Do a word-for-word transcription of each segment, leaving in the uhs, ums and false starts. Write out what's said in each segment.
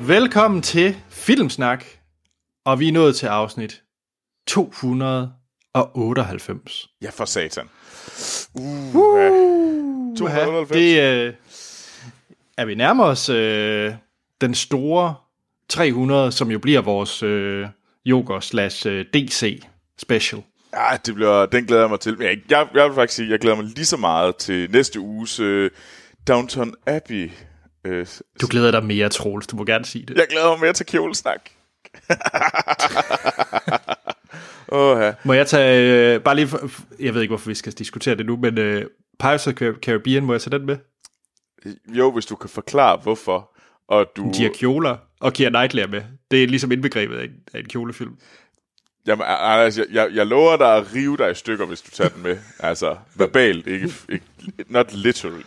Velkommen til Filmsnak, og vi er nået til afsnit to hundrede otteoghalvfems. Ja, for satan. Uh, uh, to hundrede otteoghalvfems. Det øh, er vi nærmer os øh, den store tre hundrede, som jo bliver vores øh, Joker slash D C special. Ja, det bliver, den glæder jeg mig til. Jeg, jeg, jeg vil faktisk sige, jeg glæder mig lige så meget til næste uges øh, Downton Abbey. Øh, du glæder dig mere, Troels. Du må gerne sige det. Jeg glæder mig mere til kjolesnak. oh, ja. Må jeg tage, øh, bare lige, for, jeg ved ikke, hvorfor vi skal diskutere det nu, men øh, Pirates of the Caribbean, må jeg tage den med? Jo, hvis du kan forklare, hvorfor. Og du... De har kjoler, og Keira Knightley er med. Det er ligesom indbegrebet af en, af en kjolefilm. Jamen, altså, jeg, jeg, jeg lover dig at rive dig i stykker, hvis du tager den med. Altså, verbalt, ikke, ikke not literally.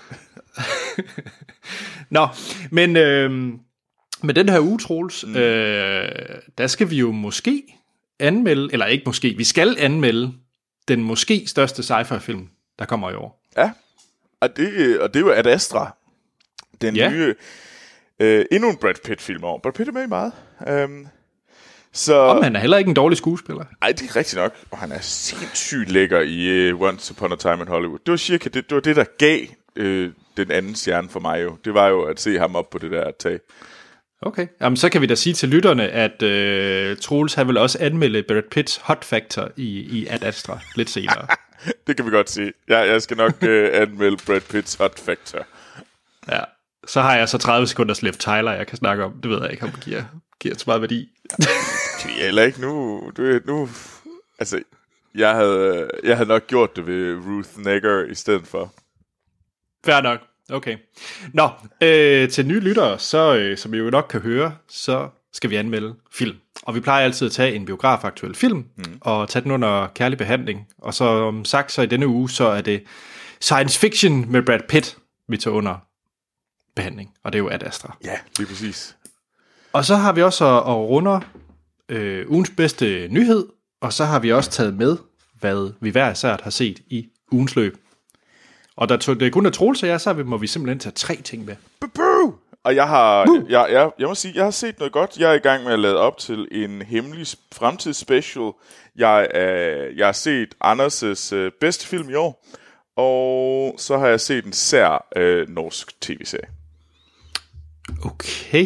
Nå, men øh, med den her uge, Troels, mm. øh, der skal vi jo måske anmelde, eller ikke måske, vi skal anmelde den måske største sci-fi-film, der kommer i år. Ja, og det, og det er jo Ad Astra, den ja. nye, øh, endnu en Brad Pitt-film over. Brad Pitt er med i meget. Um, så... Om han er heller ikke en dårlig skuespiller. Ej, det er rigtigt nok, og han er sindssygt lækker i uh, Once Upon a Time in Hollywood. Det var cirka det, det, var det der gav øh, den anden stjerne for mig jo. Det var jo at se ham op på det der tag. Okay, jamen så kan vi da sige til lytterne, at øh, Troels har vel også anmeldt Brad Pitts Hot Factor i, i Ad Astra lidt senere. Det kan vi godt sige. Ja, jeg skal nok øh, anmelde Brad Pitts Hot Factor. Ja, så har jeg så tredive sekunder Liv Tyler, jeg kan snakke om. Det ved jeg ikke, om det giver, giver så meget værdi. Ja, eller ikke nu. Du ved, nu altså, jeg havde, jeg havde nok gjort det ved Ruth Negger i stedet for. Fair nok. Okay. Nå, øh, til nye lyttere, så, øh, som I jo nok kan høre, så skal vi anmelde film. Og vi plejer altid at tage en biografaktuel film, mm. og tage den under kærlig behandling. Og så om sagt, så i denne uge, så er det science fiction med Brad Pitt, vi tager under behandling. Og det er jo Ad Astra. Ja, det er præcis. Og så har vi også at, at runde øh, ugens bedste nyhed, og så har vi også taget med, hvad vi hver især har set i ugens løb. Og da det er kun er Troels og jeg, så må vi simpelthen tage tre ting med. Buh! Og jeg har, jeg, jeg, jeg må sige, jeg har set noget godt. Jeg er i gang med at lade op til en hemmelig fremtidsspecial. Jeg, øh, jeg har set Anders' øh, bedste film i år, og så har jeg set en sær øh, norsk tv-serie. Okay.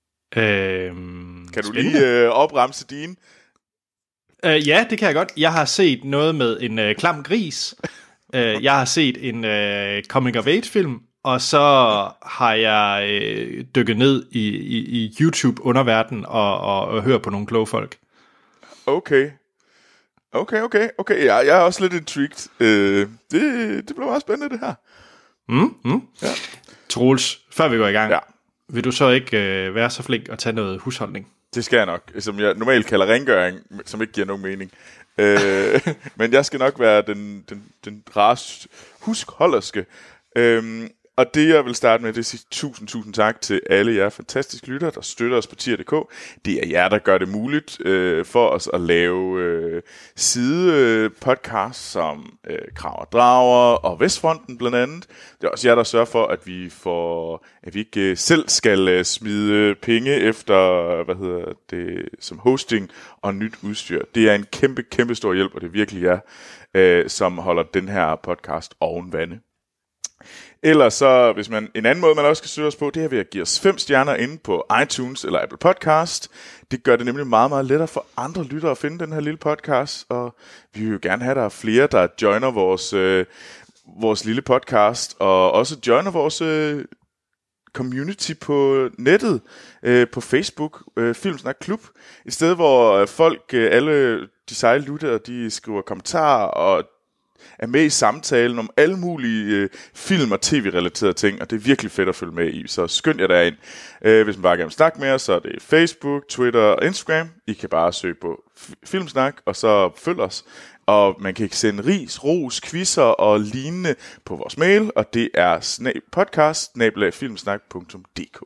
Øhm, kan du spændende. lige øh, opremse dine? Uh, ja, det kan jeg godt. Jeg har set noget med en øh, klam gris. Uh, jeg har set en uh, coming-of-age-film, og så har jeg uh, dykket ned i, i, i YouTube-underverdenen og, og, og hørt på nogle kloge folk. Okay. Okay, okay, okay. Jeg, jeg er også lidt intrigued. Uh, det, det bliver meget spændende, det her. Mm, mm. Ja. Troels, før vi går i gang, ja. vil du så ikke uh, være så flink at tage noget husholdning? Det skal jeg nok, som jeg normalt kalder rengøring, som ikke giver nogen mening. øh, men jeg skal nok være den, den, den rare huskholderske. Øhm, og det jeg vil starte med, det er at sige tusind, tusind tak til alle jer fantastiske lyttere, der støtter os på tier punktum d k. Det er jer, der gør det muligt øh, for os at lave øh, sidepodcasts som øh, Krav og Drager og Vestfronten blandt andet. Det er også jer, der sørger for, at vi får, at vi ikke øh, selv skal øh, smide penge efter, hvad hedder det, som hosting og nyt udstyr. Det er en kæmpe, kæmpe stor hjælp, og det er virkelig jer, øh, som holder den her podcast oven vande. Ellers så, hvis man, en anden måde, man også kan støtte os på, det er ved at give os fem stjerner inde på iTunes eller Apple Podcast. Det gør det nemlig meget, meget lettere for andre lyttere at finde den her lille podcast, og vi vil jo gerne have, der er flere, der joiner vores, øh, vores lille podcast, og også joiner vores øh, community på nettet, øh, på Facebook, øh, Filmsnak Klub, et sted, hvor folk, øh, alle de seje lyttere, de skriver kommentarer og er med i samtalen om alle mulige øh, film- og tv-relaterede ting, og det er virkelig fedt at følge med i, så skynd jer derind. Øh, hvis man bare gerne vil snakke med os, så er det Facebook, Twitter og Instagram. I kan bare søge på f- Filmsnak, og så følg os. Og man kan sende ris, ros, quizzer og lignende på vores mail, og det er sna- podcast snabel-a filmsnak punktum d k.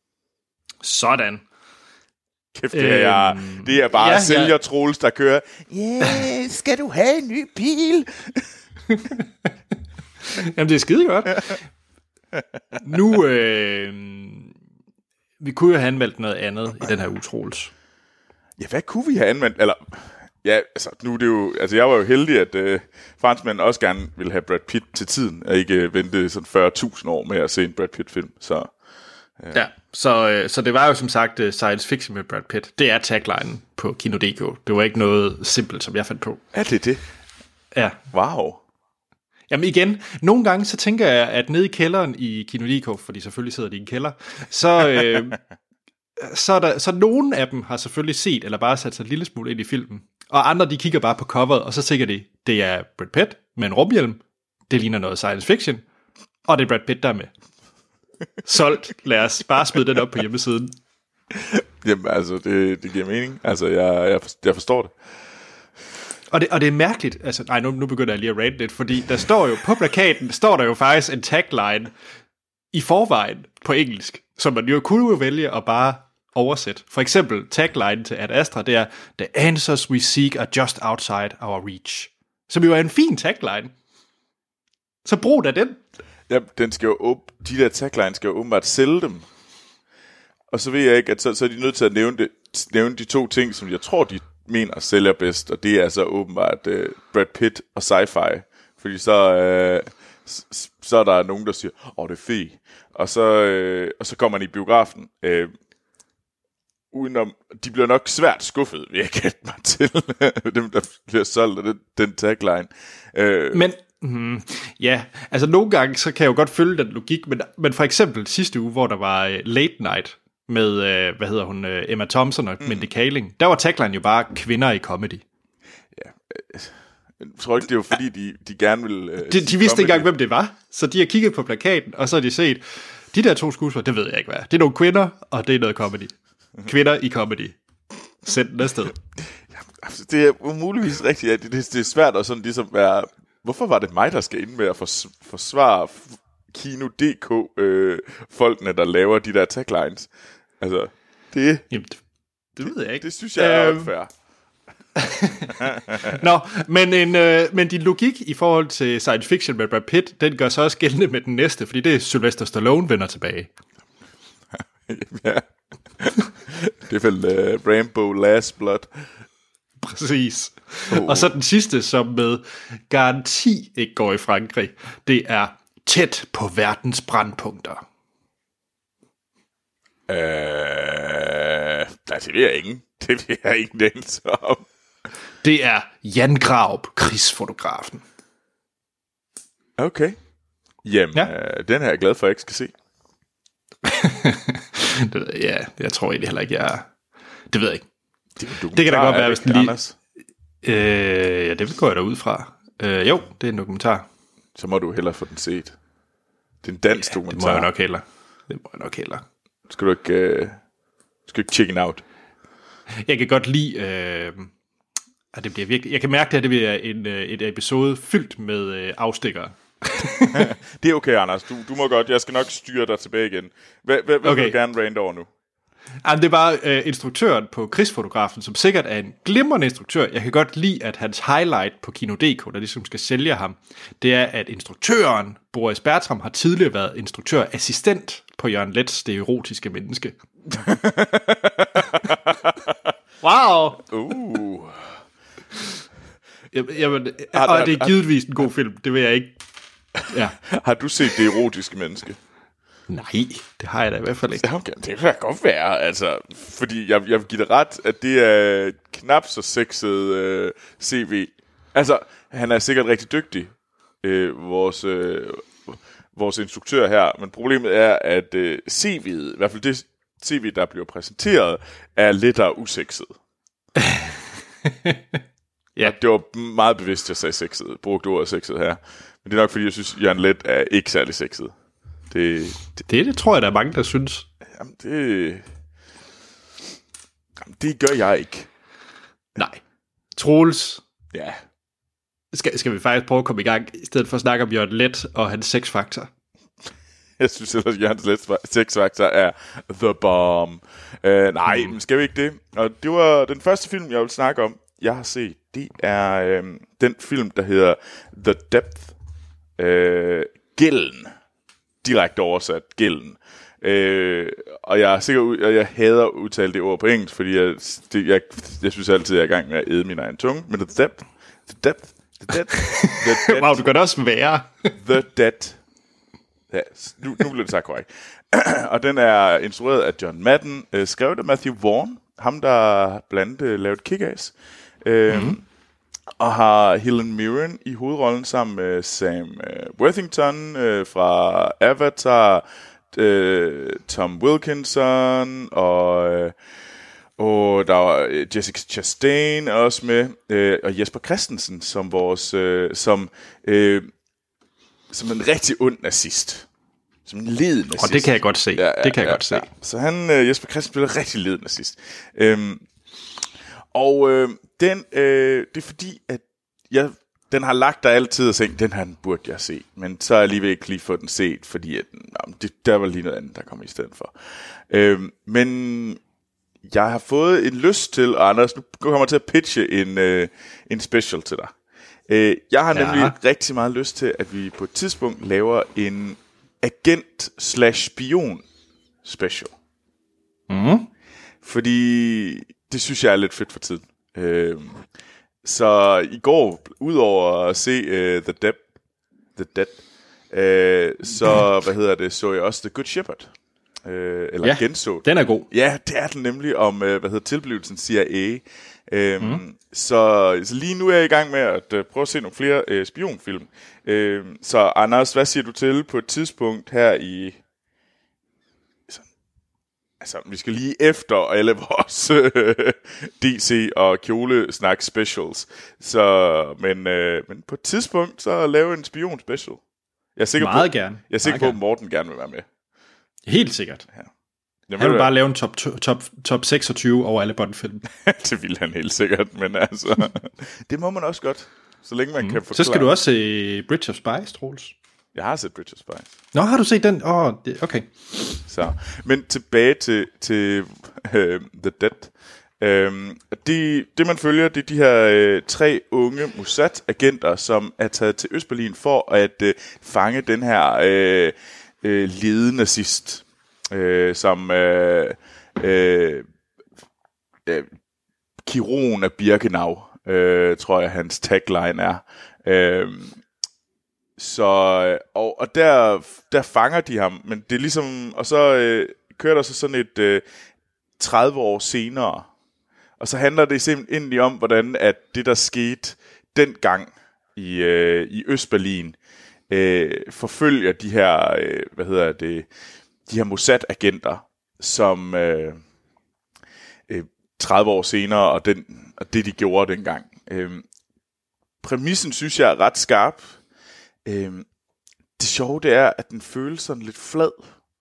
Sådan. Kæft, det er, jeg, det er bare ja, sælger ja. Troels, der kører. Yeah, skal du have en ny bil? Jamen, det er skide godt. Nu, øh, Vi kunne jo have anmeldt noget andet i den her utrols. Ja, hvad kunne vi have anmeldt? Eller, ja, altså, nu er det jo... Altså, jeg var jo heldig, at øh, franskmændene også gerne ville have Brad Pitt til tiden, og ikke vente sådan fyrre tusind år med at se en Brad Pitt-film, så... Øh. Ja, så, øh, så det var jo som sagt uh, science fiction med Brad Pitt. Det er taglinen på Kino punktum d k. Det var ikke noget simpelt, som jeg fandt på. Er det det? Ja. Wow. Jamen igen, nogle gange så tænker jeg, at nede i kælderen i Kino punktum d k, fordi selvfølgelig sidder de i en kælder, så, øh, så, er der, så nogen af dem har selvfølgelig set, eller bare sat sig en lille smule ind i filmen, og andre de kigger bare på coveret, og så tænker de, det er Brad Pitt med en rumhjelm, det ligner noget science fiction, og det er Brad Pitt, der er med. Solgt, lad os bare smide den op på hjemmesiden. Jamen altså, det, det giver mening, altså jeg, jeg, jeg forstår det. Og det, og det er mærkeligt, altså nej, nu, nu begynder jeg lige at rate lidt, fordi der står jo, på plakaten står der jo faktisk en tagline i forvejen på engelsk, som man jo kunne jo vælge at bare oversætte. For eksempel tagline til Ad Astra, det er, the answers we seek are just outside our reach. Som jo er en fin tagline. Så brug da den. Ja, den skal jo op, de der taglines skal jo åbenbart sælge dem. Og så ved jeg ikke, at så, så er de nødt til at nævne, det, nævne de to ting, som jeg tror, de mener sælger bedst, og det er så åbenbart uh, Brad Pitt og sci-fi. Fordi så, uh, s- så er der nogen, der siger, åh, oh, det er fedt. Og så, uh, og så kommer man i biografen. Uh, udenom, de bliver nok svært skuffet, vil jeg gætte mig til, dem, der bliver solgt af den, den tagline. Uh, Men Hmm, ja, altså nogle gange, så kan jeg jo godt følge den logik, men, men for eksempel sidste uge, hvor der var uh, Late Night med, uh, hvad hedder hun, uh, Emma Thompson og mm. Mindy Kaling, der var tagline jo bare kvinder i comedy. Ja, øh, jeg tror ikke, det var fordi, de, de gerne ville... Øh, de, de vidste ikke engang, hvem det var, så de har kigget på plakaten, og så har de set, de der to skuespillere, det ved jeg ikke hvad, det er nogle kvinder, og det er noget comedy. Kvinder i comedy. Send den afsted. Ja, altså, det er umuligvis rigtigt, ja, det, det, det er svært at sådan ligesom være... Hvorfor var det mig, der skal ind med at fors- forsvare Kino punktum d k øh, folkene, der laver de der taglines? Altså, det... Jamen, det, det ved jeg ikke. Det synes jeg er øhm. unfair. Nå, men, en, øh, men din logik i forhold til science fiction med Brad Pitt, den gør så også gældende med den næste, fordi det er Sylvester Stallone vender tilbage. Ja. Det er vel uh, Rambo Last Blood. Præcis. Oh. Og så den sidste, som med garanti ikke går i Frankrig, det er Tæt på verdens brandpunkter. Øh, nej, det vil jeg ikke. Det vil jeg ikke nævne om. Det er Jan Graup, krigsfotografen. Okay. Jamen, ja. øh, den er jeg glad for, at jeg ikke skal se. det, ja, jeg tror egentlig heller ikke, jeg... Det ved jeg ikke. Det, det kan da godt være, hvis den lige... Anders? Øh, ja, det går jeg da ud fra. Øh, jo, det er en dokumentar. Så må du hellere få den set. Det er en dansk ja, dokumentar. Det må jeg nok hellere. Det må jeg nok hellere. Skal du ikke, øh, skal du ikke chicken out? Jeg kan godt lide... Øh, at det bliver virkelig... Jeg kan mærke, at det bliver en, et episode fyldt med øh, afstikkere. Det er okay, Anders. Du, du må godt. Jeg skal nok styre dig tilbage igen. Hvad, hvad, hvad okay. vil du gerne rante over nu? Jamen, det er bare øh, instruktøren på krigsfotografen, som sikkert er en glimrende instruktør. Jeg kan godt lide, at hans highlight på Kino punktum d k, der ligesom skal sælge ham, det er, at instruktøren, Boris Bertram, har tidligere været instruktørassistent på Jørgen Leths Det Erotiske Menneske. Wow! Uh. Jamen, og det er givetvis en god film, det vil jeg ikke... Ja. Har du set Det Erotiske Menneske? Nej, det har jeg da i hvert fald ikke. Ja, okay, det kan godt være, altså, fordi jeg, jeg vil give dig ret, at det er knap så sexet øh, C V. Altså, han er sikkert rigtig dygtig, øh, vores, øh, vores instruktør her, men problemet er, at øh, C V'et, i hvert fald det C V, der bliver præsenteret, er lettere usexet. Ja. Det var meget bevidst, jeg sagde sexet, brugte ordet sexet her. Men det er nok, fordi jeg synes, Jørgen Leth er ikke særlig sexet. Det, det, det, det tror jeg, der er mange, der synes. Jamen, det... Jamen, det gør jeg ikke. Nej. Troels. Ja. Skal, skal vi faktisk prøve at komme i gang, i stedet for at snakke om Jørgen Leth og hans sexfaktor? Jeg synes ellers, at Jørgen Leths sexfaktor er the bomb. Uh, nej, mm. men skal vi ikke det? Og det var den første film, jeg vil snakke om, jeg har set. Det er øhm, den film, der hedder The Depth. Øh, Gælden. direkte oversat gælden. Øh, og jeg er sikker, og jeg hader at udtale det ord på engelsk, fordi jeg, det, jeg, jeg synes altid, jeg er i gang med at æde min egen tunge. Men the debt, the debt, the debt, the debt. Wow, du gør det også værre. The debt. Ja, nu, nu bliver det sagt korrekt. Og den er instrueret af John Madden, øh, skrevet af Matthew Vaughn, ham der blandt andet lavede Kick-Ass, øh, mm-hmm. og har Helen Mirren i hovedrollen sammen med Sam øh, Worthington øh, fra Avatar, øh, Tom Wilkinson og, øh, og der var Jessica Chastain også med, øh, og Jesper Christensen som vores øh, som øh, som en rigtig ond nazist. Som en led nazist. Og det kan jeg godt se. Ja, ja, det kan jeg ja, godt se. Ja. Så han, øh, Jesper Christensen, spiller rigtig led nazist. Øhm, og øh, den, øh, det er fordi, at jeg, den har lagt der altid og tænkt, den her den burde jeg se. Men så er jeg alligevel ikke lige fået den set, fordi at, jamen, det, der var lige noget andet, der kom i stedet for. Øhm, men jeg har fået en lyst til, og Anders, nu kommer jeg til at pitche en, øh, en special til dig. Øh, jeg har nemlig ja. rigtig meget lyst til, at vi på et tidspunkt laver en agent slash spion special. Mm. Fordi det synes jeg er lidt fedt for tiden. Øh, så i går, udover at se uh, The Dead, The Dead øh, så hvad hedder det, så jeg også The Good Shepherd. Øh, eller ja, genså. Den er god. Ja, det er den nemlig om, øh, hvad hedder tilblivelsen C I A. Øhm, mm. så, så lige nu er jeg i gang med at øh, prøve at se nogle flere øh, spionfilm. Øhm, så Anders, hvad siger du til på et tidspunkt her i... Så, altså, vi skal lige efter alle vores øh, D C og kjole-snak specials. Så, men, øh, men på et tidspunkt, så lave en spion special. Jeg er sikker Meget på, gerne. Jeg er sikker Meget på, at Morten gerne vil være med. Helt sikkert. Ja. Jamen, han vil bare lave en top, top, top seksogtyve over alle Bond-film. Det vil han helt sikkert, men altså, det må man også godt, så længe man mm. kan forklare. Så skal du også se Bridge of Spies, Troels. Jeg har set Bridge of Spies. Nå, har du set den? Åh, oh, okay. Så, men tilbage til, til uh, The Dead. Um, de, det man følger, det er de her uh, tre unge Mossad-agenter, som er taget til Østberlin for at uh, fange den her uh, uh, ledende nazist. Øh, som øh, øh, øh, Kiron af Birkenau, øh, tror jeg hans tagline er. Øh, så og, og der der fanger de ham, men det er ligesom, og så øh, kører der så sådan et øh, tredive år senere, og så handler det simpelthen egentlig om, hvordan at det der skete dengang i øh, i Østberlin øh, forfølger de her øh, hvad hedder det de her Mossad-agenter, som øh, øh, tredive år senere, og, den, og det de gjorde dengang. Øh, præmissen synes jeg er ret skarp. Øh, det sjove det er, at den føles sådan lidt flad.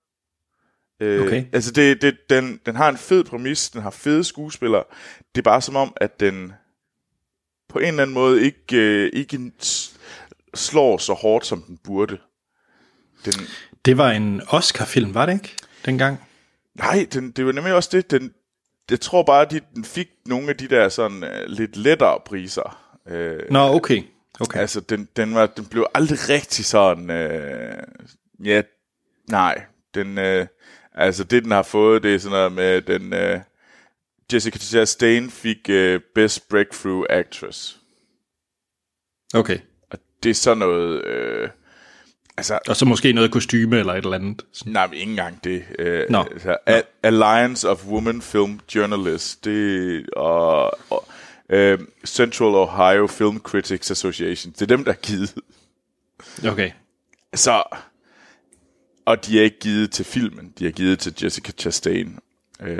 Øh, okay. Altså det, det, den, den har en fed præmis, den har fede skuespillere. Det er bare som om, at den på en eller anden måde ikke, øh, ikke slår så hårdt, som den burde. Den, det var en Oscar-film, var det ikke, dengang? Nej, den, det var nemlig også det. Den, jeg tror bare, at den fik nogle af de der sådan uh, lidt lettere priser. Uh, Nå, okay. okay. Altså, den, den, var, den blev aldrig rigtig sådan... Uh, ja, nej. Den, uh, altså, det den har fået, det er sådan noget med, den... Uh, Jessica Chastain fik uh, Best Breakthrough Actress. Okay. Og det er sådan noget... Uh, Altså, og så måske noget kostyme eller et eller andet. Nej, men ikke engang det. Uh, no. altså, no. Alliance of Women Film Journalists, det og, og uh, Central Ohio Film Critics Association, det er dem, der er givet. Okay. Så, og de er ikke givet til filmen, de er givet til Jessica Chastain. Uh,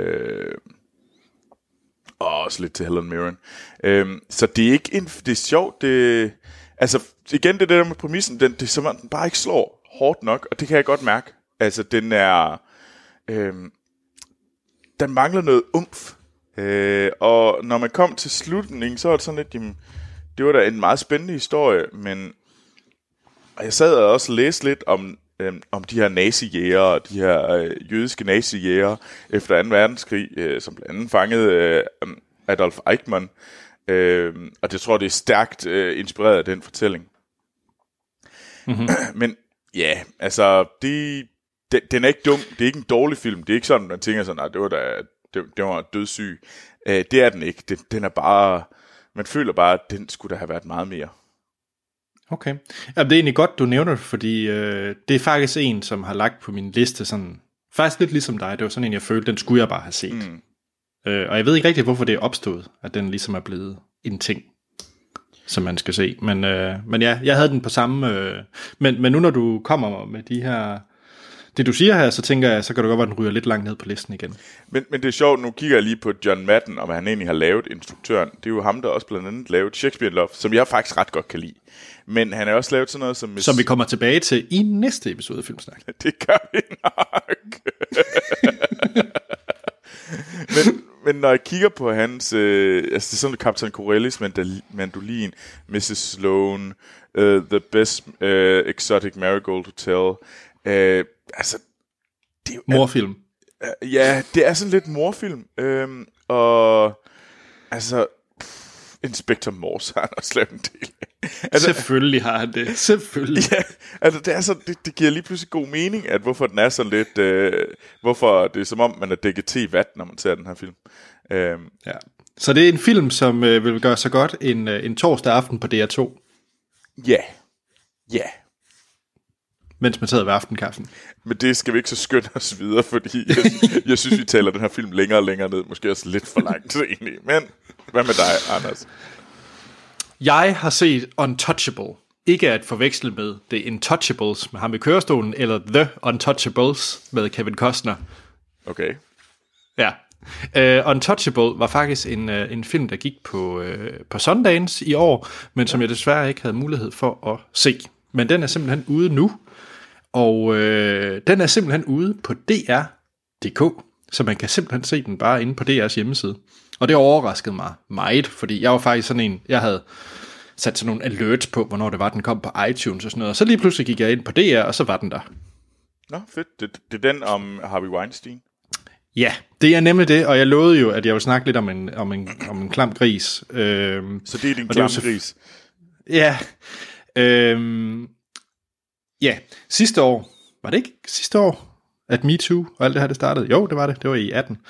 og også lidt til Helen Mirren. Uh, så det er ikke en, det er sjovt, det altså, igen, det der med præmissen, den, det er som om, den bare ikke slår hårdt nok, og det kan jeg godt mærke. Altså, den er... Øhm, den mangler noget umf. Øh, og når man kom til slutningen, så var det sådan lidt, jamen, det var da en meget spændende historie, men og jeg sad og også læste lidt om, øhm, om de her nazijægere, de her øh, jødiske nazijægere efter anden verdenskrig, øh, som blandt andet fangede øh, Adolf Eichmann. Øh, og det tror det er stærkt øh, inspireret af den fortælling. Mm-hmm. Men Ja, altså, det, den, den er ikke dum. Det er ikke en dårlig film. Det er ikke sådan, man tænker sådan, nej, det var da, det, det var dødssyg. Uh, det er den ikke. Den, den er bare, man føler bare, at den skulle da have været meget mere. Okay. Ja, det er egentlig godt, du nævner det, fordi øh, det er faktisk en, som har lagt på min liste sådan, faktisk lidt ligesom dig. Det var sådan en, jeg følte, den skulle jeg bare have set. Mm. Øh, og jeg ved ikke rigtig, hvorfor det er opstået, at den ligesom er blevet en ting, som man skal se. Men, øh, men ja, jeg havde den på samme... Øh, men, men nu når du kommer med de her... Det du siger her, så tænker jeg, så kan det godt være, den ryger lidt langt ned på listen igen. Men, men det er sjovt, nu kigger jeg lige på John Madden, om han egentlig har lavet instruktøren. Det er jo ham, der også blandt andet lavet Shakespeare in Love, som jeg faktisk ret godt kan lide. Men han har også lavet sådan noget som... Som vi kommer tilbage til i næste episode af Filmsnak. Det gør vi nok. men, men når jeg kigger på hans... Øh, altså det er sådan Captain Corellis mandolin, missus Sloane, uh, The Best uh, Exotic Marigold Hotel... Øh, altså... Det er jo, morfilm. Uh, ja, det er sådan lidt morfilm. Øhm, og... Altså... Pff, Inspector Morse har han også lavet en del. Altså, selvfølgelig har han det. Selvfølgelig. Ja, altså det, er så, det, det giver lige pludselig god mening, at hvorfor den er sådan lidt... Øh, hvorfor det er som om, man er dækket til i vat, når man ser den her film. Øhm. Ja. Så det er en film, som øh, vil gøre så godt en, øh, en torsdag aften på D R to. Ja. Yeah. Ja. Yeah. Mens man sidder ved aftenkaffen. Men det skal vi ikke så skynde os videre, fordi jeg, jeg synes, vi taler den her film længere og længere ned. Måske også lidt for langt egentlig. Men hvad med dig, Anders? Jeg har set Untouchable. Ikke at forveksle med The Intouchables med ham i kørestolen, eller The Untouchables med Kevin Costner. Okay. Ja. Uh, Untouchable var faktisk en, uh, en film, der gik på, uh, på Sundance i år, men som jeg desværre ikke havde mulighed for at se. Men den er simpelthen ude nu, og øh, den er simpelthen ude på D R punktum d k, så man kan simpelthen se den bare inde på D R's hjemmeside. Og det overraskede mig meget, fordi jeg var faktisk sådan en, jeg havde sat sådan nogle alerts på, hvornår det var, den kom på iTunes og sådan noget, og så lige pludselig gik jeg ind på D R, og så var den der. Nå, fedt. Det, det er den om Harvey Weinstein? Ja, det er nemlig det, og jeg lovede jo, at jeg ville snakke lidt om en, om en, om en klam gris. Øhm, så det er din klam så, gris? Ja, øhm, ja, sidste år, var det ikke sidste år, at MeToo og alt det her, det startede? Jo, det var det, det var i atten.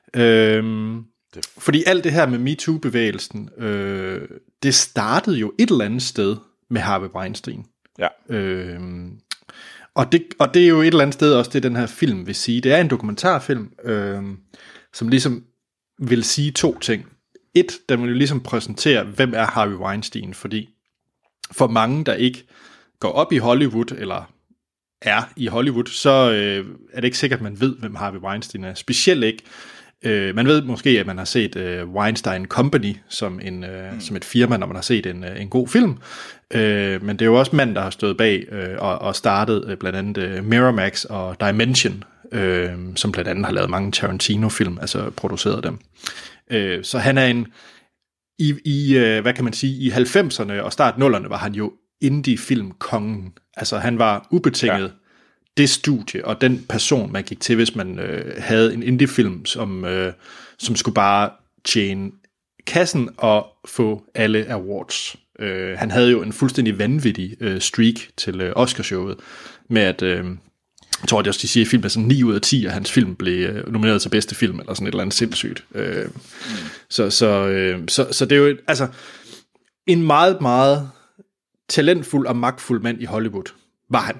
Øhm, det. Fordi alt det her med MeToo-bevægelsen, øh, det startede jo et eller andet sted med Harvey Weinstein. Ja. Øhm, og, det, og det er jo et eller andet sted også det, den her film vil sige. Det er en dokumentarfilm, øh, som ligesom vil sige to ting. Et, den vil jo ligesom præsentere, hvem er Harvey Weinstein, fordi for mange, der ikke går op i Hollywood, eller er i Hollywood, så øh, er det ikke sikkert, at man ved, hvem Harvey Weinstein er. Specielt ikke. Øh, man ved måske, at man har set øh, Weinstein Company som, en, øh, mm. som et firma, når man har set en, øh, en god film. Øh, men det er jo også mand, der har stået bag øh, og, og startet øh, blandt andet øh, Miramax og Dimension, øh, som blandt andet har lavet mange Tarantino-film, altså produceret dem. Øh, så han er en... I, i øh, hvad kan man sige, i halvfemserne og start nullerne var han jo indie-film-kongen. Altså han var ubetinget ja. det studie og den person, man gik til, hvis man øh, havde en indie-film, som, øh, som skulle bare tjene kassen og få alle awards. Øh, han havde jo en fuldstændig vanvittig øh, streak til øh, Oscarshowet, med at, øh, jeg tror, at de siger, at film er sådan ni ud af ti, og hans film blev øh, nomineret til bedste film, eller sådan et eller andet sindssygt. Øh, mm. så, så, øh, så, så det er jo altså en meget, meget talentfuld og magtfuld mand i Hollywood, var han.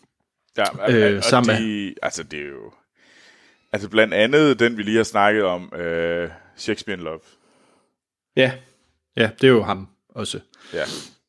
Ja, øh, sammen de, med... altså det er jo, altså blandt andet den, vi lige har snakket om, øh, Shakespeare in Love. Ja, ja, det er jo ham også. Ja.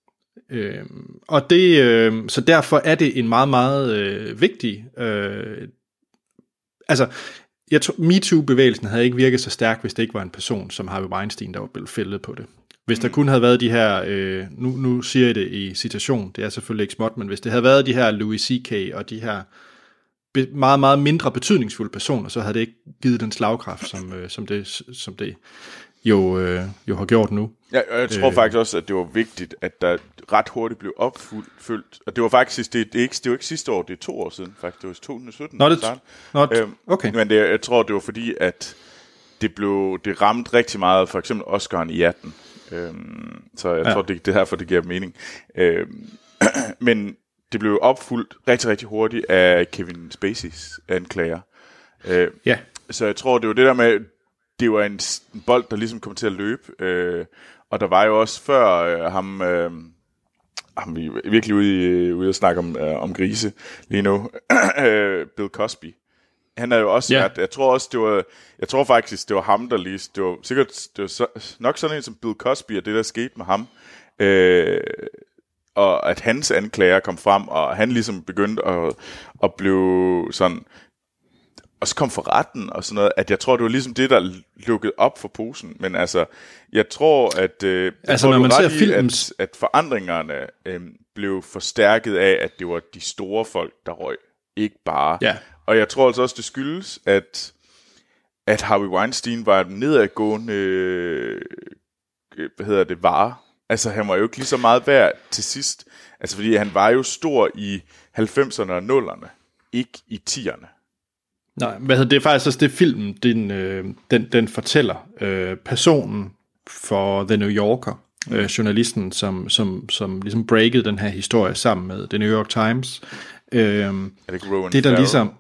Øh, og det, øh, så derfor er det en meget, meget øh, vigtig, øh, altså, jeg tror, MeToo-bevægelsen havde ikke virket så stærk, hvis det ikke var en person som Harvey Weinstein, der var blevet fældet på det. Hvis der mm. kun havde været de her, øh, nu, nu siger jeg det i citation, det er selvfølgelig ikke småt, men hvis det havde været de her Louis C K og de her be, meget, meget mindre betydningsfulde personer, så havde det ikke givet den slagkraft, som, øh, som, det, som det jo, øh, jo har gjort nu. Ja, og jeg tror øh, faktisk også, at det var vigtigt, at der ret hurtigt blev opfyldt, og det var faktisk, det, det, er ikke, det var ikke sidste år, det er to år siden, faktisk, det var to tusind sytten. Nå, det, nå, øhm, okay. Men det, jeg tror, det var fordi, at det, blev, det ramte rigtig meget, for eksempel Oscar'en i atten. Øhm, så jeg ja. tror, det, det er derfor, det giver mening. Øhm, men det blev opfulgt rigtig, rigtig hurtigt af Kevin Spaceys anklager. Øh, ja. Så jeg tror, det var det der med, det var en, en bold, der ligesom kom til at løbe. Øh, og der var jo også før øh, ham, øh, ham vi er virkelig ude, i, ude at snakke om, øh, om grise lige nu, Bill Cosby. Han er jo også ja. været, jeg tror også, det var, jeg tror faktisk, det var ham, der lige, det var sikkert, det var så, nok sådan en som Bill Cosby, og det der skete med ham, øh, og at hans anklager kom frem, og han ligesom begyndte at, at blive sådan, og så kom for retten og sådan noget, at jeg tror, det var ligesom det, der lukkede op for posen. Men altså, jeg tror, at, øh, altså, tror, når man ser i, filmens... at, at forandringerne øh, blev forstærket af, at det var de store folk, der røg, ikke bare. Ja. Og jeg tror altså også, det skyldes, at, at Harvey Weinstein var en nedadgående, øh, hvad hedder det, vare. Altså, han var jo ikke lige så meget værd til sidst. Altså, fordi han var jo stor i halvfemserne og nullerne, ikke i tierne. Nej, hvad hedder det er faktisk også det film, den, øh, den, den fortæller øh, personen for The New Yorker, øh, journalisten, som, som, som ligesom breakede den her historie sammen med The New York Times. Øh, er det ikke Rowan det der Farrow? ligesom,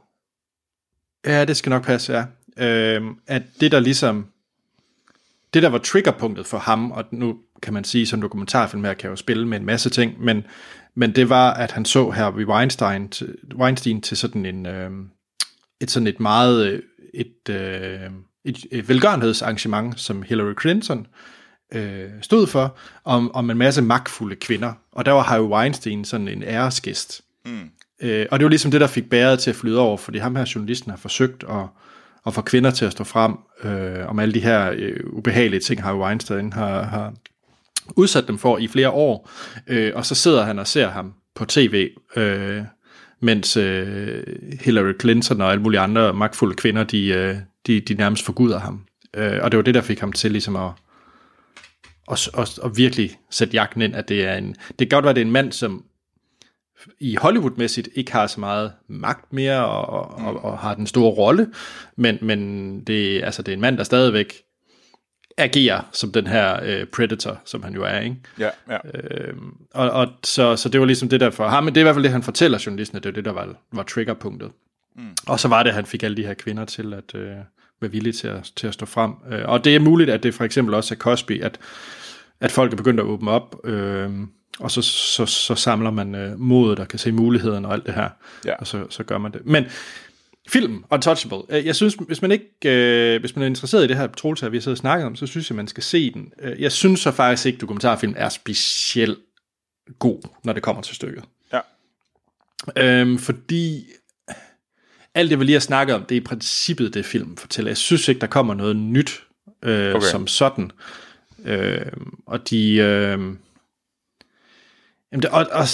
ja, det skal nok passe, ja. Øh, at det der ligesom, det der var triggerpunktet for ham, og nu kan man sige, som dokumentarfilm her kan jo spille med en masse ting, men, men det var, at han så Harvey Weinstein til, Weinstein til sådan en... Øh, et sådan et meget et, øh, et, et velgørenhedsarrangement, som Hillary Clinton øh, stod for, om, om en masse magtfulde kvinder. Og der var Harvey Weinstein sådan en æresgæst. Mm. Øh, og det var ligesom det, der fik bæret til at flyde over, fordi ham her journalisten har forsøgt at, at få kvinder til at stå frem øh, om alle de her øh, ubehagelige ting, Harvey Weinstein har, har udsat dem for i flere år. Øh, og så sidder han og ser ham på tv, øh, mens øh, Hillary Clinton og alle mulige andre magtfulde kvinder, de, øh, de, de nærmest forguder ham. Øh, og det var det, der fik ham til ligesom at, at, at, at virkelig sætte jagten ind, at det er en... Det kan godt være, at det er en mand, som i Hollywood-mæssigt ikke har så meget magt mere, og, og, og, og har den store rolle, men, men det, altså, det er en mand, der stadigvæk agerer som den her øh, predator, som han jo er, ikke? Ja, ja. Øh, og, og så, så det var ligesom det der for ham, men det er i hvert fald det, han fortæller journalisten, at det var det, der var, var triggerpunktet. Mm. Og så var det, at han fik alle de her kvinder til at øh, være villige til at, til at stå frem. Øh, og det er muligt, at det for eksempel også er Cosby, at, at folk er begyndt at åbne op, øh, og så, så, så samler man øh, modet og kan se mulighederne og alt det her, ja. Og så, så gør man det. Men film, Untouchable. Jeg synes, hvis man ikke, øh, hvis man er interesseret i det her Troels, vi har siddet og snakket om, så synes jeg, man skal se den. Jeg synes så faktisk ikke, dokumentarfilm er specielt god, når det kommer til stykket. Ja. Øhm, fordi alt det, vi lige har snakket om, det er i princippet det, film fortæller. Jeg synes ikke, der kommer noget nyt øh, okay. som sådan. Øh, og de... Øh, jamen det, og, og,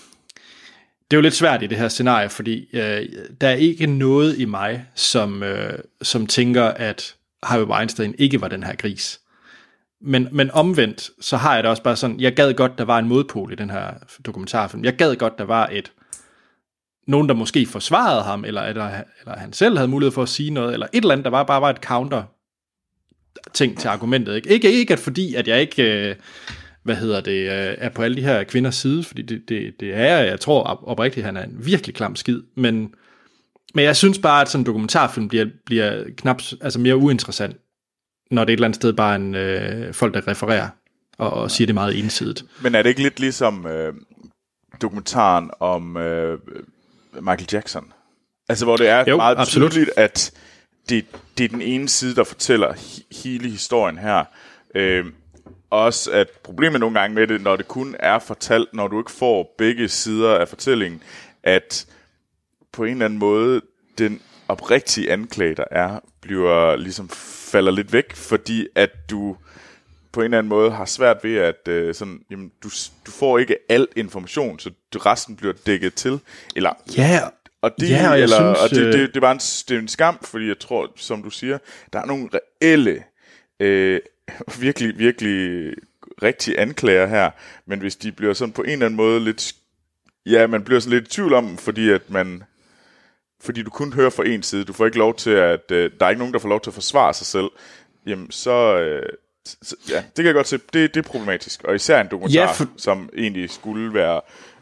det er jo lidt svært i det her scenarie, fordi øh, der er ikke noget i mig, som, øh, som tænker, at Harvey Weinstein ikke var den her gris. Men, men omvendt, så har jeg det også bare sådan, jeg gad godt, der var en modpol i den her dokumentarfilm. Jeg gad godt, der var et nogen, der måske forsvarede ham, eller, eller, eller han selv havde mulighed for at sige noget, eller et eller andet, der var, bare var et counter ting til argumentet. Ikke, ikke, ikke at fordi, at jeg ikke... Øh, hvad hedder det, er på alle de her kvinders side, fordi det, det, det er, jeg tror oprigtigt, han er en virkelig klam skid, men, men jeg synes bare, at sådan en dokumentarfilm bliver, bliver knap, altså mere uinteressant, når det er et eller andet sted bare en øh, folk, der refererer, og, og siger det meget ensidigt. Men er det ikke lidt ligesom øh, dokumentaren om øh, Michael Jackson? Altså, hvor det er jo, meget absolut. Tydeligt, at det, det er den ene side, der fortæller he- hele historien her, øh, også at problemet nogle gange med det, når det kun er fortalt, når du ikke får begge sider af fortællingen, at på en eller anden måde, den oprigtige anklage, der er, bliver ligesom falder lidt væk, fordi at du på en eller anden måde har svært ved, at øh, sådan, jamen, du, du får ikke al information, så du, resten bliver dækket til. Eller, ja, og det, ja, og jeg eller, synes, og det, det, det, var en, det er en skam, fordi jeg tror, som du siger, der er nogle reelle øh, virkelig, virkelig rigtige anklager her, men hvis de bliver sådan på en eller anden måde lidt, ja, man bliver sådan lidt i tvivl om dem, fordi at man, fordi du kun hører fra en side, du får ikke lov til at, øh, der er ikke nogen, der får lov til at forsvare sig selv, jamen så, øh, så ja, det kan jeg godt se, det, det er problematisk, og især en dokumentar, ja, for... som egentlig skulle være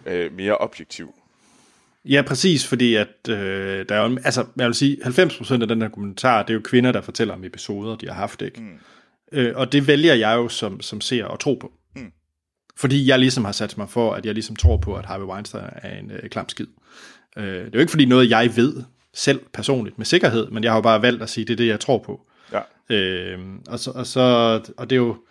øh, mere objektiv. Ja, præcis, fordi at øh, der er jo, altså, jeg vil sige, halvfems procent af den her kommentar, det er jo kvinder, der fortæller om episoder, de har haft, ikke? Mm. Øh, og det vælger jeg jo som, som ser at tro på. Mm. Fordi jeg ligesom har sat mig for, at jeg ligesom tror på, at Harvey Weinstein er en øh, klam skid. Øh, det er jo ikke fordi noget, jeg ved selv personligt med sikkerhed, men jeg har jo bare valgt at sige, det er det, jeg tror på. Ja. Øh, og, så, og, så, og det er jo...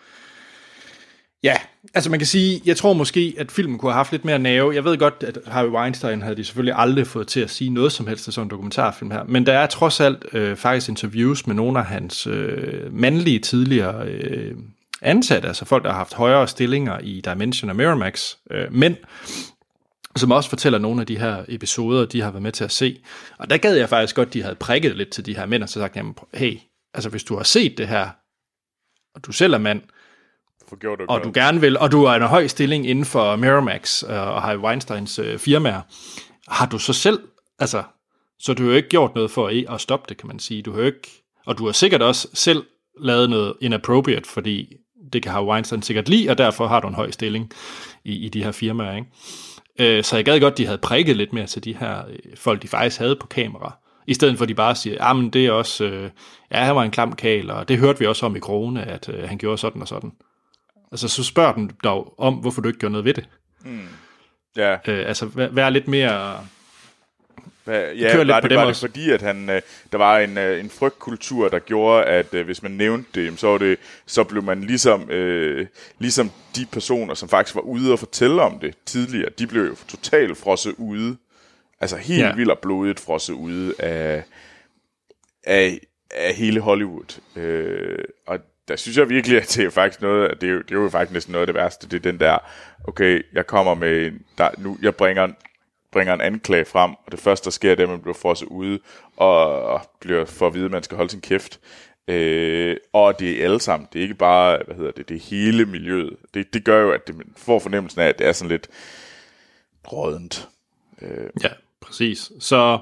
Ja, altså man kan sige, jeg tror måske, at filmen kunne have haft lidt mere nerve. Jeg ved godt, at Harvey Weinstein havde de selvfølgelig aldrig fået til at sige noget som helst af sådan en dokumentarfilm her, men der er trods alt øh, faktisk interviews med nogle af hans øh, mandlige tidligere øh, ansatte, altså folk, der har haft højere stillinger i Dimension og Miramax, øh, mænd, som også fortæller nogle af de her episoder, de har været med til at se. Og der gad jeg faktisk godt, de havde prikket lidt til de her mænd, og så sagt, jamen, hey, altså hvis du har set det her, og du selv er mand, du og du gerne vil, og du er en høj stilling inden for Miramax og Harvey Weinsteins øh, firmaer, har du så selv, altså, så du har jo ikke gjort noget for at, at stoppe det, kan man sige. Du har ikke, og du har sikkert også selv lavet noget inappropriate, fordi det kan Harvey Weinstein sikkert lide, og derfor har du en høj stilling i, i de her firmaer, ikke? Øh, så jeg gad godt, de havde prikket lidt mere til de her øh, folk, de faktisk havde på kamera, i stedet for at de bare siger, ja, men det er også, øh, ja, han var en klam kæl, og det hørte vi også om i Krone, at øh, han gjorde sådan og sådan. Altså, så spørg dem dog om, hvorfor du ikke gør noget ved det. Mm. Ja. Øh, altså, vær, vær lidt mere... Hva, ja, var, det, var det fordi, at han, øh, der var en, øh, en frygtkultur, der gjorde, at øh, hvis man nævnte det, så, var det, så blev man ligesom, øh, ligesom de personer, som faktisk var ude og fortælle om det tidligere, de blev jo totalt frosset ude. Altså helt ja. vildt og blodigt frosset ude af, af, af hele Hollywood. Øh, og der synes jeg virkelig, at det er faktisk noget, det er jo, det er jo faktisk næsten noget af det værste, det er den der, okay, jeg kommer med, der, nu, jeg bringer en, bringer en anklage frem, og det første, der sker, det er, at man bliver frosset ude, og bliver for at vide, at man skal holde sin kæft. Øh, og det er alle sammen, det er ikke bare, hvad hedder det, det er hele miljøet. Det, det gør jo, at det får fornemmelsen af, at det er sådan lidt rådent. Øh. Ja, præcis. Så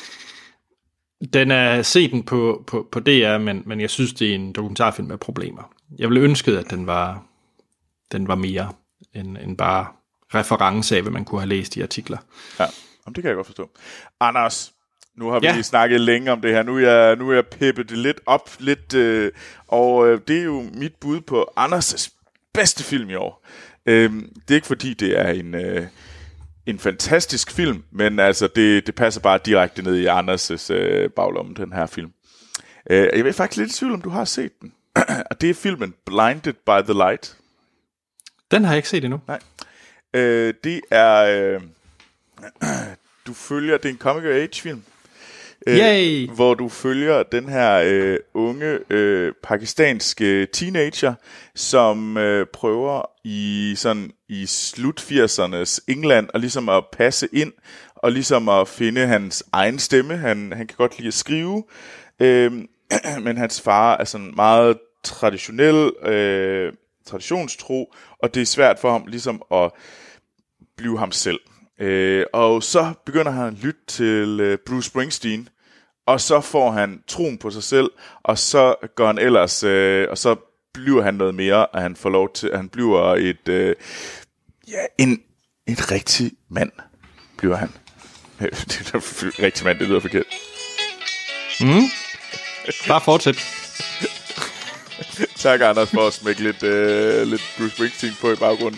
den er set den på, på, på D R, men, men jeg synes, det er en dokumentarfilm med problemer. Jeg ville ønske, at den var, den var mere end, end bare reference af, hvad man kunne have læst i artikler. Ja, det kan jeg godt forstå. Anders, nu har vi ja. snakket længe om det her. Nu er jeg, nu er jeg peppet det lidt op, lidt, øh, og øh, det er jo mit bud på Anders' bedste film i år. Øh, det er ikke fordi, det er en... Øh, En fantastisk film, men altså det, det passer bare direkte ned i Anders' øh, baglomme, den her film. Øh, jeg ved faktisk lidt i tvivl, om du har set den. Og det er filmen Blinded by the Light. Den har jeg ikke set endnu. Nej. Øh, det er... Øh, du følger... Det er en coming-of-age-film. Øh, hvor du følger den her øh, unge øh, pakistanske teenager, som øh, prøver i sådan i slut firsernes England og ligesom at passe ind og ligesom at finde hans egen stemme. Han han kan godt lide at skrive, øh, men hans far er sådan meget traditionel, øh, traditionstro, og det er svært for ham ligesom at blive ham selv. Øh, og så begynder han at lytte til øh, Bruce Springsteen. Og så får han troen på sig selv, og så går han ellers, øh, og så bliver han noget mere, og han får lov til, at han bliver et, øh, ja, en, en rigtig mand, bliver han. Rigtig mand, det lyder forkert. Mm. Bare fortsæt. Tak, Anders, for at smække lidt, øh, lidt Bruce Springsteen på i baggrunden.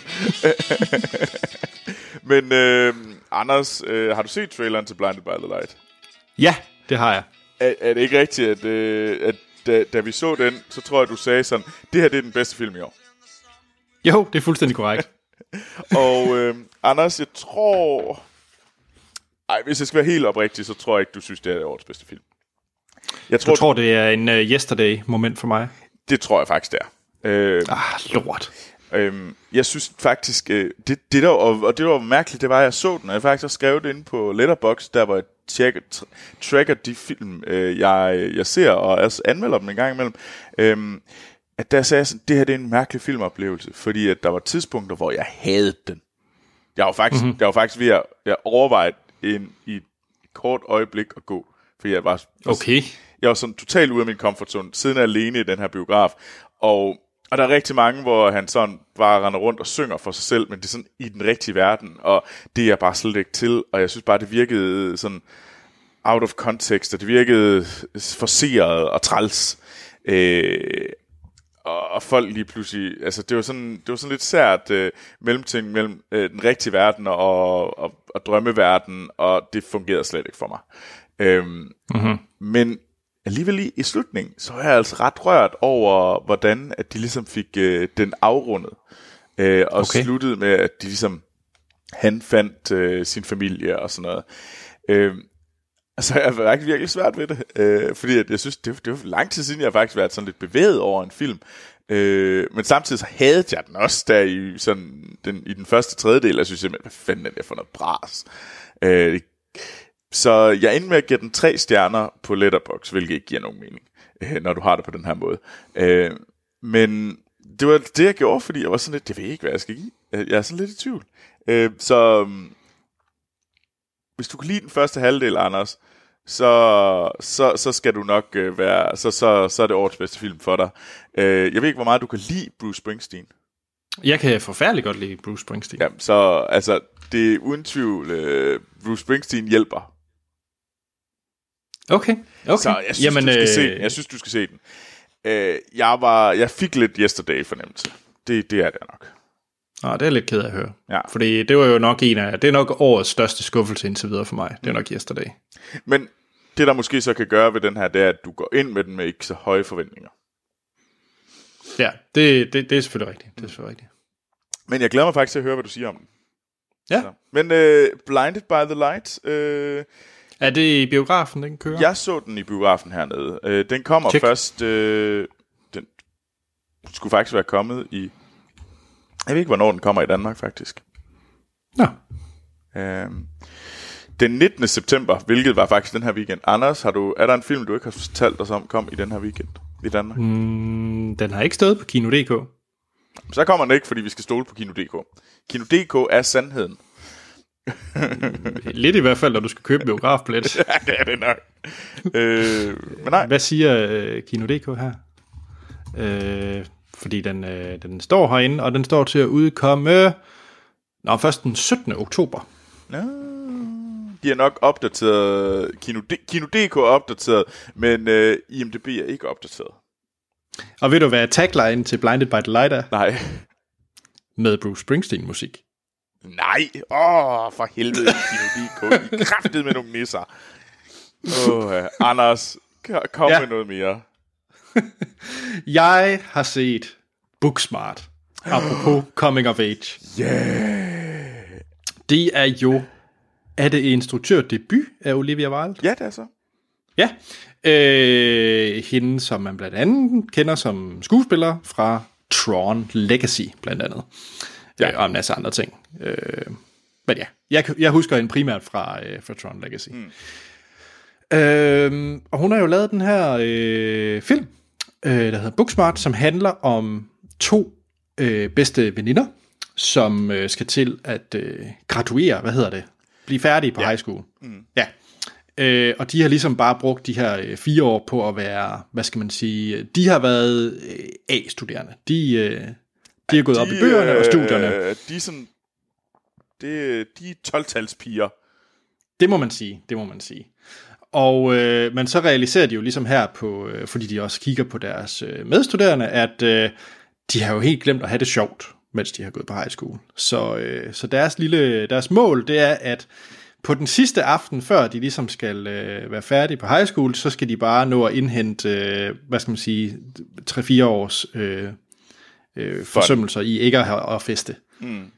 Men øh, Anders, øh, har du set traileren til Blinded by the Light? Ja, det har jeg. Er, er det ikke rigtigt, at, øh, at da, da vi så den, så tror jeg, du sagde sådan, det her det er den bedste film i år? Jo, det er fuldstændig korrekt. Og øh, Anders, jeg tror... Ej, hvis jeg skal være helt oprigtig, så tror jeg ikke, du synes, det er årets bedste film. Jeg tror, du tror, det er en uh, yesterday-moment for mig? Det tror jeg faktisk, det er. Øh, ah, lort. Øhm, jeg synes faktisk, øh, det, det der, og, og det der var mærkeligt, det var, at jeg så den, og jeg faktisk også skrev det inde på Letterboxd, der hvor jeg tjekker, tra- tracker de film, øh, jeg, jeg ser, og altså anmelder dem en gang imellem, øh, at der sagde jeg sådan, det her det er en mærkelig filmoplevelse, fordi at der var tidspunkter, hvor jeg havde den. Jeg var faktisk, mm-hmm. jeg var faktisk ved at jeg overveje en, i et kort øjeblik at gå, fordi jeg var, okay. jeg var sådan totalt ude af min comfort zone, siden alene i den her biograf, og Og der er rigtig mange, hvor han sådan bare render rundt og synger for sig selv, men det er sådan i den rigtige verden, og det er jeg bare slet ikke til, og jeg synes bare, det virkede sådan out of context, og det virkede forceret og træls. Øh, og, og folk lige pludselig, altså det var sådan, det var sådan lidt sært øh, mellemting mellem øh, den rigtige verden og, og, og drømmeverden, og det fungerede slet ikke for mig. Øhm, mm-hmm. Men alligevel i, i slutningen, så er jeg altså ret rørt over, hvordan at de ligesom fik øh, den afrundet. Øh, og okay. sluttede med, at de ligesom, han fandt øh, sin familie og sådan noget. Øh, altså jeg har faktisk virkelig svært ved det. Øh, fordi at jeg synes, det var, det var lang tid siden, jeg har faktisk været sådan lidt bevæget over en film. Øh, men samtidig så havde jeg den også der i, sådan, den, i den første tredjedel. Jeg synes simpelthen, hvad fanden er det for noget bras? Øh, det, Så jeg endte med at give den tre stjerner på Letterboxd, hvilket ikke giver nogen mening, øh, når du har det på den her måde. Øh, men det var det, jeg gjorde, fordi jeg var sådan lidt, det ved ikke, hvad jeg skal give. Jeg er sådan lidt i tvivl. Øh, så hvis du kan lide den første halvdel, Anders, så, så, så skal du nok øh, være, så, så, så er det årets bedste film for dig. Øh, jeg ved ikke, hvor meget du kan lide Bruce Springsteen. Jeg kan forfærdeligt godt lide Bruce Springsteen. Jamen, så altså, det er uden tvivl, øh, Bruce Springsteen hjælper. Okay, okay. Så jeg synes, Jamen, du skal øh... se den. Jeg synes, du skal se den. Øh, jeg, var, jeg fik lidt Yesterday-fornemmelse. Det, det er det nok. Ah, det er lidt ked af at høre. Ja. Fordi det var jo nok en af, det er nok årets største skuffelse indtil videre for mig. Det er nok Yesterday. Men det, der måske så kan gøre ved den her, det er, at du går ind med den med ikke så høje forventninger. Ja, det, det, det er selvfølgelig rigtigt. Det er selvfølgelig rigtigt. Men jeg glæder mig faktisk til at høre, hvad du siger om den. Ja. Så. Men uh, Blinded by the Light... Uh, er det i biografen, den kører? Jeg så den i biografen hernede. Uh, den kommer Check. først... Uh, den skulle faktisk være kommet i... Jeg ved ikke, hvornår den kommer i Danmark, faktisk. Nå. Uh, den nittende september, hvilket var faktisk den her weekend. Anders, har du, er der en film, du ikke har fortalt os om, kom i den her weekend i Danmark? Mm, den har ikke stået på Kino punktum d k. Så kommer den ikke, fordi vi skal stole på Kino punktum d k. Kino punktum d k er sandheden. Lidt i hvert fald, når du skal købe biografbillet. Ja, det er det nok. øh, men nej. Hvad siger uh, Kino punktum d k her? Uh, fordi den, uh, den står herinde, og den står til at udkomme Nå, først den syttende oktober. Nå, de er nok opdateret. Kino, Kino punktum d k er opdateret, men uh, I M D B er ikke opdateret. Og ved du, hvad tagline til Blinded by the Light er? Nej. Med Bruce Springsteen-musik. Nej, åh, oh, for helvede, Kino punktum d k. I er kraftet med nogle nisser. Åh, oh, Anders, kom ja. med noget mere. Jeg har set Booksmart. Apropos coming of age. Yeah. Det er jo, er det instruktør debut af Olivia Wilde? Ja, det er så. Ja, øh, hende som man blandt andet kender som skuespiller fra Tron Legacy blandt andet. Ja. Øh, og en masse andre ting. Øh, men ja, jeg, jeg husker hende primært fra, øh, fra Tron Legacy. Mm. Øh, og hun har jo lavet den her øh, film, øh, der hedder Booksmart, som handler om to øh, bedste veninder, som øh, skal til at øh, graduere, hvad hedder det? Blive færdige på ja. high school. Mm. Ja. Øh, og de har ligesom bare brugt de her øh, fire år på at være, hvad skal man sige, de har været øh, A-studerende. De, øh, de er gået de, op i bøgerne øh, og studierne. De er sådan, det, de er tolv-talspiger. Det må man sige, det må man sige. Og øh, men så realiserer de jo ligesom her på, øh, fordi de også kigger på deres øh, medstuderende, at øh, de har jo helt glemt at have det sjovt, mens de har gået på high school. Så, øh, så deres lille, deres mål, det er, at på den sidste aften, før de ligesom skal øh, være færdige på high school, så skal de bare nå at indhente, øh, hvad skal man sige, tre-fire års øh, øh, forsømmelser i ikke at have at feste. Mm.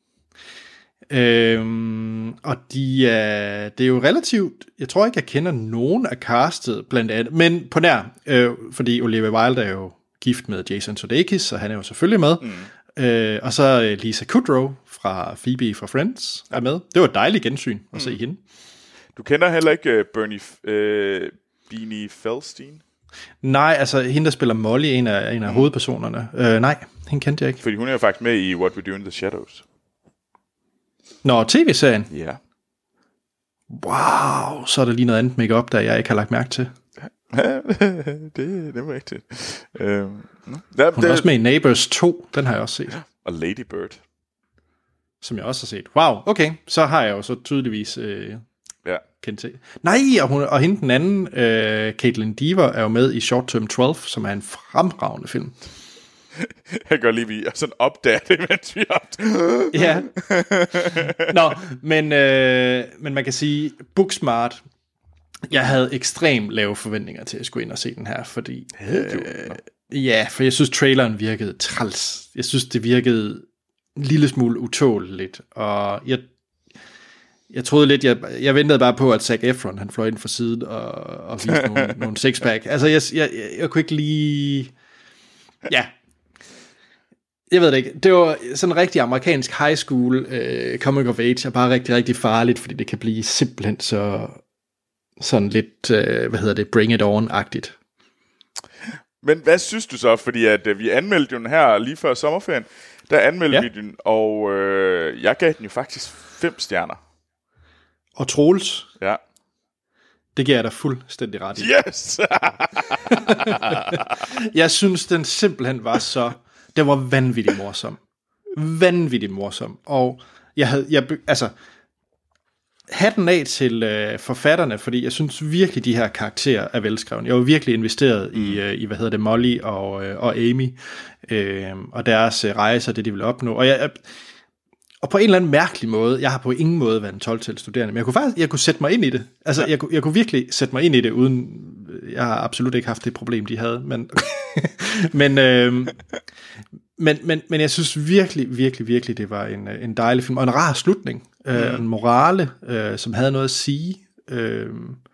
Øhm, og de er, det er jo relativt, jeg tror ikke, jeg kender nogen af castet blandt andet, men på nær, øh, fordi Olivia Wilde er jo gift med Jason Sudeikis, så han er jo selvfølgelig med. Mm. Øh, og så Lisa Kudrow fra Phoebe fra Friends er med. Det var et dejligt gensyn at mm. se hende. Du kender heller ikke uh, Bernie uh, Beanie Feldstein? Nej, altså hende, der spiller Molly, en af, en af mm. hovedpersonerne. Uh, nej, hende kendte jeg ikke. Fordi hun er jo faktisk med i What We Do in the Shadows. Nå, tv-serien? Ja. Wow, så er der lige noget andet make-up, der jeg ikke har lagt mærke til. det, det er rigtigt. Øhm, ja, Hun det, er også med i Neighbors to, den har jeg også set. Og Lady Bird. Som jeg også har set. Wow, okay, så har jeg jo så tydeligvis øh, ja. kendt til. Nej, og, hun, og hende den anden, øh, Caitlin Dever, er jo med i Short Term tolv, som er en fremragende film. Jeg gør lige, vi sådan opdager det, mens vi opdager. Ja. Nå, men, øh, men man kan sige, Booksmart, jeg havde ekstremt lave forventninger til at skulle ind og se den her, fordi... Øh, ja, for jeg synes, traileren virkede træls. Jeg synes, det virkede en lille smule utåleligt, og jeg, jeg troede lidt, jeg, jeg ventede bare på, at Zac Efron, han fløj ind for siden og, og viste nogle, nogle sixpack. Altså, jeg, jeg, jeg, jeg kunne ikke lige... Ja, jeg ved det ikke. Det var sådan en rigtig amerikansk high school uh, comic of age, er bare rigtig, rigtig farligt, fordi det kan blive simpelthen så sådan lidt, uh, hvad hedder det, bring it on-agtigt. Men hvad synes du så? Fordi at uh, vi anmeldte jo den her lige før sommerferien, der anmeldte ja. vi den, og uh, jeg gav den jo faktisk fem stjerner. Og Troels? Ja. Det giver jeg dig fuldstændig ret i. Yes! Jeg synes, den simpelthen var så... Det var vanvittigt morsom. Vanvittigt morsom. Og jeg havde... Jeg, altså, hatten af til øh, forfatterne, fordi jeg synes virkelig, de her karakterer er velskrevet. Jeg var virkelig investeret mm. i, øh, i, hvad hedder det, Molly og, øh, og Amy, øh, og deres øh, rejser, det de vil opnå. Og jeg... Og på en eller anden mærkelig måde, jeg har på ingen måde været en tolv-tals studerende, men jeg kunne faktisk, jeg kunne sætte mig ind i det. Altså, ja. jeg, kunne, jeg kunne virkelig sætte mig ind i det, uden, jeg har absolut ikke haft det problem, de havde, men, men, øh, men, men, men jeg synes virkelig, virkelig, virkelig, det var en, en dejlig film, og en rar slutning, øh, mm. en morale, øh, som havde noget at sige, øh,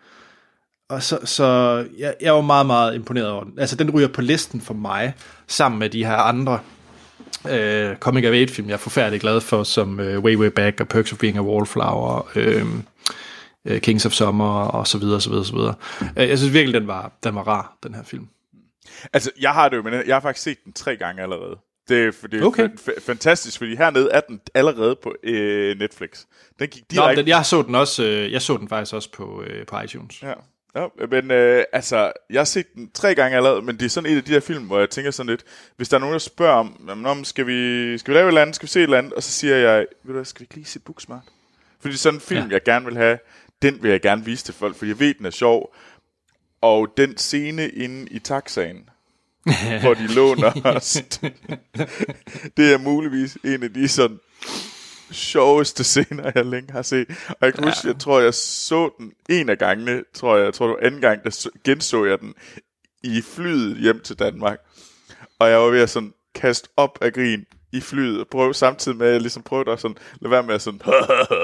og så, så jeg, jeg var meget, meget imponeret over den. Altså, den ryger på listen for mig, sammen med de her andre, Uh, Comic of Age film, jeg er forfærdelig glad for, som uh, Way Way Back og Perks of Being a Wallflower, uh, uh, Kings of Summer og så videre, så videre, så videre. Uh, jeg synes virkelig, den var, den var rar, den her film. Altså, jeg har det jo, men jeg har faktisk set den tre gange allerede. Det er, det er okay. f- f- fantastisk, fordi hernede er den allerede på øh, Netflix. Den gik direkte... Nå, den, jeg så den også, øh, jeg så den faktisk også på, øh, på iTunes. Ja. Ja, men øh, altså, jeg har set den tre gange allerede, men det er sådan et af de der film, hvor jeg tænker sådan lidt, hvis der er nogen, der spørger om, om skal, vi, skal vi lave et eller andet, skal vi se et eller andet, og så siger jeg, ved du hvad, skal vi ikke lige se Booksmart? Fordi sådan en film, ja. jeg gerne vil have, den vil jeg gerne vise til folk, for jeg ved, den er sjov, og den scene inde i taxaen, hvor de låner os, det er muligvis en af de sådan sjoveste scener, jeg længe har set. Og jeg kan huske, ja. jeg tror, jeg så den en af gangene, tror jeg, jeg tror det var anden gang, der genså jeg den i flyet hjem til Danmark. Og jeg var ved at sådan kaste op af grin i flyet, og prøve samtidig med, at jeg ligesom prøvede at sådan, lade være med at sådan,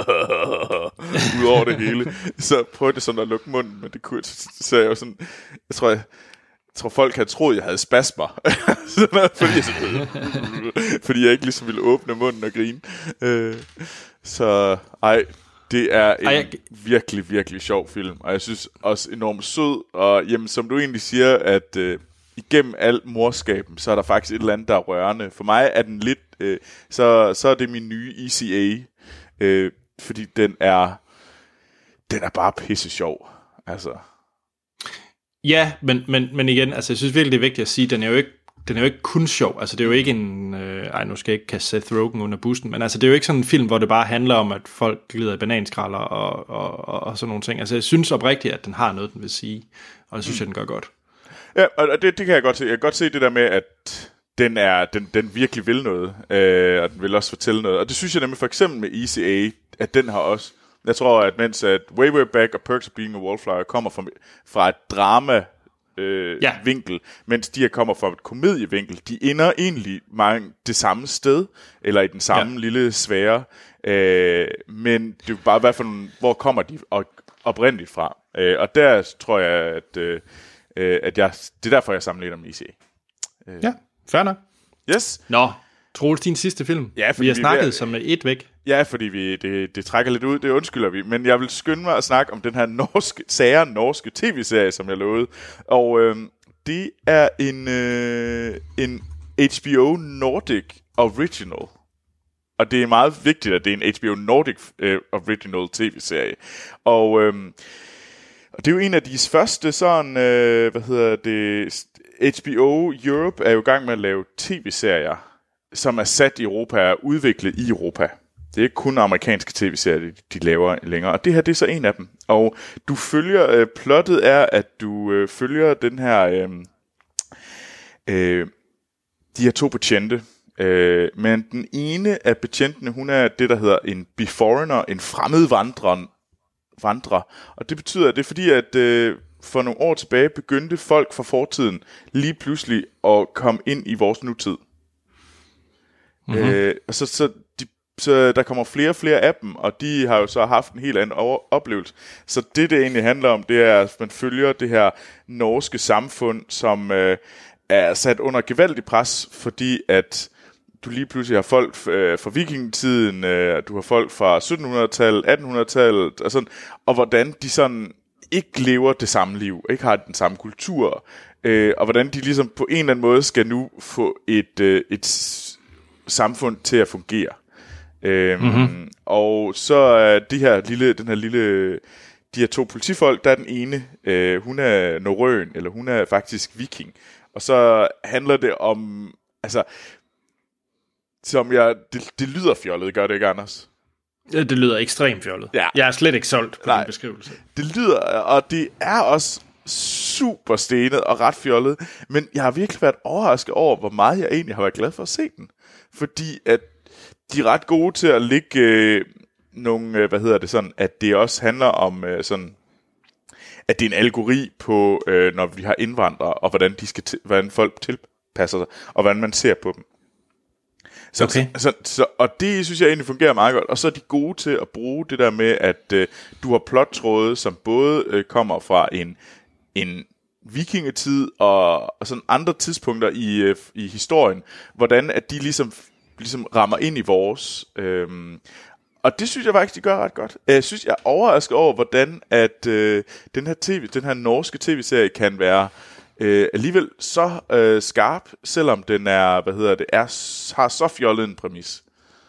ud over det hele. Så prøvede jeg sådan at lukke munden, men det kunne, så jeg var sådan, jeg tror, jeg, Jeg tror, folk havde troet, jeg havde spasmer. fordi, jeg sådan, fordi jeg ikke ligesom ville åbne munden og grine. Øh, så ej, det er en ej, jeg... virkelig, virkelig sjov film. Og jeg synes også enormt sød. Og jamen, som du egentlig siger, at øh, igennem al morskaben, så er der faktisk et eller andet, der er rørende. For mig er den lidt, øh, så, så er det min nye E C A. Øh, fordi den er, den er bare pisse sjov. Altså... Ja, men, men, men igen, altså jeg synes virkelig, det er vigtigt at sige, den er jo ikke, den er jo ikke kun sjov. Altså det er jo ikke en, øh, ej nu skal jeg ikke kaste Seth Rogen under bussen, men altså det er jo ikke sådan en film, hvor det bare handler om, at folk glider i bananskralder og, og, og, og sådan nogle ting. Altså jeg synes oprigtigt, at den har noget, den vil sige, og det synes mm. jeg, den gør godt. Ja, og det, det kan jeg godt se. Jeg kan godt se det der med, at den, er, den, den virkelig vil noget, øh, og den vil også fortælle noget. Og det synes jeg nemlig for eksempel med E C A, at den har også... Jeg tror, at mens at Way Way Back og Perks of Being a Wallflower kommer fra, fra et drama øh, ja. vinkel, mens de her kommer fra et komedievinkel, de ender egentlig mange det samme sted, eller i den samme ja. lille sfære, øh, men det er jo bare, hvad for nogle, hvor kommer de oprindeligt fra? Øh, og der tror jeg, at, øh, at jeg, det er derfor, jeg sammenligner med E C A. Øh. Ja, fair nok. Yes. Nå, Troels, din sidste film. Ja, vi har vi snakket vi er, som et væk. Ja, fordi vi, det, det trækker lidt ud, det undskylder vi. Men jeg vil skynde mig at snakke om den her norske, sære norske tv-serie, som jeg lovede. Og øh, det er en, øh, en H B O Nordic Original. Og det er meget vigtigt, at det er en H B O Nordic øh, Original tv-serie. Og... Øh, Og det er jo en af de første sådan, øh, hvad hedder det, H B O Europe er jo i gang med at lave tv-serier, som er sat i Europa og udviklet i Europa. Det er ikke kun amerikanske tv-serier, de laver længere, og det her det er så en af dem. Og du følger, øh, plottet er, at du øh, følger den her, øh, øh, de her to betjente, øh, men den ene af betjentene, hun er det, der hedder en beforeigner, en fremmed vandrer, vandrer. Og det betyder, at det er fordi, at øh, for nogle år tilbage begyndte folk fra fortiden lige pludselig at komme ind i vores nutid. Mm-hmm. Øh, og så, så, de, så der kommer flere og flere af dem, og de har jo så haft en helt anden over- oplevelse. Så det, det egentlig handler om, det er, at man følger det her norske samfund, som øh, er sat under gevaldig pres, fordi at du lige pludselig har folk øh, fra vikingetiden, øh, du har folk fra syttenhundredetallet, attenhundredetallet, og sådan, og hvordan de sådan ikke lever det samme liv, ikke har den samme kultur, øh, og hvordan de ligesom på en eller anden måde skal nu få et, øh, et samfund til at fungere. Øh, mm-hmm. Og så er de her lille, den her lille, de her to politifolk, der er den ene, øh, hun er norrøn, eller hun er faktisk viking, og så handler det om, altså, som jeg, det, det lyder fjollet, gør det ikke, Anders? Ja, det lyder ekstremt fjollet. Ja. Jeg er slet ikke solgt på Nej, den beskrivelse. Det lyder, og det er også super stenet og ret fjollet, men jeg har virkelig været overrasket over, hvor meget jeg egentlig har været glad for at se den. Fordi at de er ret gode til at lægge øh, nogle, øh, hvad hedder det sådan, at det også handler om øh, sådan, at det er en algori på, øh, når vi har indvandrere, og hvordan, de skal t- hvordan folk tilpasser sig, og hvordan man ser på dem. Så, okay. så, så, og det synes jeg egentlig fungerer meget godt. Og så er de gode til at bruge det der med, at øh, du har plottråde, som både øh, kommer fra en, en vikingetid og, og sådan andre tidspunkter i, øh, i historien, hvordan at de ligesom, ligesom rammer ind i vores. Øh, og det synes jeg faktisk, de gør ret godt. Jeg synes, jeg er overrasket over, hvordan at øh, den her tv, den her norske tv-serie kan være Øh, alligevel så øh, skarp, selvom den er, hvad hedder det, er, har så fjollet en præmis.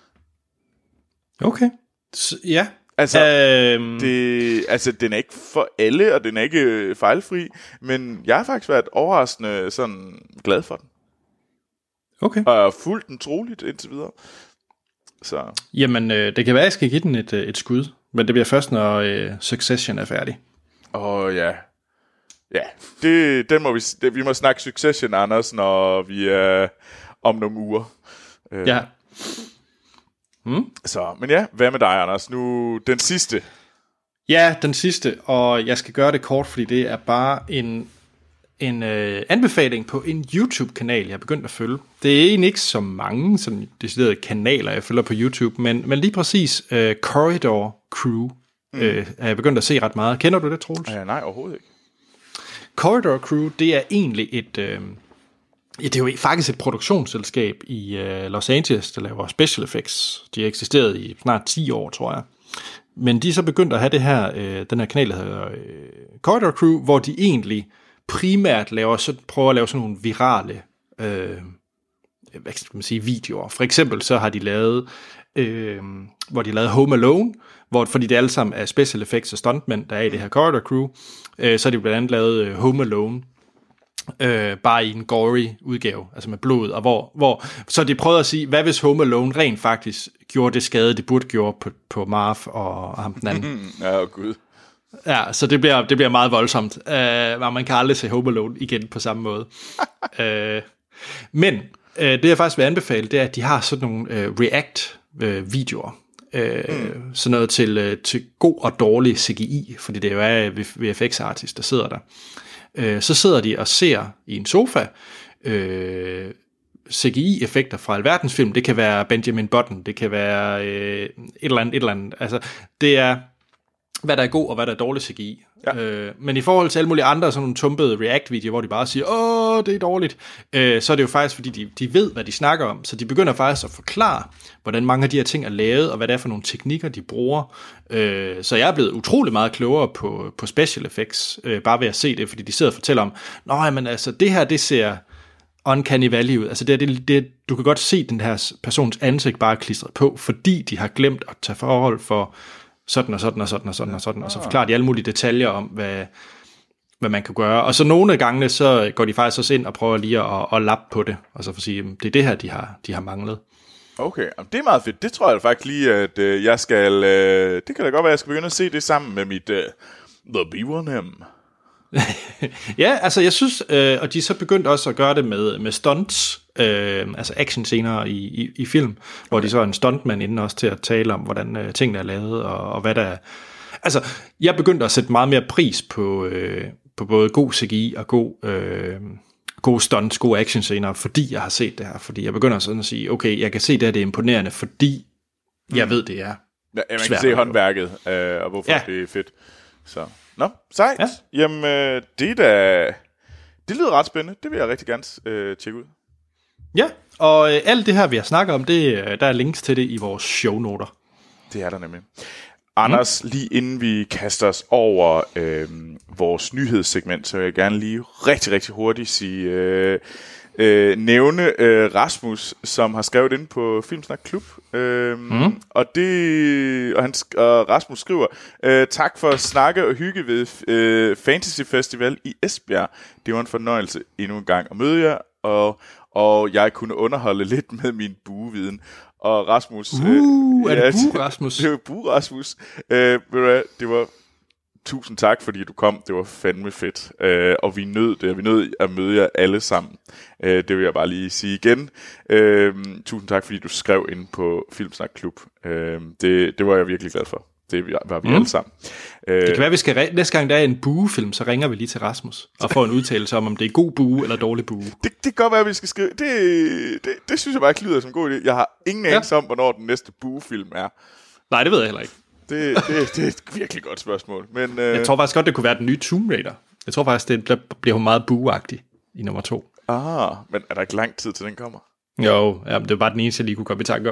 Okay. Så, ja. Altså, øhm... det, altså, den er ikke for alle, og den er ikke fejlfri, men jeg har faktisk været overraskende sådan glad for den. Okay. Og jeg har fulgt den troligt indtil videre. Så. Jamen, øh, det kan være, at jeg skal give den et, et skud, men det bliver først, når øh, Succession er færdig. Åh, oh, ja. Ja, det, den må vi, det, vi må snakke Succession, Anders, når vi er om nogle uger. Ja. Hmm? Så, men ja, hvad med dig, Anders? Nu den sidste. Ja, den sidste, og jeg skal gøre det kort, fordi det er bare en, en øh, anbefaling på en YouTube-kanal, jeg er begyndt at følge. Det er egentlig ikke så mange sådan deciderede kanaler, jeg følger på YouTube, men, men lige præcis øh, Corridor Crew mm. øh, er jeg begyndt at se ret meget. Kender du det, Troels? Ja, nej, overhovedet ikke. Corridor Crew, det er egentlig et, øh, ja, det er jo faktisk et produktionsselskab i øh, Los Angeles, der laver special effects. De har eksisteret i snart ti år, tror jeg. Men de er så begyndt at have det her, øh, den her kanal, der hedder øh, Corridor Crew, hvor de egentlig primært laver, så, prøver at lave sådan nogle virale øh, hvad skal man sige, videoer. For eksempel så har de lavet, øh, hvor de lavede Home Alone, hvor, fordi det alle sammen er special effects og stuntmænd, der er i det her Corridor Crew, øh, så har de blandt andet lavet øh, Home Alone, øh, bare i en gory udgave, altså med blod, og hvor, hvor så de prøvede at sige, hvad hvis Home Alone rent faktisk gjorde det skade, det burde gjorde på, på Marv og, og ham den anden. Ja, oh, gud. Ja, så det bliver, det bliver meget voldsomt. Uh, man kan aldrig se Home Alone igen på samme måde. uh, men uh, det jeg faktisk vil anbefale, det er, at de har sådan nogle uh, React-videoer. Uh, mm. Sådan noget til, uh, til god og dårlig C G I, fordi det jo er V F X-artist, der sidder der. Uh, så sidder de og ser i en sofa uh, C G I-effekter fra alverdens film. Det kan være Benjamin Button, det kan være uh, et eller andet, et eller andet. Altså, det er hvad der er god og hvad der er dårlig C G I. Ja. Øh, men i forhold til alle mulige andre sådan nogle tumpede React-videoer, hvor de bare siger, åh, det er dårligt, øh, så er det jo faktisk, fordi de, de ved, hvad de snakker om. Så de begynder faktisk at forklare, hvordan mange af de her ting er lavet, og hvad det er for nogle teknikker, de bruger. Øh, så jeg er blevet utrolig meget klogere på, på special effects, øh, bare ved at se det, fordi de sidder og fortæller om, nej, men altså, det her, det ser uncanny valley ud. Altså, det, det, det, du kan godt se den her persons ansigt bare klistret på, fordi de har glemt at tage forhold for sådan og sådan og sådan og sådan og sådan, og så forklarer de alle mulige detaljer om, hvad, hvad man kan gøre. Og så nogle af gangene, så går de faktisk også ind og prøver lige at, at lappe på det, og så for at sige, det er det her, de har, de har manglet. Okay, det er meget fedt. Det tror jeg faktisk lige, at øh, jeg skal... Øh, det kan da godt være, at jeg skal begynde at se det sammen med mit øh, The B one M. Ja, altså jeg synes, øh, og de er så begyndt også at gøre det med, med stunts, øh, altså actionscener i, i, i film, hvor okay. de så er en stuntman inde også til at tale om, hvordan øh, tingene er lavet, og, og hvad der er. Altså, jeg begyndte at sætte meget mere pris på, øh, på både god C G I og god... Øh, gode stunts, gode actionscener, fordi jeg har set det her, fordi jeg begynder sådan at sige, okay, jeg kan se det her, det er imponerende, fordi jeg mm. ved, det er ja, man kan se håndværket, øh, og hvorfor ja. det er fedt. Så, nå, sejt. Ja. Jamen, øh, det er da, det lyder ret spændende, det vil jeg rigtig gerne øh, tjekke ud. Ja, og øh, alt det her, vi har snakket om, det, der er links til det i vores shownoter. Det er der nemlig. Anders, mm. lige inden vi kaster os over øh, vores nyhedssegment, så vil jeg gerne lige rigtig, rigtig hurtigt sige, øh, øh, nævne øh, Rasmus, som har skrevet ind på Filmsnak Klub. Øh, mm. Og det og, han, og Rasmus skriver, øh, tak for at snakke og hygge ved øh, Fantasy Festival i Esbjerg. Det var en fornøjelse endnu en gang at møde jer, og, og jeg kunne underholde lidt med min bueviden. Og Rasmus... Uh, øh, er det Bue Rasmus? Det var Bue Rasmus. Øh, det var... Tusind tak, fordi du kom. Det var fandme fedt. Øh, og vi nød det. Vi nød at møde jer alle sammen. Øh, det vil jeg bare lige sige igen. Øh, tusind tak, fordi du skrev ind på Filmsnak Klub. Øh, det, det var jeg virkelig glad for. Det var vi mm. alle sammen. Det kan være, at vi skal re- næste gang der er en buefilm, så ringer vi lige til Rasmus og får en udtalelse om, om det er god bue eller dårlig bue. Det, det kan godt være, at vi skal skrive. Det, det, det synes jeg bare ikke lyder som en god idé. Jeg har ingen ja. anelse om, hvornår den næste buefilm er. Nej, det ved jeg heller ikke. Det, det, det er et virkelig godt spørgsmål. Men, øh... jeg tror faktisk godt, det kunne være den nye Tomb Raider. Jeg tror faktisk, det bliver hun meget bueagtig i nummer to. Ah, men er der ikke lang tid til den kommer? Jo, ja, det var bare den eneste, jeg lige kunne komme i tanke om.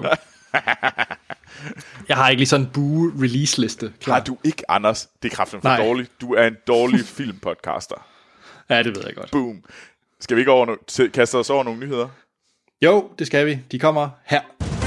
Jeg har ikke lige sådan en bue-release-liste klar. Har du ikke, Anders? Det er kraften for dårligt. Du er en dårlig filmpodcaster. Ja, det ved jeg godt. Boom. Skal vi ikke over no- kaste os over nogle nyheder? Jo, det skal vi. De kommer her.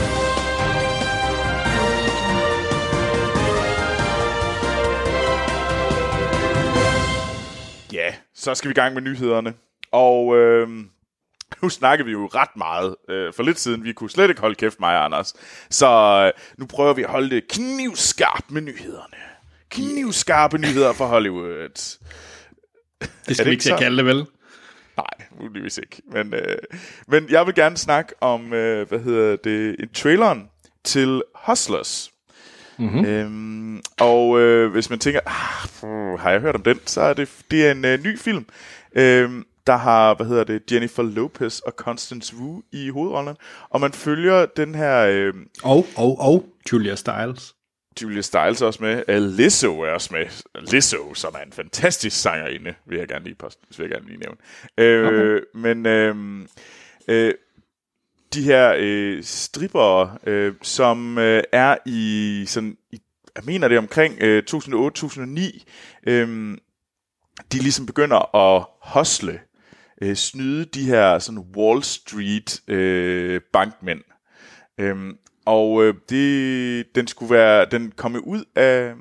Ja, så skal vi i gang med nyhederne. Og øh, nu snakker vi jo ret meget øh, for lidt siden. Vi kunne slet ikke holde kæft, mig og Anders. Så øh, nu prøver vi at holde det knivskarpt med nyhederne. Knivskarpe nyheder fra Hollywood. Det skal vi ikke til at kalde det, vel? Nej, muligvis ikke. Men, øh, men jeg vil gerne snakke om, øh, hvad hedder det, en traileren til Hustlers. Mm-hmm. Øhm, og øh, hvis man tænker, ah, pff, har jeg hørt om den, så er det, det er en øh, ny film, øh, der har, hvad hedder det, Jennifer Lopez og Constance Wu i hovedrollen, og man følger den her... Øh, og, og, og Julia Stiles. Julia Stiles er også med, uh, Lizzo er også med, Lizzo, som er en fantastisk sangerinde, vil jeg gerne lige, post, vil jeg gerne lige nævne. Øh, okay. Men... Øh, øh, de her øh, strippere, øh, som øh, er i, sådan, i, jeg mener det omkring øh, to tusind og otte til to tusind og ni, øh, de ligesom begynder at hustle, øh, snyde de her sådan Wall Street øh, bankmænd. Øh, og øh, det, den skulle være, den kom ud af...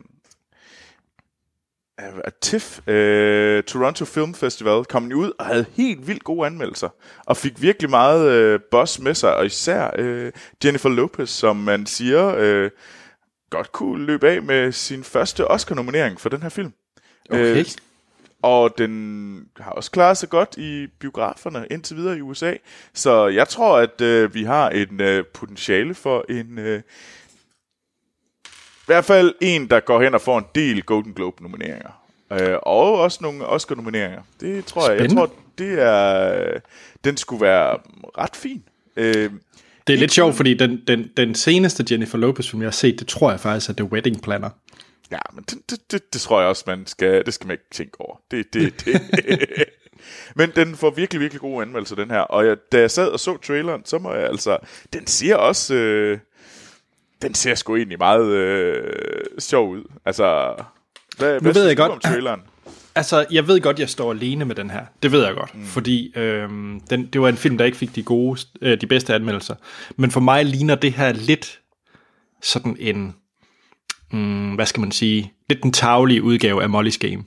af T I F, øh, Toronto Film Festival, kom den ud og havde helt vildt gode anmeldelser, og fik virkelig meget øh, buzz med sig, og især øh, Jennifer Lopez, som man siger, øh, godt kunne løbe af med sin første Oscar-nominering for den her film. Okay. Øh, og den har også klaret sig godt i biograferne indtil videre i U S A, så jeg tror, at øh, vi har en øh, potentiale for en... Øh, I hvert fald en, der går hen og får en del Golden Globe-nomineringer. Øh, og også nogle Oscar-nomineringer. Det tror jeg. Spændende. Jeg tror, det er... Den skulle være ret fin. Øh, det er lidt sjovt, fordi den, den, den seneste Jennifer Lopez-film, jeg har set, det tror jeg faktisk er The Wedding Planner. Ja, men det, det, det, det tror jeg også, man skal... Det skal man ikke tænke over. Det, det, det. Men den får virkelig, virkelig gode anmeldelser, den her. Og jeg, da jeg sad og så traileren, så må jeg altså... Den siger også... Øh, Den ser sgu egentlig meget øh, sjov ud. Altså, hvad, nu hvad ved jeg du godt, om traileren? Altså, jeg ved godt, jeg står alene med den her. Det ved jeg godt, mm. fordi øh, den, det var en film, der ikke fik de gode, øh, de bedste anmeldelser. Men for mig ligner det her lidt sådan en mm, hvad skal man sige, lidt den tarvelige udgave af Molly's Game.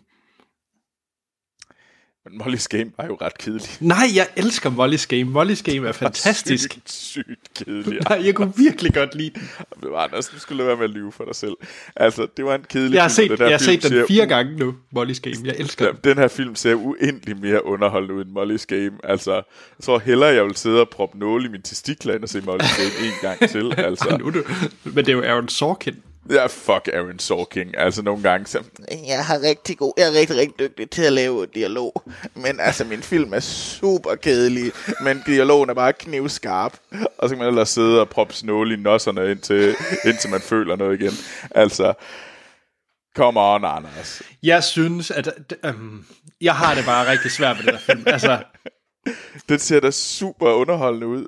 Men Molly's Game var jo ret kedelig. Nej, jeg elsker Molly's Game. Molly's Game er fantastisk. Sygt, sygt kedelig. Nej, jeg kunne virkelig godt lide den. Det var Anders, du skulle lade være med at lyve for dig selv. Altså, det var en kedelig Jeg har film. set, Den, jeg har set den fire u- gange nu, Molly's Game. Jeg elsker ja, den. Den her film ser uendelig mere underholdende ud end Molly's Game. Altså, jeg tror hellere, jeg vil sidde og proppe nåle i min testikler, end at se Molly's Game en gang til. Altså. Ej, nu, er du, men det er jo Aaron Sorkin. Ja, fuck Aaron Sorkin. Altså, nogle gange så... Jeg har rigtig god, jeg er rigtig, rigtig dygtig til at lave dialog. Men altså, min film er super kedelig. Men dialogen er bare knivskarp. Og så kan man ellers sidde og proppe snåle i nosserne, indtil, indtil man føler noget igen. Altså, come on, Anders. Jeg synes, at... Um, jeg har det bare rigtig svært med den her film. Altså, Den ser da super underholdende ud.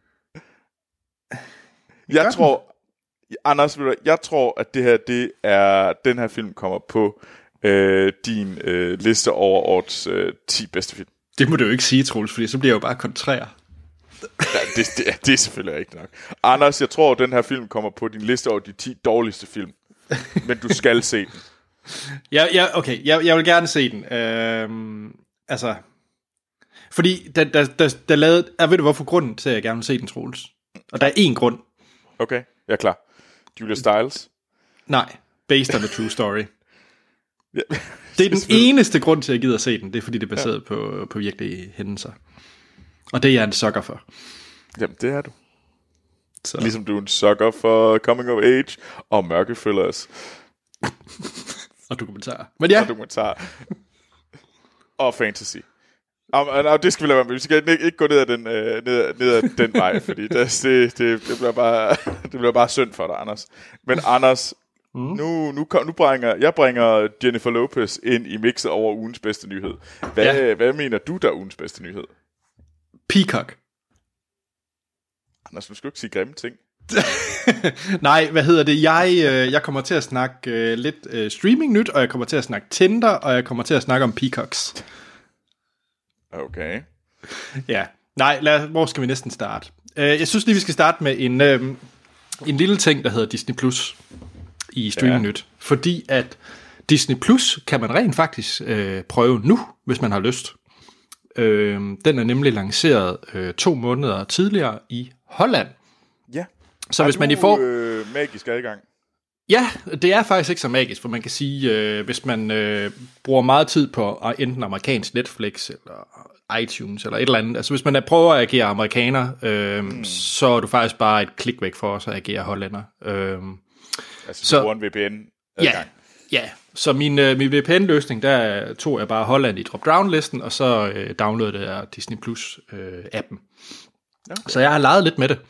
Jeg tror... Anders, jeg tror, at det her, det er, den her film kommer på øh, din øh, liste over årets øh, ti bedste film. det må du jo ikke sige, Troels, fordi så bliver jeg jo bare kontrær. Ja, det, det, det er selvfølgelig ikke nok. Anders, jeg tror, at den her film kommer på din liste over de ti dårligste film. Men du skal se den. Ja, ja, okay, jeg, jeg vil gerne se den. Øhm, altså, fordi der, der, der, der lavede... Jeg ved du, hvorfor grunden til, at jeg gerne vil se den, Troels? Og der er én grund. Okay, jeg er klar. Julia Stiles? Nej, based on a true story. Ja. Det er den eneste grund til, at jeg gider at se den. Det er, fordi det er baseret ja. på, på virkelige hændelser. Og det er jeg en sucker for. Jamen, det er du. Så. Ligesom du er en sucker for coming of age og mørke thrillers. Og dokumentarer. Men ja. Og dokumentarer. Og fantasy. Og, og det skal vi lade være med. Vi skal ikke, ikke gå ned ad den, øh, ned, ned ad den vej, fordi det, det, det, det, bliver bare, det bliver bare synd for dig, Anders. Men Anders, mm. nu, nu, nu bringer jeg bringer Jennifer Lopez ind i mixet over ugens bedste nyhed. Hvad, ja. hvad mener du, der er ugens bedste nyhed? Peacock. Anders, du skal jo ikke sige grimme ting. Nej, hvad hedder det? Jeg, øh, jeg kommer til at snakke øh, lidt øh, streaming nyt, og jeg kommer til at snakke Tinder, og jeg kommer til at snakke om Peacocks. Okay. Ja, nej, lad, hvor skal vi næsten starte? Uh, jeg synes lige, vi skal starte med en, uh, en lille ting, der hedder Disney Plus i Streaming Nyt. Ja. Fordi at Disney Plus kan man rent faktisk uh, prøve nu, hvis man har lyst. Uh, den er nemlig lanceret uh, to måneder tidligere i Holland. Ja. Så har hvis du, man i får øh, magisk adgang? Ja, det er faktisk ikke så magisk, for man kan sige, øh, hvis man øh, bruger meget tid på enten amerikansk Netflix eller iTunes eller et eller andet, altså hvis man prøver at agere amerikaner, øh, mm. så er du faktisk bare et klik væk for os at agere hollænder. Øh, altså så, du bruger en V P N-adgang? Ja, ja. Så min, øh, min V P N-løsning, der tog jeg bare Holland i drop-down-listen, og så øh, downloadede jeg Disney Plus-appen. Øh, okay. Så jeg har leget lidt med det.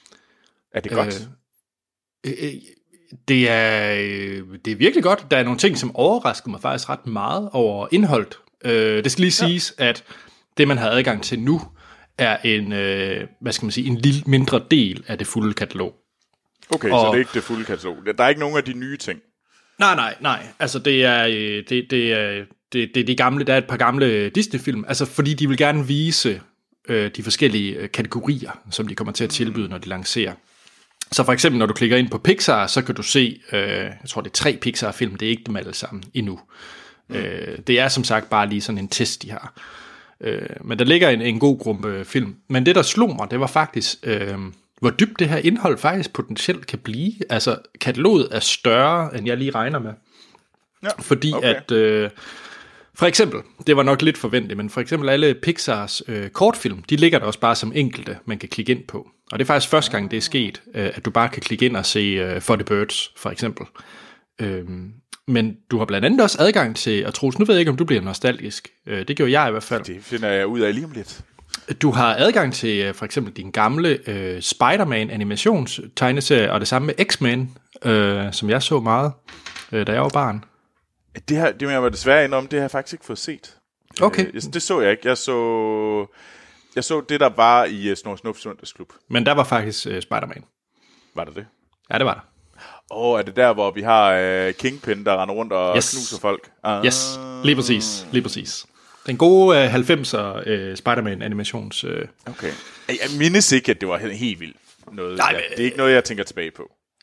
Er det godt? Øh, øh, Det er, det er virkelig godt. Der er nogle ting, som overraskede mig faktisk ret meget over indholdet. Øh, det skal lige siges, ja. at det, man har adgang til nu, er en, øh, hvad skal man sige, en lille mindre del af det fulde katalog. Okay, og, så det er ikke det fulde katalog. Der er ikke nogen af de nye ting. Nej, nej, nej. Altså, det er, det, det er, det, det er de gamle, der er et par gamle Disney-film, altså fordi de vil gerne vise øh, de forskellige kategorier, som de kommer til at tilbyde, når de lancerer. Så for eksempel, når du klikker ind på Pixar, så kan du se, øh, jeg tror det er tre Pixar-film, det er ikke dem alle sammen endnu. Mm. Øh, det er som sagt bare lige sådan en test, de har. Øh, men der ligger en, en god gruppe film. Men det, der slog mig, det var faktisk, øh, hvor dybt det her indhold faktisk potentielt kan blive. Altså, kataloget er større, end jeg lige regner med. Ja, fordi okay. at, øh, for eksempel, det var nok lidt forventeligt, men for eksempel alle Pixars øh, kortfilm, de ligger der også bare som enkelte, man kan klikke ind på. Og det er faktisk første gang, det er sket, øh, at du bare kan klikke ind og se øh, For the Birds, for eksempel. Øhm, men du har blandt andet også adgang til, og Troels, nu ved jeg ikke, om du bliver nostalgisk. Øh, det gjorde jeg i hvert fald. Det finder jeg ud af lige om lidt. Du har adgang til øh, for eksempel din gamle øh, Spider-Man animationstegneserie, og det samme med X-Men, øh, som jeg så meget, øh, da jeg var barn. Det her, det må jeg være desværre indom, det har jeg faktisk ikke fået set. Okay. Øh, det så jeg ikke. Jeg så, jeg så det, der var i uh, Snor Snups Søndagsklub. Men der var faktisk uh, Spider-Man. Var det det? Ja, det var der. Åh, oh, er det der, hvor vi har uh, Kingpin, der render rundt og yes. knuser folk? Ah. Yes, lige præcis. Lige præcis. Den gode uh, halvfemser uh, Spider-Man animations... Uh... Okay. Jeg mindes ikke, at det var helt vildt noget. Nej, ja, det er ikke noget, jeg tænker tilbage på.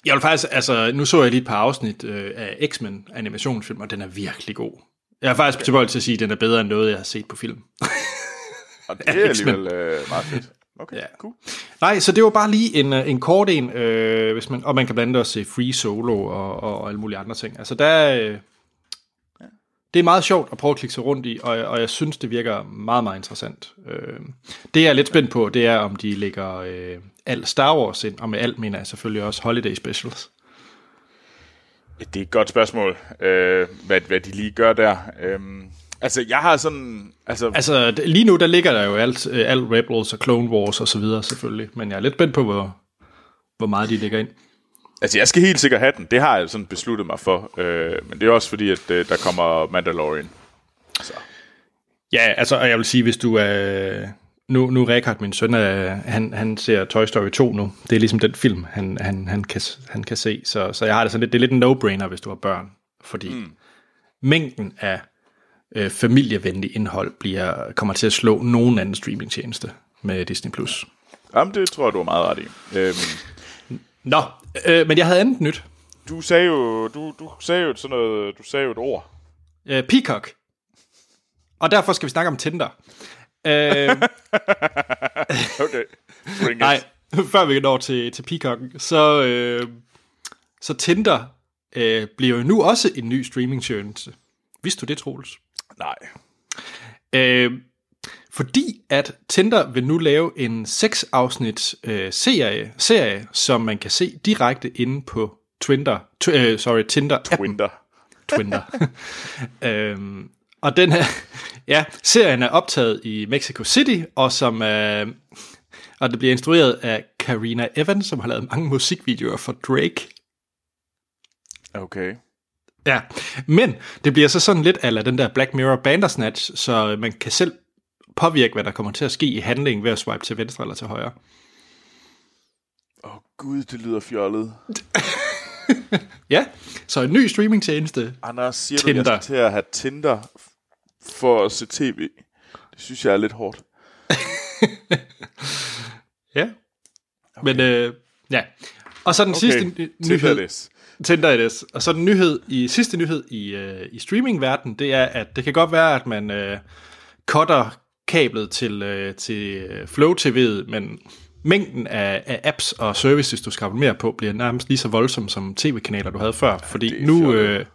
Jeg vil faktisk, altså, nu så jeg lige et par afsnit øh, af X-Men animationsfilm, og den er virkelig god. Jeg er faktisk tilbøjelig til at sige, at den er bedre end noget, jeg har set på film. Og det er alligevel øh, meget fedt. Okay, ja. Cool. Nej, så det var bare lige en, en kort en, øh, hvis man, og man kan blandt andet også se Free Solo og, og, og alle mulige andre ting. Altså, der, øh, ja. Det er meget sjovt at prøve at klikke sig rundt i, og, og jeg synes, det virker meget, meget interessant. Øh, det, jeg er lidt spændt på, det er, om de lægger øh, alt Star Wars ind, og med alt mener jeg selvfølgelig også Holiday Specials. Det er et godt spørgsmål, øh, hvad, hvad de lige gør der. Øh, altså, jeg har sådan... Altså, altså, lige nu, der ligger der jo alt, alt Rebels og Clone Wars og så videre, selvfølgelig. Men jeg er lidt spændt på, hvor, hvor meget de ligger ind. Altså, jeg skal helt sikkert have den. Det har jeg sådan besluttet mig for. Øh, men det er også fordi, at øh, der kommer Mandalorian. Så. Ja, altså, og jeg vil sige, hvis du er... Nu, nu Richard, min søn, er, han, han ser Toy Story to nu. Det er ligesom den film, han, han, han, kan, han kan se. Så, så jeg har det sådan lidt, det er lidt en no-brainer, hvis du har børn. Fordi mm. mængden af øh, familievenlig indhold bliver, kommer til at slå nogen anden streamingtjeneste med Disney plus. Jamen, det tror jeg, du er meget ret i. Øhm. Nå, øh, men jeg havde andet nyt. Du sagde jo, du, du sagde jo sådan noget, du sagde jo et ord. Øh, Peacock. Og derfor skal vi snakke om Tinder. øh, okay. Bring nej, før vi når til, til Peacocken, så, øh, så Tinder øh, bliver jo nu også en ny streamingtjeneste. Vidste du det, Troels? Nej. Øh, fordi at Tinder vil nu lave en seks afsnit øh, serie, serie, som man kan se direkte inde på Twinder, tw- øh, sorry, Tinder. Twinder. Twinder. øhm, og den her, ja, serien er optaget i Mexico City, og som øh, og det bliver instrueret af Karina Evans, som har lavet mange musikvideoer for Drake. Okay. Ja, men det bliver så sådan lidt ala den der Black Mirror Bandersnatch, så man kan selv påvirke, hvad der kommer til at ske i handlingen ved at swipe til venstre eller til højre. Åh oh, gud, det lyder fjollet. Ja, så en ny streamingtjeneste. Anders, siger Tinder. du, jeg skal til at have Tinder for at se tv? Det synes jeg er lidt hårdt. Ja, okay. Men øh, ja. Og så den okay. sidste ny- Tinder nyhed. Tinder it is. Og så den nyhed i sidste nyhed i øh, i streamingverdenen, det er, at det kan godt være, at man øh, cutter kablet til øh, til Flow T V'et, men mængden af, af apps og services, du skal abonnere på, bliver nærmest lige så voldsom som tv-kanaler, du havde før. Fordi nu, øh,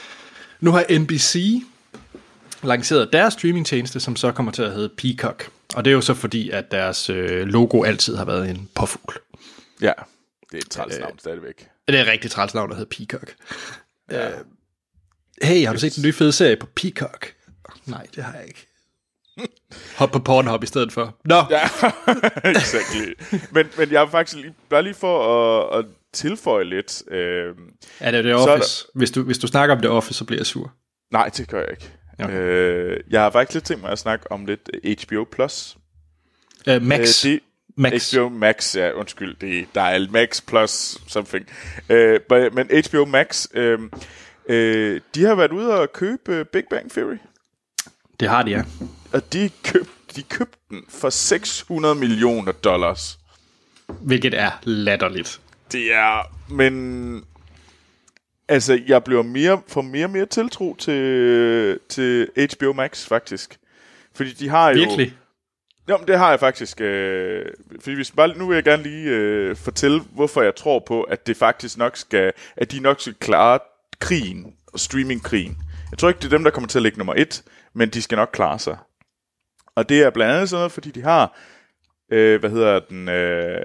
nu har N B C lanceret deres streamingtjeneste, som så kommer til at hedde Peacock. Og det er jo så fordi, at deres øh, logo altid har været en påfugl. Ja, det er et træls navn øh, stadigvæk. Det er et rigtig træls navn, der hedder Peacock. Ja. Øh, hey, har du set den nye fede serie på Peacock? Nej, det har jeg ikke. Hop på Pornhub i stedet for. Nå. Ja, exactly. Men, men jeg er faktisk lige, bare lige for at, at tilføje lidt. Øh, ja, det er The Office. Der... Hvis, du, hvis du snakker om The Office, så bliver jeg sur. Nej, det gør jeg ikke. Okay. Øh, jeg har faktisk lidt tænkt mig at snakke om lidt H B O Plus. Uh, Max. Øh, det, Max. H B O Max, ja, undskyld. Det, der er Max Plus something. Øh, men H B O Max, øh, øh, de har været ude og købe Big Bang Theory. Det har de, ja. Og de købte de købte den for seks hundrede millioner dollars. Hvilket er latterligt. Det er, men altså, jeg bliver mere, får mere og mere tiltro til, til H B O Max, faktisk. Fordi de har jo... Virkelig? Jo, men det har jeg faktisk. Øh, fordi hvis bare, nu vil jeg gerne lige øh, fortælle, hvorfor jeg tror på, at det faktisk nok skal, at de nok skal klare krigen og streamingkrigen. Jeg tror ikke, det er dem, der kommer til at ligge nummer et, men de skal nok klare sig. Og det er blandt andet sådan noget, fordi de har, øh, hvad hedder den, øh,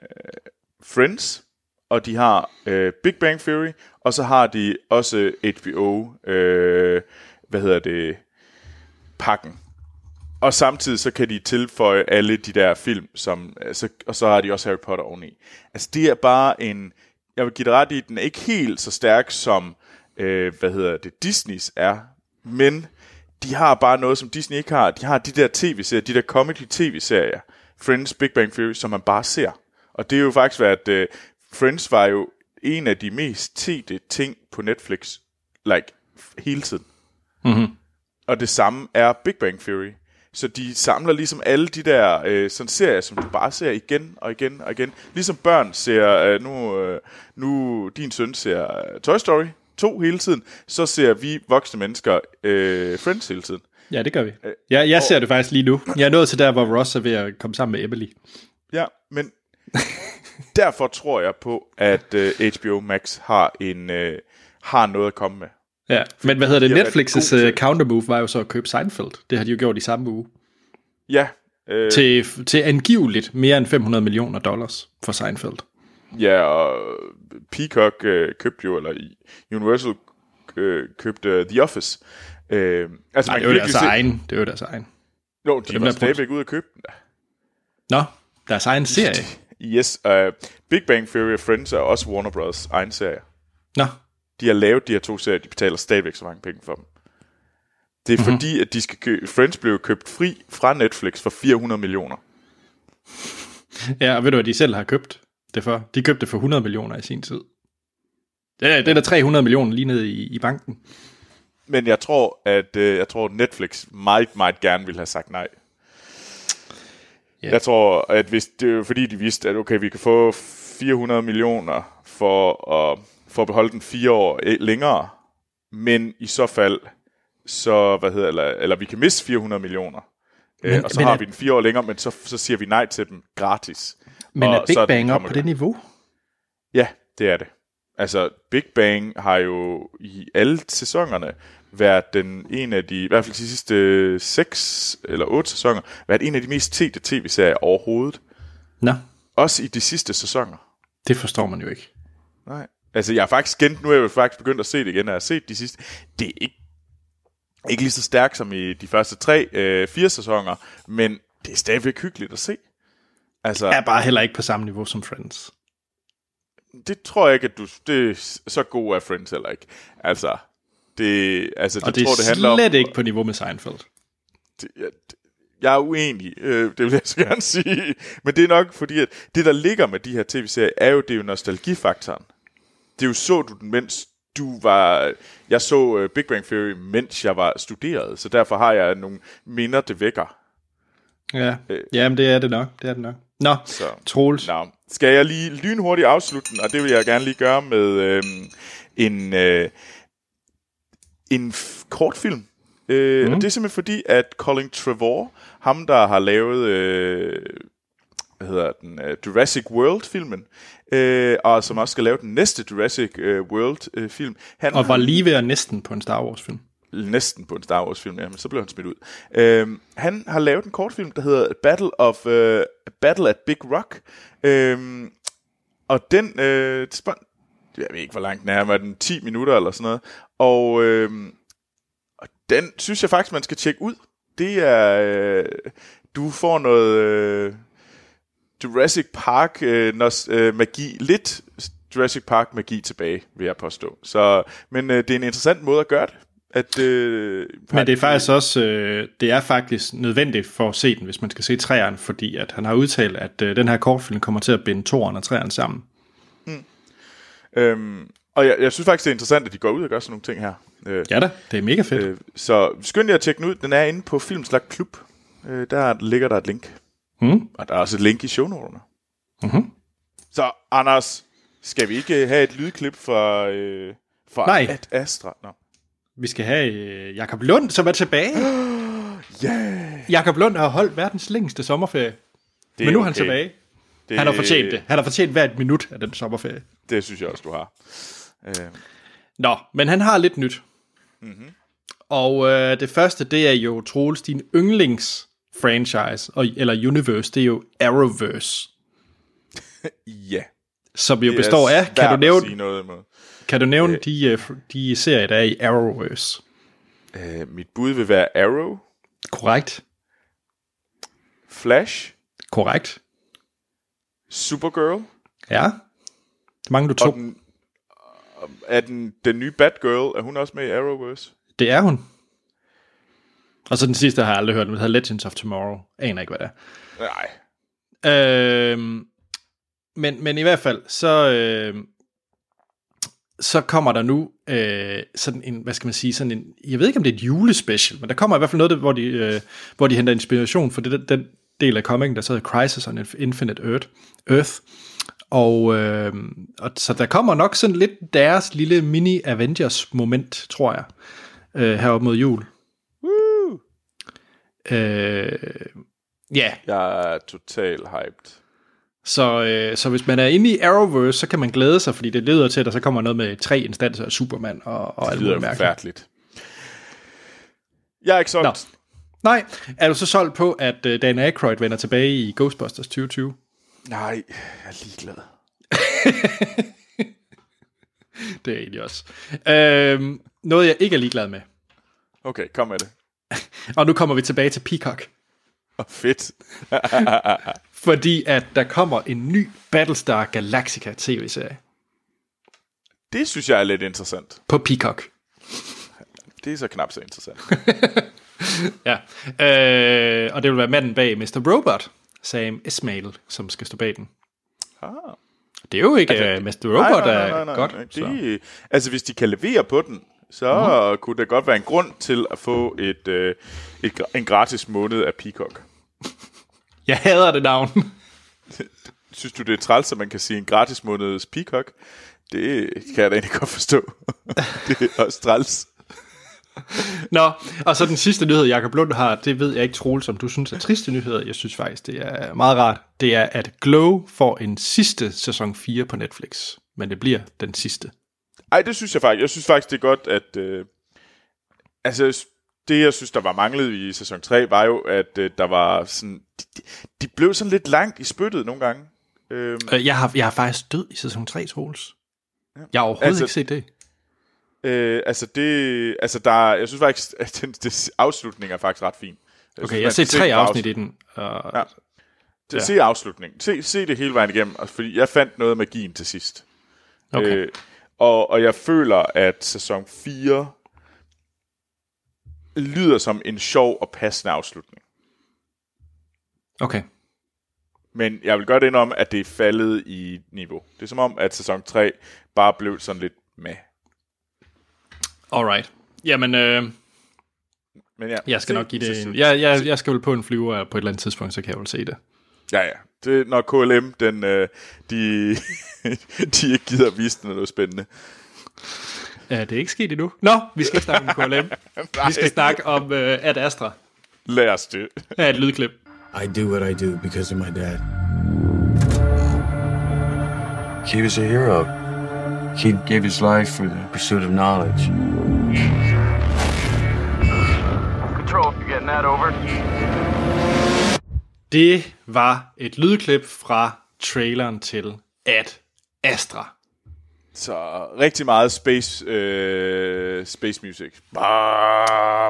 Friends, og de har øh, Big Bang Theory, og så har de også H B O, øh, hvad hedder det, pakken. Og samtidig så kan de tilføje alle de der film, som, altså, og så har de også Harry Potter oveni. Altså det er bare en, jeg vil give det ret i, den er ikke helt så stærk som, øh, hvad hedder det, Disneys er, men de har bare noget, som Disney ikke har. De har de der tv-serier, de der comedy-tv-serier, Friends, Big Bang Theory, som man bare ser. Og det er jo faktisk været, at uh, Friends var jo en af de mest tete ting på Netflix, like, hele tiden. Mm-hmm. Og det samme er Big Bang Theory. Så de samler ligesom alle de der øh, sådan serier, som du bare ser igen og igen og igen. Ligesom børn ser, øh, nu, øh, nu din søn ser Toy Story to hele tiden, så ser vi voksne mennesker øh, Friends hele tiden. Ja, det gør vi. Ja, jeg ser det faktisk lige nu. Jeg er nået til der, hvor Ross er ved at komme sammen med Emily. Ja, men derfor tror jeg på, at øh, H B O Max har, en, øh, har noget at komme med. Ja, men hvad hedder det? Netflix's uh, countermove var jo så at købe Seinfeld. Det har de jo gjort i samme uge. Ja. Øh, til, til angiveligt mere end fem hundrede millioner dollars for Seinfeld. Ja, og Peacock øh, købte jo, eller Universal øh, købte The Office. Øh, altså, Nej, man det er jo deres se... egen. Det er jo deres egen. Jo, de var stadigvæk ude at købe den da. Nå, deres egen serie. Yes, uh, Big Bang Theory og Friends er også Warner Bros. Egen serie. Nå. De har lavet de her to serier, de betaler stadigvæk så mange penge for dem. Det er mm-hmm. fordi, at de skal købe... Friends blev købt fri fra Netflix for fire hundrede millioner. Ja, og ved du, hvad de selv har købt det for? De købte det for hundrede millioner i sin tid. Det er, det er der tre hundrede millioner lige nede i, i banken. Men jeg tror, at øh, jeg tror, Netflix meget, meget gerne ville have sagt nej. Yeah. Jeg tror, at hvis det er fordi, de vidste, at okay, vi kan få fire hundrede millioner for at, for at beholde den fire år længere, men i så fald, så, hvad hedder, eller, eller vi kan miste fire hundrede millioner, men, øh, og så har er, vi den fire år længere, men så, så siger vi nej til dem gratis. Men og er Big Bang op på det niveau? Ja, det er det. Altså, Big Bang har jo i alle sæsonerne været den en af de, i hvert fald de sidste seks eller otte sæsoner, været en af de mest sete tv-serier overhovedet. Nå. Også i de sidste sæsoner. Det forstår man jo ikke. Nej. Altså, jeg har faktisk gennem, nu er jeg jo faktisk begyndt at se det igen, og jeg har set de sidste. Det er ikke, ikke lige så stærkt som i de første tre, øh, fire sæsoner, men det er stadigvæk hyggeligt at se. Altså, er bare heller ikke på samme niveau som Friends. Det tror jeg ikke, at du... Det er så god af Friends heller ikke. Altså, det... Altså, og det, det tror, er det handler slet om, ikke på niveau med Seinfeld. Det, jeg, jeg er uenig, øh, det vil jeg så gerne sige. Men det er nok fordi, at det, der ligger med de her tv-serier, er jo, det er jo nostalgifaktoren. Det er jo så du den, mens du var... Jeg så uh, Big Bang Theory, mens jeg var studeret, så derfor har jeg nogle minder, det vækker. Ja, øh, jamen det er det nok, det er det nok. Nå, så, Troels. Nå, skal jeg lige lynhurtigt afslutte den, og det vil jeg gerne lige gøre med øh, en, øh, en f- kortfilm. Øh, mm. Og det er simpelthen fordi, at Colin Trevorrow, ham der har lavet øh, hvad hedder den, uh, Jurassic World-filmen, øh, og som også skal lave den næste Jurassic øh, World-film. Han og var lige ved at næsten på en Star Wars-film. Næsten på en Star Wars-film, ja, men så blev han smidt ud. Øhm, han har lavet en kortfilm, der hedder Battle of uh, Battle at Big Rock. Øhm, og den, øh, jeg ved ikke, hvor langt den er, var den ti minutter eller sådan noget. Og, øh, og den synes jeg faktisk, man skal tjekke ud. Det er, øh, du får noget øh, Jurassic Park øh, når, øh, magi, lidt Jurassic Park magi tilbage, vil jeg påstå. Så, men øh, det er en interessant måde at gøre det. At, øh, Men det er faktisk også øh, det er faktisk nødvendigt for at se den, hvis man skal se træerne, fordi at han har udtalt, at øh, den her kortfilm kommer til at binde toeren og træerne sammen. Mm. Øhm, og jeg, jeg synes faktisk, det er interessant, at de går ud og gør sådan nogle ting her. Øh, ja da, det er mega fedt. Øh, så skynd jer at tjekke den ud. Den er inde på Filmslag Klub. Øh, der ligger der et link. Mm. Og der er også et link i shownoterne. Mm-hmm. Så Anders, skal vi ikke have et lydklip fra, øh, fra Nej. Ad Astra? Nå. Vi skal have øh, Jakob Lund, som er tilbage. Yeah. Jakob Lund har holdt verdens længste sommerferie. Men nu er han okay. tilbage. Det... Han har fortjent det. Han har fortjent hvert minut af den sommerferie. Det synes jeg også, du har. Uh... Nå, men han har lidt nyt. Mm-hmm. Og øh, det første, det er jo Troels, din yndlingsfranchise, og, eller universe, det er jo Arrowverse. Ja. Som jo består af, kan du nævne... Noget med. Kan du nævne øh, de, de serier, der er i Arrowverse? Øh, mit bud vil være Arrow. Korrekt. Flash. Korrekt. Supergirl. Ja. Det mangler du to. Og den, er den, den nye Batgirl, er hun også med i Arrowverse? Det er hun. Og så den sidste har jeg aldrig hørt, den hedder Legends of Tomorrow. Jeg aner ikke, hvad det er. Nej. Øhm, men, men i hvert fald, så... Øh, så kommer der nu øh, sådan en, hvad skal man sige, sådan en, jeg ved ikke om det er et julespecial, men der kommer i hvert fald noget, hvor de, øh, hvor de henter inspiration for det, den del af comicen, der så hedder Crisis on Infinite Earth, Earth. Og, øh, og så der kommer nok sådan lidt deres lille mini-Avengers-moment, tror jeg, øh, heroppe mod jul. Woo! Øh, ja. Jeg er total hyped. Så, øh, så hvis man er inde i Arrowverse, så kan man glæde sig, fordi det leder til, at der så kommer noget med tre instanser af Superman og, og alt muligt mærkeligt. Det lyder forfærdeligt. Jeg er ikke solgt. Nå. Nej, er du så solgt på, at uh, Dan Aykroyd vender tilbage i Ghostbusters tyve tyve? Nej, jeg er ligeglad. Det er jeg egentlig også. Øhm, noget, jeg ikke er ligeglad med. Okay, kom med det. Og nu kommer vi tilbage til Peacock. Oh, fedt. Fordi at der kommer en ny Battlestar Galactica tv-serie. Det synes jeg er lidt interessant. På Peacock. Det er så knap så interessant. Ja, øh, og det vil være manden bag mister Robot, Sam Esmail, som skal stå bag den. Ah. Det er jo ikke, altså, uh, mister Robot nej, nej, nej, nej, nej. er godt. Det, altså, hvis de kan levere på den, så mm. kunne det godt være en grund til at få et, øh, et, en gratis måned af Peacock. Jeg hader det navn. Synes du, det er træls, at man kan sige en gratis måneds Peacock? Det kan jeg da egentlig godt forstå. Det er også træls. Nå, og så den sidste nyhed, Jakob Lund har, det ved jeg ikke, Troels, som du synes er triste nyheder. Jeg synes faktisk, det er meget rart. Det er, at Glow får en sidste sæson fire på Netflix. Men det bliver den sidste. Ej, det synes jeg faktisk. Jeg synes faktisk, det er godt, at... Øh, altså, det jeg synes, der var manglet i sæson tre, var jo, at øh, der var sådan... De, de blev sådan lidt langt i spyttet nogle gange. Øhm. Jeg, har, jeg har faktisk død i sæson tre, Troels. Ja. Jeg har overhovedet altså, ikke set det. Øh, altså det, altså der, jeg synes faktisk, at den, den afslutning er faktisk ret fin. Jeg okay, synes, jeg har set tre afsnit i den. Og... Ja. Ja. Se afslutningen. Se, se det hele vejen igennem, fordi jeg fandt noget af magien til sidst. Okay. Øh, og, og jeg føler, at sæson fire lyder som en sjov og passende afslutning. Okay. Men jeg vil godt indrømme, at det er faldet i niveau. Det er som om, at sæson tre bare blev sådan lidt med. Alright. Jamen, øh, Men ja, jeg skal se, nok give det se, en... Jeg, jeg, jeg skal vel på en flyver på et eller andet tidspunkt, så kan jeg vel se det. Ja, ja. Det, når K L M, den, øh, de, de ikke gider at vise den noget spændende. Ja, det er ikke sket endnu. Nå, vi skal snakke om K L M. Vi skal snakke om uh, Ad Astra. Lad os det. Ja, et lydklip. I do what I do because of my dad. He was a hero. He gave his life for the pursuit of knowledge. Control, you getting that over? Det var et lydklip fra traileren til Ad Astra. Så rigtig meget space, øh, space music. Ja.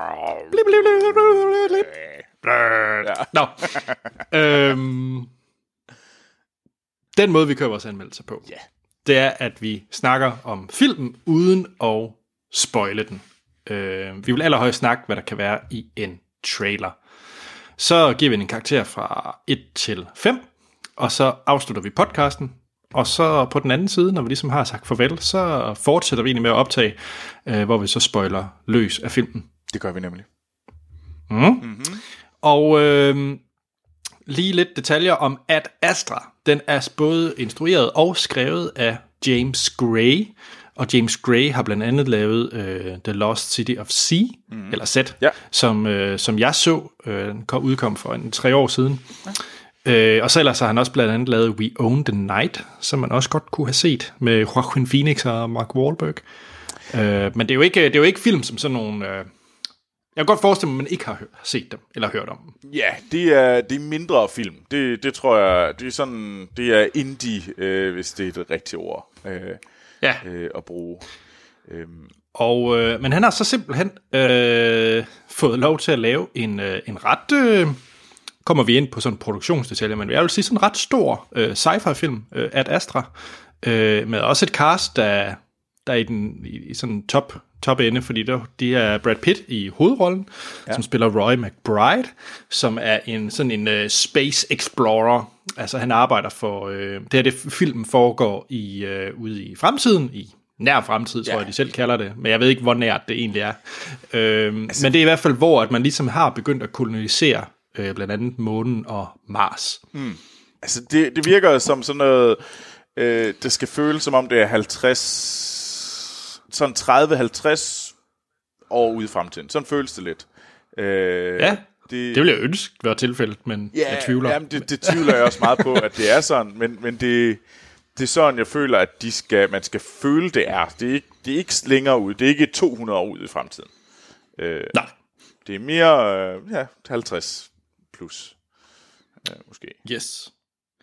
Nå. øhm, den måde, vi kører vores anmeldelser på, yeah. det er, at vi snakker om filmen uden at spoile den. Øh, vi vil allerhøjst snakke, hvad der kan være i en trailer. Så giver vi en karakter fra et til fem, og så afslutter vi podcasten. Og så på den anden side, når vi ligesom har sagt farvel, så fortsætter vi egentlig med at optage, øh, hvor vi så spoiler løs af filmen. Det gør vi nemlig. Mm. Mm-hmm. Og øh, lige lidt detaljer om Ad Astra. Den er både instrueret og skrevet af James Gray. Og James Gray har blandt andet lavet øh, The Lost City of Sea, mm. eller Z, ja. som, øh, som jeg så, øh, kom, udkom for en tre år siden. Ja. Øh, og så ellers har han også blandt andet lavet We Own the Night, som man også godt kunne have set med Joaquin Phoenix og Mark Wahlberg. Øh, men det er, jo ikke, det er jo ikke film som sådan nogle... Øh, jeg kan godt forestille mig, at man ikke har hørt, set dem eller hørt om dem. Ja, det er, det er mindre film. Det, det tror jeg, det er sådan, det er indie, øh, hvis det er det rigtige ord øh, ja. øh, at bruge. Øh. Og, øh, men han har så simpelthen øh, fået lov til at lave en, øh, en ret... Øh, kommer vi ind på sådan en produktionsdetalje, men jeg vil sige sådan en ret stor øh, sci-fi-film, øh, Ad Astra, øh, med også et cast, der, der er i, den, i, i sådan top, top ende, fordi der, de er Brad Pitt i hovedrollen, ja. som spiller Roy McBride, som er en sådan en uh, space explorer. Altså han arbejder for, øh, det her det film foregår i, øh, ude i fremtiden, i nær fremtid, tror ja. jeg, de selv kalder det, men jeg ved ikke, hvor nært det egentlig er. Øhm, altså, men det er i hvert fald, hvor at man ligesom har begyndt at kolonisere øh, blandt andet månen og Mars. Hmm. Altså, det, det virker som sådan noget, øh, det skal føles som om det er halvtreds, sådan tredive halvtreds år ude i fremtiden. Sådan føles det lidt. Øh, ja, det, det vil jeg ønske var tilfældet, men ja, jeg tvivler. Jamen, det, det tvivler jeg også meget på, at det er sådan, men, men det, det er sådan, jeg føler, at de skal, man skal føle, det er. Det er ikke, det er ikke længere ud. Det er ikke to hundrede år ude i fremtiden. Øh, Nej. Det er mere øh, ja, halvtreds plus, øh, måske. Yes.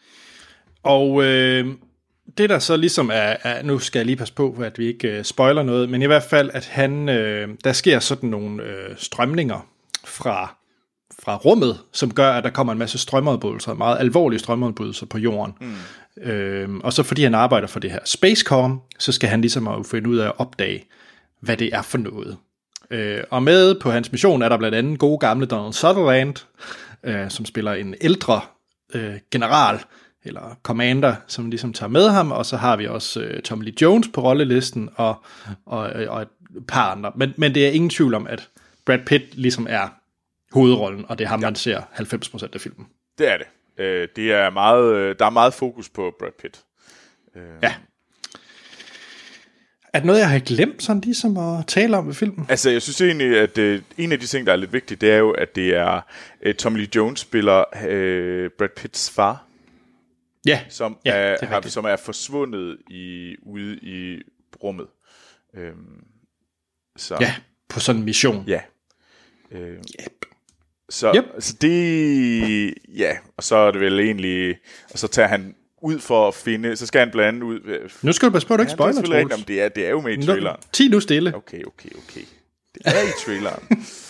Og øh, det der så ligesom er, er, nu skal jeg lige passe på, at vi ikke øh, spoiler noget, men i hvert fald, at han, øh, der sker sådan nogle øh, strømninger fra, fra rummet, som gør, at der kommer en masse strømafbrydelser, meget alvorlige strømafbrydelser på jorden. Mm. Øh, og så fordi han arbejder for det her Spacecore, så skal han ligesom at finde ud af at opdage, hvad det er for noget. Øh, og med på hans mission er der blandt andet gode gamle Donald Sutherland, øh, som spiller en ældre øh, general, eller commander, som ligesom tager med ham, og så har vi også øh, Tommy Lee Jones på rollelisten, og, og, og et par andre. Men, men det er ingen tvivl om, at Brad Pitt ligesom er hovedrollen, og det er ham, ja. man ser halvfems procent af filmen. Det er det. Øh, det er meget, der er meget fokus på Brad Pitt. Øh. Ja. Er det noget, jeg har glemt sådan ligesom at tale om ved filmen? Altså, jeg synes egentlig, at øh, en af de ting, der er lidt vigtigt, det er jo, at det er øh, Tommy Lee Jones spiller øh, Brad Pitts far. Ja, som, ja, er, er har, som er forsvundet i, ude i rummet. Øhm, så. Ja, på sådan en mission. Ja. Øhm, yep. Så, yep. så det... Ja, og så er det vel egentlig... Og så tager han ud for at finde... Så skal han blandt andet ud... Nu skal du passe på, at du ikke spoiler, Troels. Det, det, er, det er jo med i traileren. Ti nu stille. Okay, okay, okay. Det er i traileren.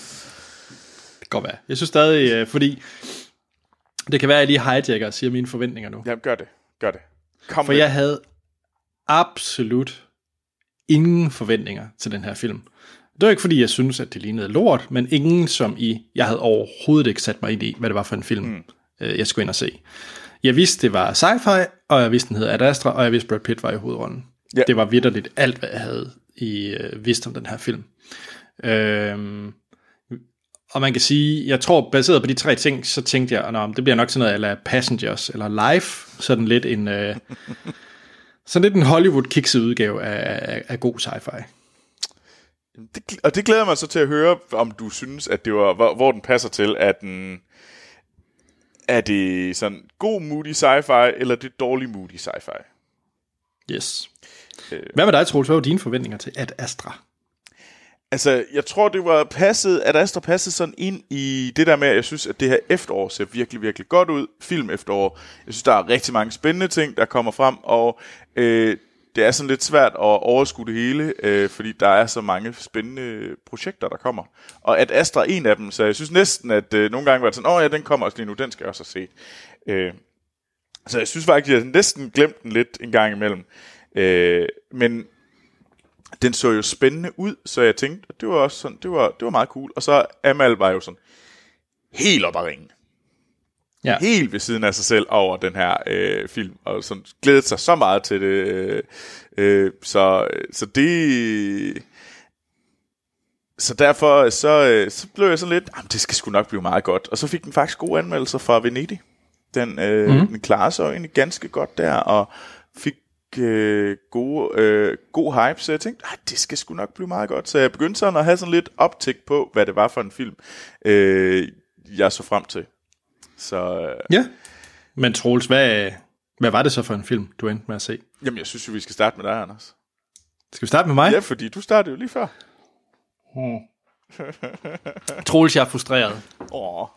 Det kan godt være. Jeg synes stadig, fordi... Det kan være, at jeg lige hijacker og siger mine forventninger nu. Jamen, gør det. Gør det. Kom For med. jeg havde absolut ingen forventninger til den her film. Det var ikke, fordi jeg synes, at det lignede lort, men ingen som i... Jeg havde overhovedet ikke sat mig ind i, hvad det var for en film, mm. jeg skulle ind og se. Jeg vidste, det var sci-fi, og jeg vidste, den hed Ad Astra, og jeg vidste, Brad Pitt var i hovedrollen. Ja. Det var vitterligt alt, hvad jeg havde i, øh, vidst om den her film. Øhm, og man kan sige, jeg tror, baseret på de tre ting, så tænkte jeg, at det bliver nok sådan noget, eller Passengers, eller Life, sådan lidt en, øh, sådan lidt en Hollywood-kikset udgave af, af, af god sci-fi. Det, og det glæder mig så til at høre, om du synes, at det var, hvor, hvor den passer til, at den... Er det sådan god moody sci-fi, eller det dårlig moody sci-fi? Yes. Hvad med dig, Troels? Hvad var dine forventninger til Ad Astra? Altså, jeg tror, det var passet, Ad Astra passede sådan ind i det der med, at jeg synes, at det her efterår ser virkelig, virkelig godt ud. Film efterår. Jeg synes, der er rigtig mange spændende ting, der kommer frem, og øh, det er sådan lidt svært at overskue det hele, øh, fordi der er så mange spændende projekter, der kommer. Og Ad Astra er en af dem, så jeg synes næsten, at øh, nogle gange var det sådan, åh ja, den kommer også lige nu, den skal jeg også have set. Øh, så jeg synes faktisk, at jeg næsten glemte den lidt en gang imellem. Øh, men den så jo spændende ud, så jeg tænkte, at det var også sådan, det var, det var meget cool. Og så Amal var jo sådan helt op at ringe. Ja. Helt ved siden af sig selv over den her øh, film, og sådan glædede sig så meget til det. Øh, øh, så, så det... Så derfor så, øh, så blev jeg sådan lidt, jamen, det skal sgu nok blive meget godt. Og så fik den faktisk gode anmeldelser fra Venedig. Den, øh, mm. den klarede sig egentlig ganske godt der, og fik øh, gode, øh, god hype, så jeg tænkte, det skal sgu nok blive meget godt. Så jeg begyndte sådan at have sådan lidt optik på, hvad det var for en film, øh, jeg så frem til. Så, ja, men Troels, hvad, hvad var det så for en film, du endte med at se? Jamen, jeg synes jo, vi skal starte med dig, Anders. Skal vi starte med mig? Ja, fordi du startede jo lige før. Hmm. Troels, jeg er frustreret. Åh.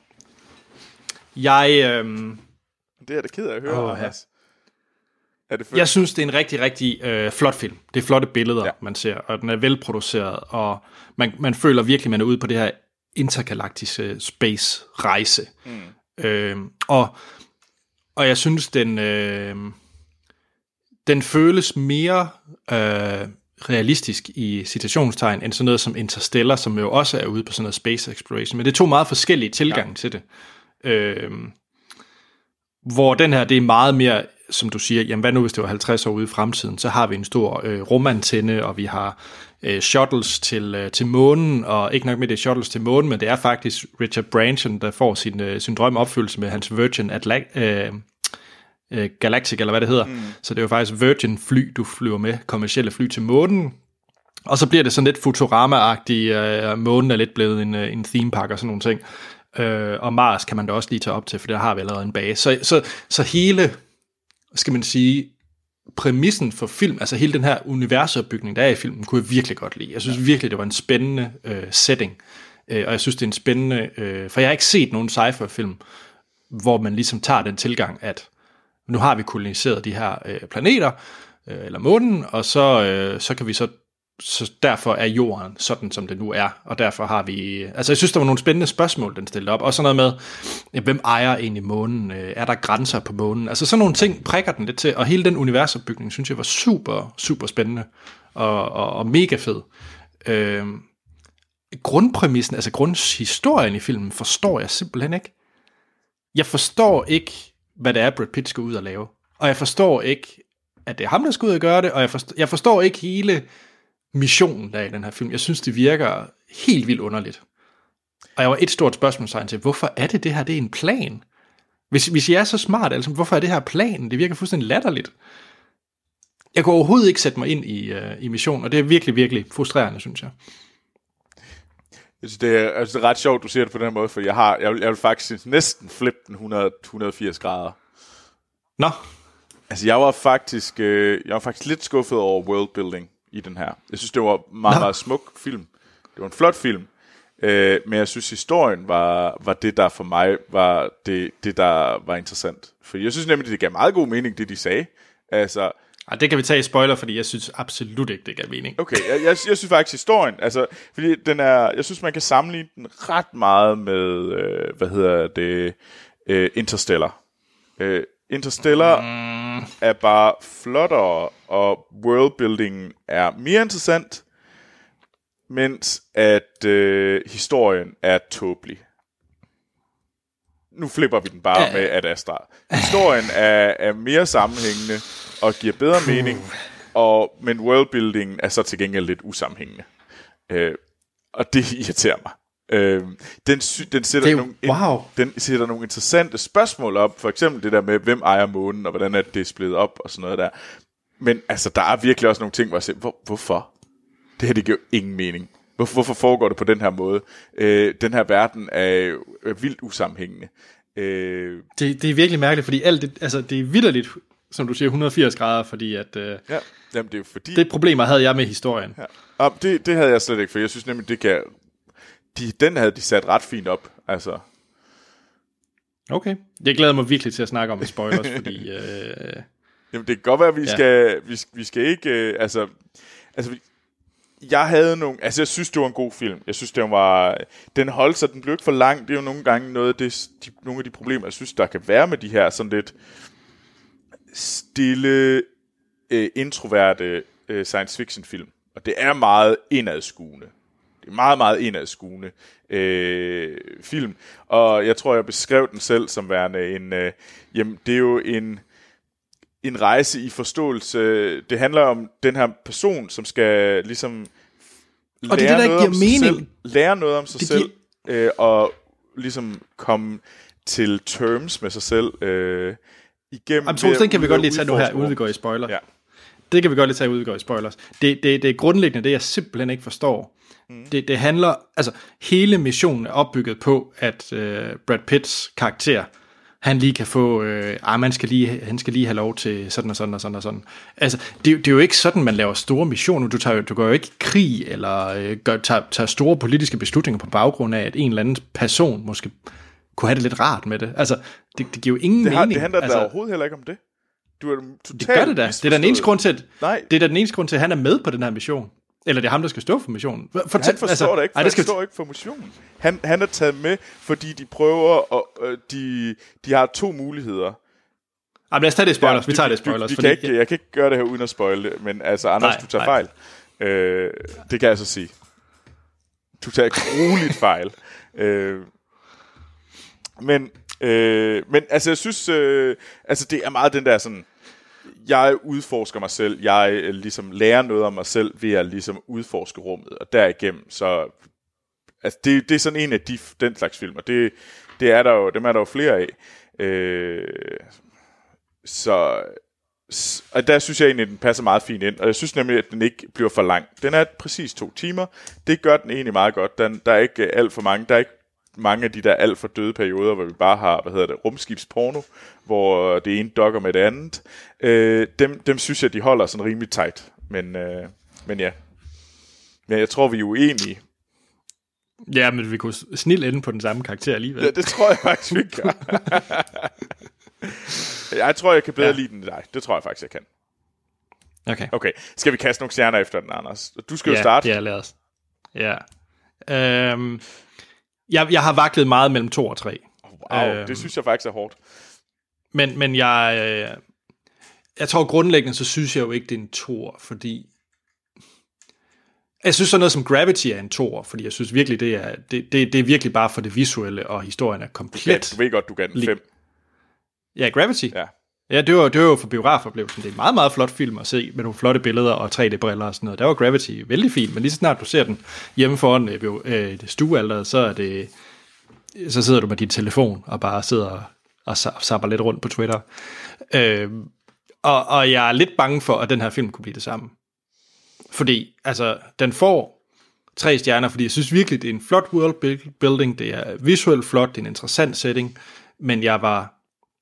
Jeg... Øhm... Det er da ked af at høre, Åh, Anders. Ja. Er det jeg synes, det er en rigtig, rigtig øh, flot film. Det er flotte billeder, ja. man ser, og den er velproduceret, og man, man føler virkelig, man er ude på det her intergalaktiske space-rejse. Mm. Øh, og, og jeg synes, den, øh, den føles mere øh, realistisk i citationstegn, end sådan noget som Interstellar, som jo også er ude på sådan noget space exploration. Men det er to meget forskellige tilgange ja. til det. Øh, hvor den her, det er meget mere som du siger, jamen hvad nu hvis det var halvtreds år ude i fremtiden, så har vi en stor øh, rumantenne, og vi har øh, shuttles til, øh, til månen, og ikke nok med det shuttles til månen, men det er faktisk Richard Branson, der får sin, øh, sin drøm opfyldelse med hans Virgin Atla- øh, øh, Galactic, eller hvad det hedder. Mm. Så det er jo faktisk Virgin fly, du flyver med, kommercielle fly til månen. Og så bliver det sådan lidt Futurama-agtigt, øh, månen er lidt blevet en, en theme park og sådan nogle ting. Øh, og Mars kan man da også lige tage op til, for der har vi allerede en base. Så, så, så hele, skal man sige, præmissen for film, altså hele den her universopbygning, der er i filmen, kunne jeg virkelig godt lide. Jeg synes virkelig, det var en spændende øh, setting. Øh, og jeg synes, det er en spændende, øh, for jeg har ikke set nogen sci-fi-film, hvor man ligesom tager den tilgang, at nu har vi koloniseret de her øh, planeter, øh, eller månen, og så, øh, så kan vi så så derfor er jorden sådan, som det nu er, og derfor har vi... Altså, jeg synes, der var nogle spændende spørgsmål, den stillede op, og sådan noget med, hvem ejer egentlig månen? Er der grænser på månen? Altså, sådan nogle ting prikker den lidt til, og hele den universopbygning, synes jeg, var super, super spændende, og, og, og mega fed. Øh, grundpræmissen, altså grundhistorien i filmen, forstår jeg simpelthen ikke. Jeg forstår ikke, hvad det er, Brad Pitt skal ud og lave, og jeg forstår ikke, at det er ham, der skal ud og gøre det, og jeg forstår, jeg forstår ikke hele missionen der i den her film. Jeg synes, det virker helt vildt underligt. Og jeg var et stort spørgsmålstegn til, hvorfor er det det her, det er en plan? Hvis, hvis I er så smart, altså, hvorfor er det her planen? Det virker fuldstændig latterligt. Jeg kunne overhovedet ikke sætte mig ind i, uh, i missionen, og det er virkelig, virkelig frustrerende, synes jeg. Jeg synes, det er, altså, det er ret sjovt, du siger det på den her måde, for jeg, har, jeg, vil, jeg vil faktisk næsten flippe den hundrede til hundrede og firs grader. Nå. Altså, jeg var faktisk, øh, jeg var faktisk lidt skuffet over worldbuilding i den her. Jeg synes, det var en meget, meget smuk film. Det var en flot film. Øh, men jeg synes, historien var, var det, der for mig var det, det, der var interessant. For jeg synes nemlig, det gav meget god mening, det de sagde. Altså... Ej, det kan vi tage i spoiler, fordi jeg synes absolut ikke, det gav mening. Okay, jeg, jeg, jeg synes faktisk historien, altså, fordi den er, jeg synes, man kan sammenligne den ret meget med, øh, hvad hedder det, øh, Interstellar. Øh, Interstellar mm. er bare flottere, og worldbuildingen er mere interessant, mens at øh, historien er tåbelig. Nu flipper vi den bare uh. med Ad Astra. Historien er, er mere sammenhængende og giver bedre mening, og, men worldbuildingen er så til gengæld lidt usammenhængende. Øh, og det irriterer mig. Øh, den, den, sætter det, nogle, wow. den sætter nogle interessante spørgsmål op, for eksempel det der med, hvem ejer månen, og hvordan er det splittet op, og sådan noget der. Men altså, der er virkelig også nogle ting, hvor jeg siger, hvor, hvorfor? Det her, det giver jo ingen mening. Hvorfor, hvorfor foregår det på den her måde? Øh, den her verden er, er vildt usammenhængende. Øh, det, det er virkelig mærkeligt, fordi alt det, altså, det er vitterligt, som du siger, hundrede og firs grader, fordi at... Øh, ja, jamen, det er fordi... Det problemer havde jeg med historien. Ja. Og det, det havde jeg slet ikke, for jeg synes nemlig, det kan... De, den havde de sat ret fint op, altså. Okay. Jeg glæder mig virkelig til at snakke om spoilers, fordi... Øh, Jamen, det kan godt være, at vi, ja. skal, vi, vi skal ikke... Øh, altså, altså, jeg havde nogle... Altså, jeg synes, det var en god film. Jeg synes, det var... Den holdt sig, den blev ikke for lang. Det er jo nogle gange noget af det, de, nogle af de problemer, jeg synes, der kan være med de her sådan lidt stille, øh, introverte øh, science fiction film. Og det er meget indadskuende. Det er meget, meget indadskuende øh, film. Og jeg tror, jeg beskrev den selv som værende en... Øh, jamen, det er jo en... en rejse i forståelse. Det handler om den her person, som skal ligesom og det er det, der ikke giver mening. Selv, lære noget om sig det selv, giver... øh, og ligesom komme til terms med sig selv øh, igennem... Jamen, så den kan vi godt lige tage nu her, uden vi går i spoiler. Ja. Det kan vi godt lige tage, uden vi går i spoilers. Det, det, det er grundlæggende, det jeg simpelthen ikke forstår. Mm. Det, det handler... Altså, hele missionen er opbygget på, at øh, Brad Pitts karakter... han lige kan få, øh, ah, man skal lige, han skal lige have lov til sådan og sådan og sådan og sådan. Altså, det, det er jo ikke sådan, man laver store missioner. Du, tager, du går jo ikke i krig, eller øh, gør, tager, tager store politiske beslutninger på baggrund af, at en eller anden person måske kunne have det lidt rart med det. Altså, det, det giver jo ingen det har, mening. Det handler altså, da overhovedet heller ikke om det. Du er totalt det gør det da. Det er den eneste grund til, at, Nej. det er den eneste grund til, at han er med på den her mission. Eller det er ham, der skal stå for missionen. Fortæl, han forstår altså, det ikke, for ej, det skal... han forstår ikke for missionen. Han, han er taget med, fordi de prøver, og øh, de, de har to muligheder. Ej, lad os tage det spoilers. Ja, vi, vi tager det spoilers. Vi, vi fordi... kan ikke, jeg kan ikke gøre det her uden at spoile det, men altså, Anders, nej, du tager nej. fejl. Øh, det kan jeg så sige. Du tager grueligt fejl. Øh, men Øh, men altså, jeg synes, øh, altså, det er meget den der sådan, jeg udforsker mig selv, jeg øh, ligesom lærer noget om mig selv ved at ligesom udforske rummet, og derigennem, så altså, det, det er sådan en af de, den slags film, og det, det er der jo, dem er der jo flere af. Øh, så, og der synes jeg egentlig, at den passer meget fint ind, og jeg synes nemlig, at den ikke bliver for lang. Den er præcis to timer, det gør den egentlig meget godt. Den, der er ikke alt for mange, der er ikke mange af de der alt for døde perioder, hvor vi bare har, hvad hedder det, rumskibsporno, hvor det ene dokker med det andet. Øh, dem, dem synes jeg, de holder sådan rimelig tight. Men, øh, men ja. Men jeg tror, vi er uenige. Ja, men vi kunne snille ende på den samme karakter alligevel. Ja, det tror jeg faktisk, vi kan. Jeg tror, jeg kan bedre ja. lide den end dig. Det tror jeg faktisk, jeg kan. Okay. Okay, skal vi kaste nogle stjerner efter den, Anders? Du skal ja, jo starte. Ja, lad os. Ja. Øhm, jeg, jeg har vaklet meget mellem to og tre. Wow, øhm, det synes jeg faktisk er hårdt. Men, men jeg, øh, jeg tror grundlæggende, så synes jeg jo ikke, det er en toer, fordi jeg synes sådan noget som Gravity er en toer, fordi jeg synes virkelig, det er, det, det, det er virkelig bare for det visuelle, og historien er komplet. Du ved godt, du gav den fem. Ja, Gravity. Ja. Ja, det var, det var jo for biografoplevelsen. Det er en meget, meget flot film at se, med nogle flotte billeder og tre D-briller og sådan noget. Der var Gravity vældig fint, men lige så snart du ser den hjemme foran øh, stuealderet, så er det, så sidder du med din telefon og bare sidder og zapper lidt rundt på Twitter. Øh, og, og jeg er lidt bange for, at den her film kunne blive det samme. Fordi, altså, den får tre stjerner, fordi jeg synes virkelig, det er en flot world building, det er visuelt flot, det er en interessant setting, men jeg var,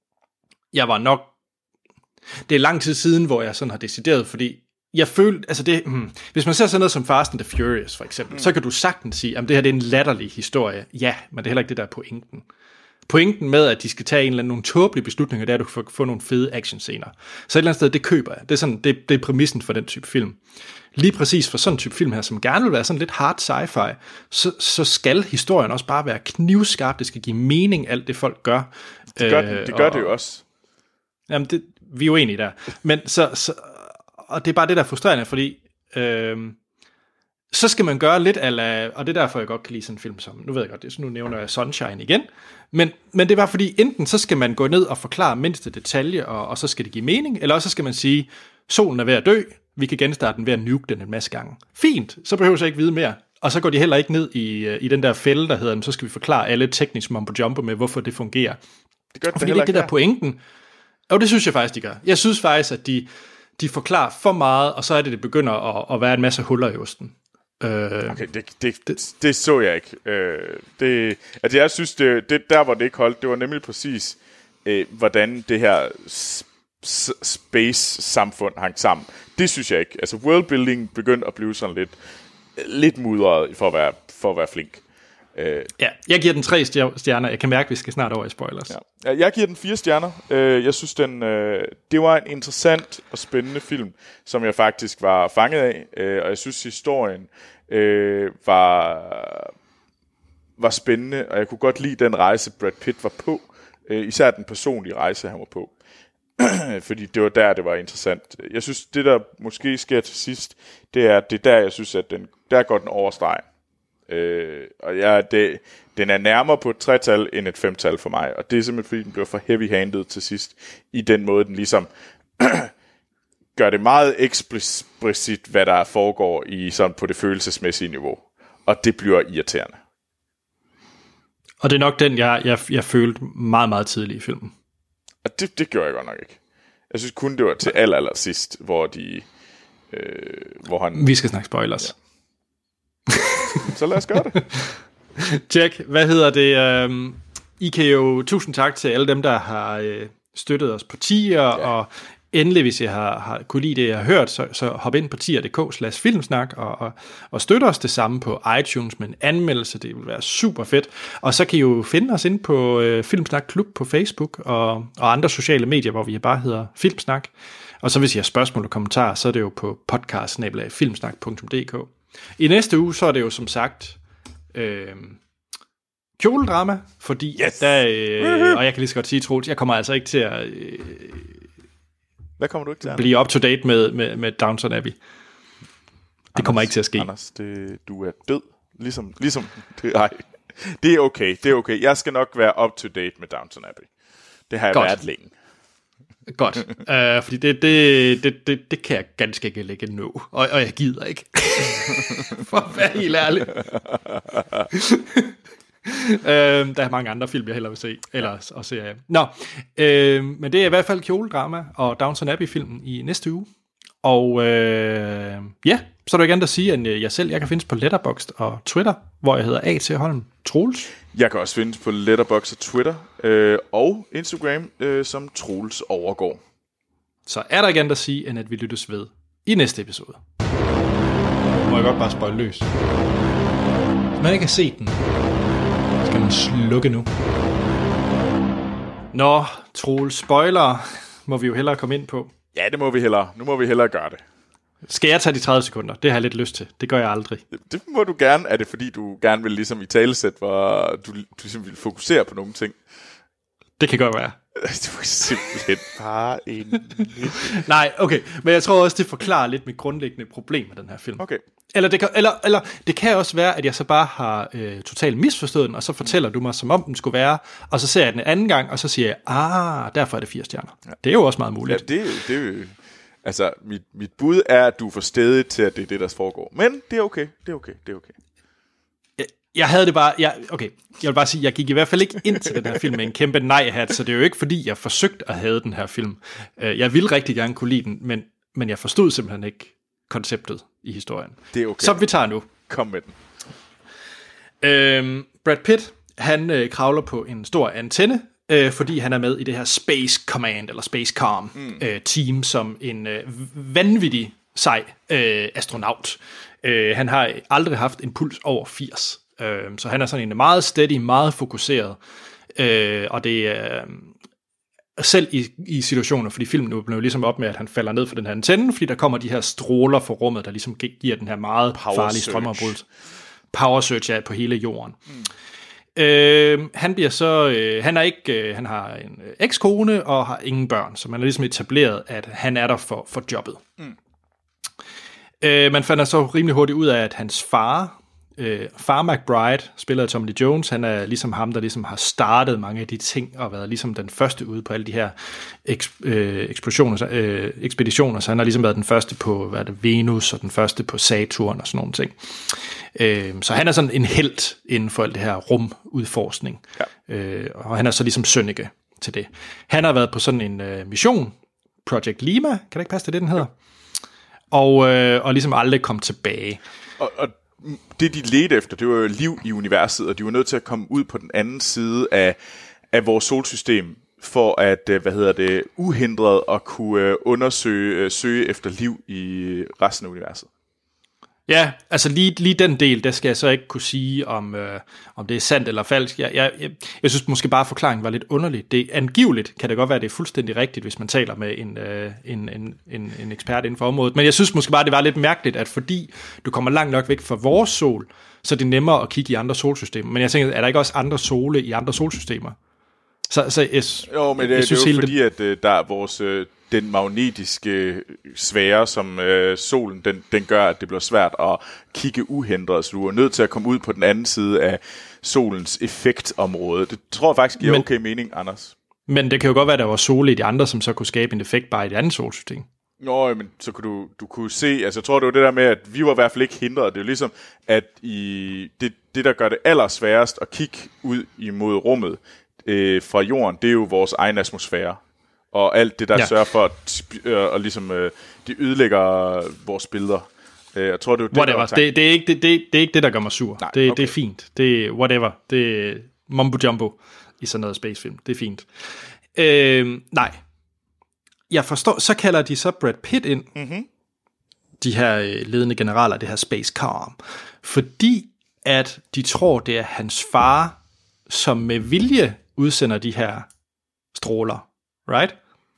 jeg var nok, det er lang tid siden, hvor jeg sådan har decideret, fordi jeg følte, altså det, hmm, hvis man ser sådan noget som Fast and the Furious, for eksempel, mm. så kan du sagtens sige, at det her det er en latterlig historie. Ja, men det er heller ikke det, der er pointen. Pointen med, at de skal tage en eller anden nogle tåbelige beslutninger, det er, at du kan få, få nogle fede actionscener. Så et eller andet sted, det køber jeg. Det er, sådan, det, det er præmissen for den type film. Lige præcis for sådan en type film her, som gerne vil være sådan lidt hard sci-fi, så, så skal historien også bare være knivskarp. Det skal give mening, alt det folk gør. Det gør, øh, det, gør og, det jo også. Jamen, det, vi er jo enige der. Men så, så, og det er bare det, der er frustrerende, fordi øh, så skal man gøre lidt ala, og det er derfor, jeg godt kan lide sådan en film som, nu ved jeg godt, det, så nu nævner jeg Sunshine igen, men, men det var fordi, enten så skal man gå ned og forklare mindste detalje, og, og så skal det give mening, eller også så skal man sige, solen er ved at dø, vi kan genstarte den ved at nuke den en masse gange. Fint, så behøver jeg ikke vide mere. Og så går de heller ikke ned i, i den der fælde, der hedder, så skal vi forklare alle teknisk mumbo-jumbo med, hvorfor det fungerer. Det gør det, det er ikke det der her. Pointen. Og det synes jeg faktisk, de gør. Jeg synes faktisk, at de, de forklarer for meget, og så er det, det begynder at, at være en masse huller i osten. Øh, okay, det, det, det, det så jeg ikke. Øh, det, altså jeg synes, det, det der, hvor det ikke holdt, det var nemlig præcis, øh, hvordan det her space-samfund hang sammen. Det synes jeg ikke. Altså worldbuilding begyndte at blive sådan lidt, lidt mudret for at være, for at være flink. Øh, ja, jeg giver den tre stjerner. Jeg kan mærke, at vi skal snart over i spoilers. Ja. Jeg giver den fire stjerner. Jeg synes, den, det var en interessant og spændende film, som jeg faktisk var fanget af. Og jeg synes, historien var, var spændende, og jeg kunne godt lide den rejse, Brad Pitt var på. Især den personlige rejse, han var på. Fordi det var der, det var interessant. Jeg synes, det der måske sker til sidst, det er, det er der, jeg synes, at den, der går den overstregen. Øh, og ja, det, den er nærmere på et tretal end et femtal for mig, og det er simpelthen fordi den bliver for heavy-handed til sidst i den måde den ligesom gør det meget eksplicit, hvad der foregår i sådan på det følelsesmæssige niveau, og det bliver irriterende. Og det er nok den jeg, jeg, jeg følte meget meget tidligt i filmen. Og det, det gjorde jeg godt nok ikke. Jeg synes kun det var til aller, aller sidst, hvor de øh, hvor han... Vi skal snakke spoilers. Ja. Så lad os gøre det. Jack, hvad hedder det? Um, I kan jo, tusind tak til alle dem, der har uh, støttet os på tier, ja. Og endelig, hvis jeg har, har kunne lide det, jeg har hørt, så, så hop ind på tier punktum d k slash filmsnak og, og, og støtte os det samme på iTunes med en anmeldelse. Det vil være super fedt. Og så kan I jo finde os ind på uh, Filmsnak Klub på Facebook og, og andre sociale medier, hvor vi bare hedder Filmsnak. Og så hvis I har spørgsmål og kommentarer, så er det jo på podcast snabel-a filmsnak punktum d k. I næste uge, så er det jo som sagt øh, kjoledrama, fordi yes. der, øh, og jeg kan lige så godt sige, Troels, jeg kommer altså ikke til at øh, Hvad kommer du ikke til, blive up to date med, med, med Downton Abbey. Det Anders, kommer ikke til at ske. Anders, det, du er død, ligesom, ligesom det, ej. Det er okay, det er okay. Jeg skal nok være up to date med Downton Abbey. Det har jeg Godt. været længe. Godt, uh, fordi det, det, det, det, det kan jeg ganske ikke lægge nå, og, og jeg gider ikke. For at være helt ærlig. uh, der er mange andre film, jeg hellere vil se, eller at se af. Nå, uh, men det er i hvert fald kjoledrama og Downton Abbey-filmen i næste uge. Og uh, ja, så er der igen at sige, at jeg selv jeg kan findes på Letterboxd og Twitter, hvor jeg hedder A T Holm Troels. Jeg kan også findes på Letterboxd og Twitter øh, og Instagram øh, som Troels Overgaard. Så er der igen at sige, end at vi lyttes ved i næste episode. Må jeg godt bare spoil løs. Hvis man ikke har set den, skal man slukke nu. Nå, Troels, spoiler må vi jo hellere komme ind på. Ja, det må vi hellere. Nu må vi hellere gøre det. Skal jeg tage de tredive sekunder? Det har jeg lidt lyst til. Det gør jeg aldrig. Det må du gerne. Er det fordi, du gerne vil ligesom i talesæt, hvor du, du ligesom vil fokusere på nogle ting? Det kan godt være. Det var simpelthen bare en... Nej, okay. Men jeg tror også, det forklarer lidt mit grundlæggende problem med den her film. Okay. Eller det kan, eller, eller det kan også være, at jeg så bare har øh, totalt misforstået den, og så fortæller du mig, som om den skulle være, og så ser jeg den anden gang, og så siger jeg, ah, derfor er det fire stjerner. Ja. Det er jo også meget muligt. Ja, det, det er jo... Altså, mit, mit bud er, at du får stedet til, at det er det, der foregår. Men det er okay, det er okay, det er okay. Jeg, jeg havde det bare... Jeg, okay, jeg vil bare sige, jeg gik i hvert fald ikke ind til den her film med en kæmpe nej-hat, så det er jo ikke, fordi jeg forsøgte at have den her film. Jeg ville rigtig gerne kunne lide den, men, men jeg forstod simpelthen ikke konceptet i historien. Det er okay. Som vi tager nu. Kom med den. Øhm, Brad Pitt, han øh, kravler på en stor antenne, øh, fordi han er med i det her Space Command, eller Space Com mm. øh, team, som en øh, vanvittig sej øh, astronaut. Øh, han har aldrig haft en puls over firs, øh, så han er sådan en meget steady, meget fokuseret, øh, og det er... Øh, selv i, i situationer, fordi filmen nu blev ligesom op med, at han falder ned fra den her antenne, fordi der kommer de her stråler fra rummet, der ligesom giver den her meget Power farlige strømafbrud. Power surge er på hele jorden. Mm. Øh, han bliver så, øh, han er ikke, øh, han har en øh, ekskone og har ingen børn, så man har ligesom etableret, at han er der for, for jobbet. Mm. Øh, man fandt så rimelig hurtigt ud af, at hans far, Øh, Far McBride, spiller af Tommy Lee Jones, han er ligesom ham, der ligesom har startet mange af de ting, og været ligesom den første ude på alle de her eks, øh, eksplosioner, øh, ekspeditioner, så han har ligesom været den første på hvad er det, Venus, og den første på Saturn, og sådan nogle ting. Øh, så han er sådan en helt inden for alt det her rumudforskning, ja. øh, og han er så ligesom Sønneke til det. Han har været på sådan en øh, mission, Project Lima, kan det ikke passe, det det, den hedder? Og, øh, og ligesom aldrig kom tilbage. Og, og det, de ledte efter, det var jo liv i universet, og de var nødt til at komme ud på den anden side af, af vores solsystem, for at, hvad hedder det, uhindret at kunne undersøge, søge efter liv i resten af universet. Ja, altså lige, lige den del, der skal jeg så ikke kunne sige, om, øh, om det er sandt eller falsk. Jeg, jeg, jeg, jeg synes måske bare, at forklaringen var lidt underlig. Det angiveligt kan det godt være, at det er fuldstændig rigtigt, hvis man taler med en, øh, en, en, en, en ekspert inden for området. Men jeg synes måske bare, at det var lidt mærkeligt, at fordi du kommer langt nok væk fra vores sol, så er det nemmere at kigge i andre solsystemer. Men jeg tænker, er der ikke også andre sole i andre solsystemer? Så, så jeg, jo, men det, jeg synes, det er jo fordi, det... at der er vores... Øh, den magnetiske sfære, som øh, solen, den, den gør, at det bliver svært at kigge uhindret, så du er nødt til at komme ud på den anden side af solens effektområde. Det tror jeg faktisk giver men, okay mening, Anders. Men det kan jo godt være, at der var sole i de andre, som så kunne skabe en effekt bare i det andet solsystem. Nå, men så kunne du, du kunne se, altså jeg tror, det var det der med, at vi var i hvert fald ikke hindret. Det er jo ligesom, at i det, det der gør det allersværest at kigge ud imod rummet øh, fra jorden, det er jo vores egen atmosfære. Og alt det, der ja. sørger for, at øh, og ligesom, øh, de ødelægger vores billeder. Øh, jeg tror, det er det, whatever. Det, det, er ikke, det, det, det er ikke det, der gør mig sur. Nej, det, okay. det er fint. Det er whatever. Det er mumbo jumbo i sådan noget spacefilm. Det er fint. Øh, nej. Jeg forstår, så kalder de så Brad Pitt ind, mm-hmm. de her øh, ledende generaler, det her Space Com, fordi at de tror, det er hans far, som med vilje udsender de her stråler. Right?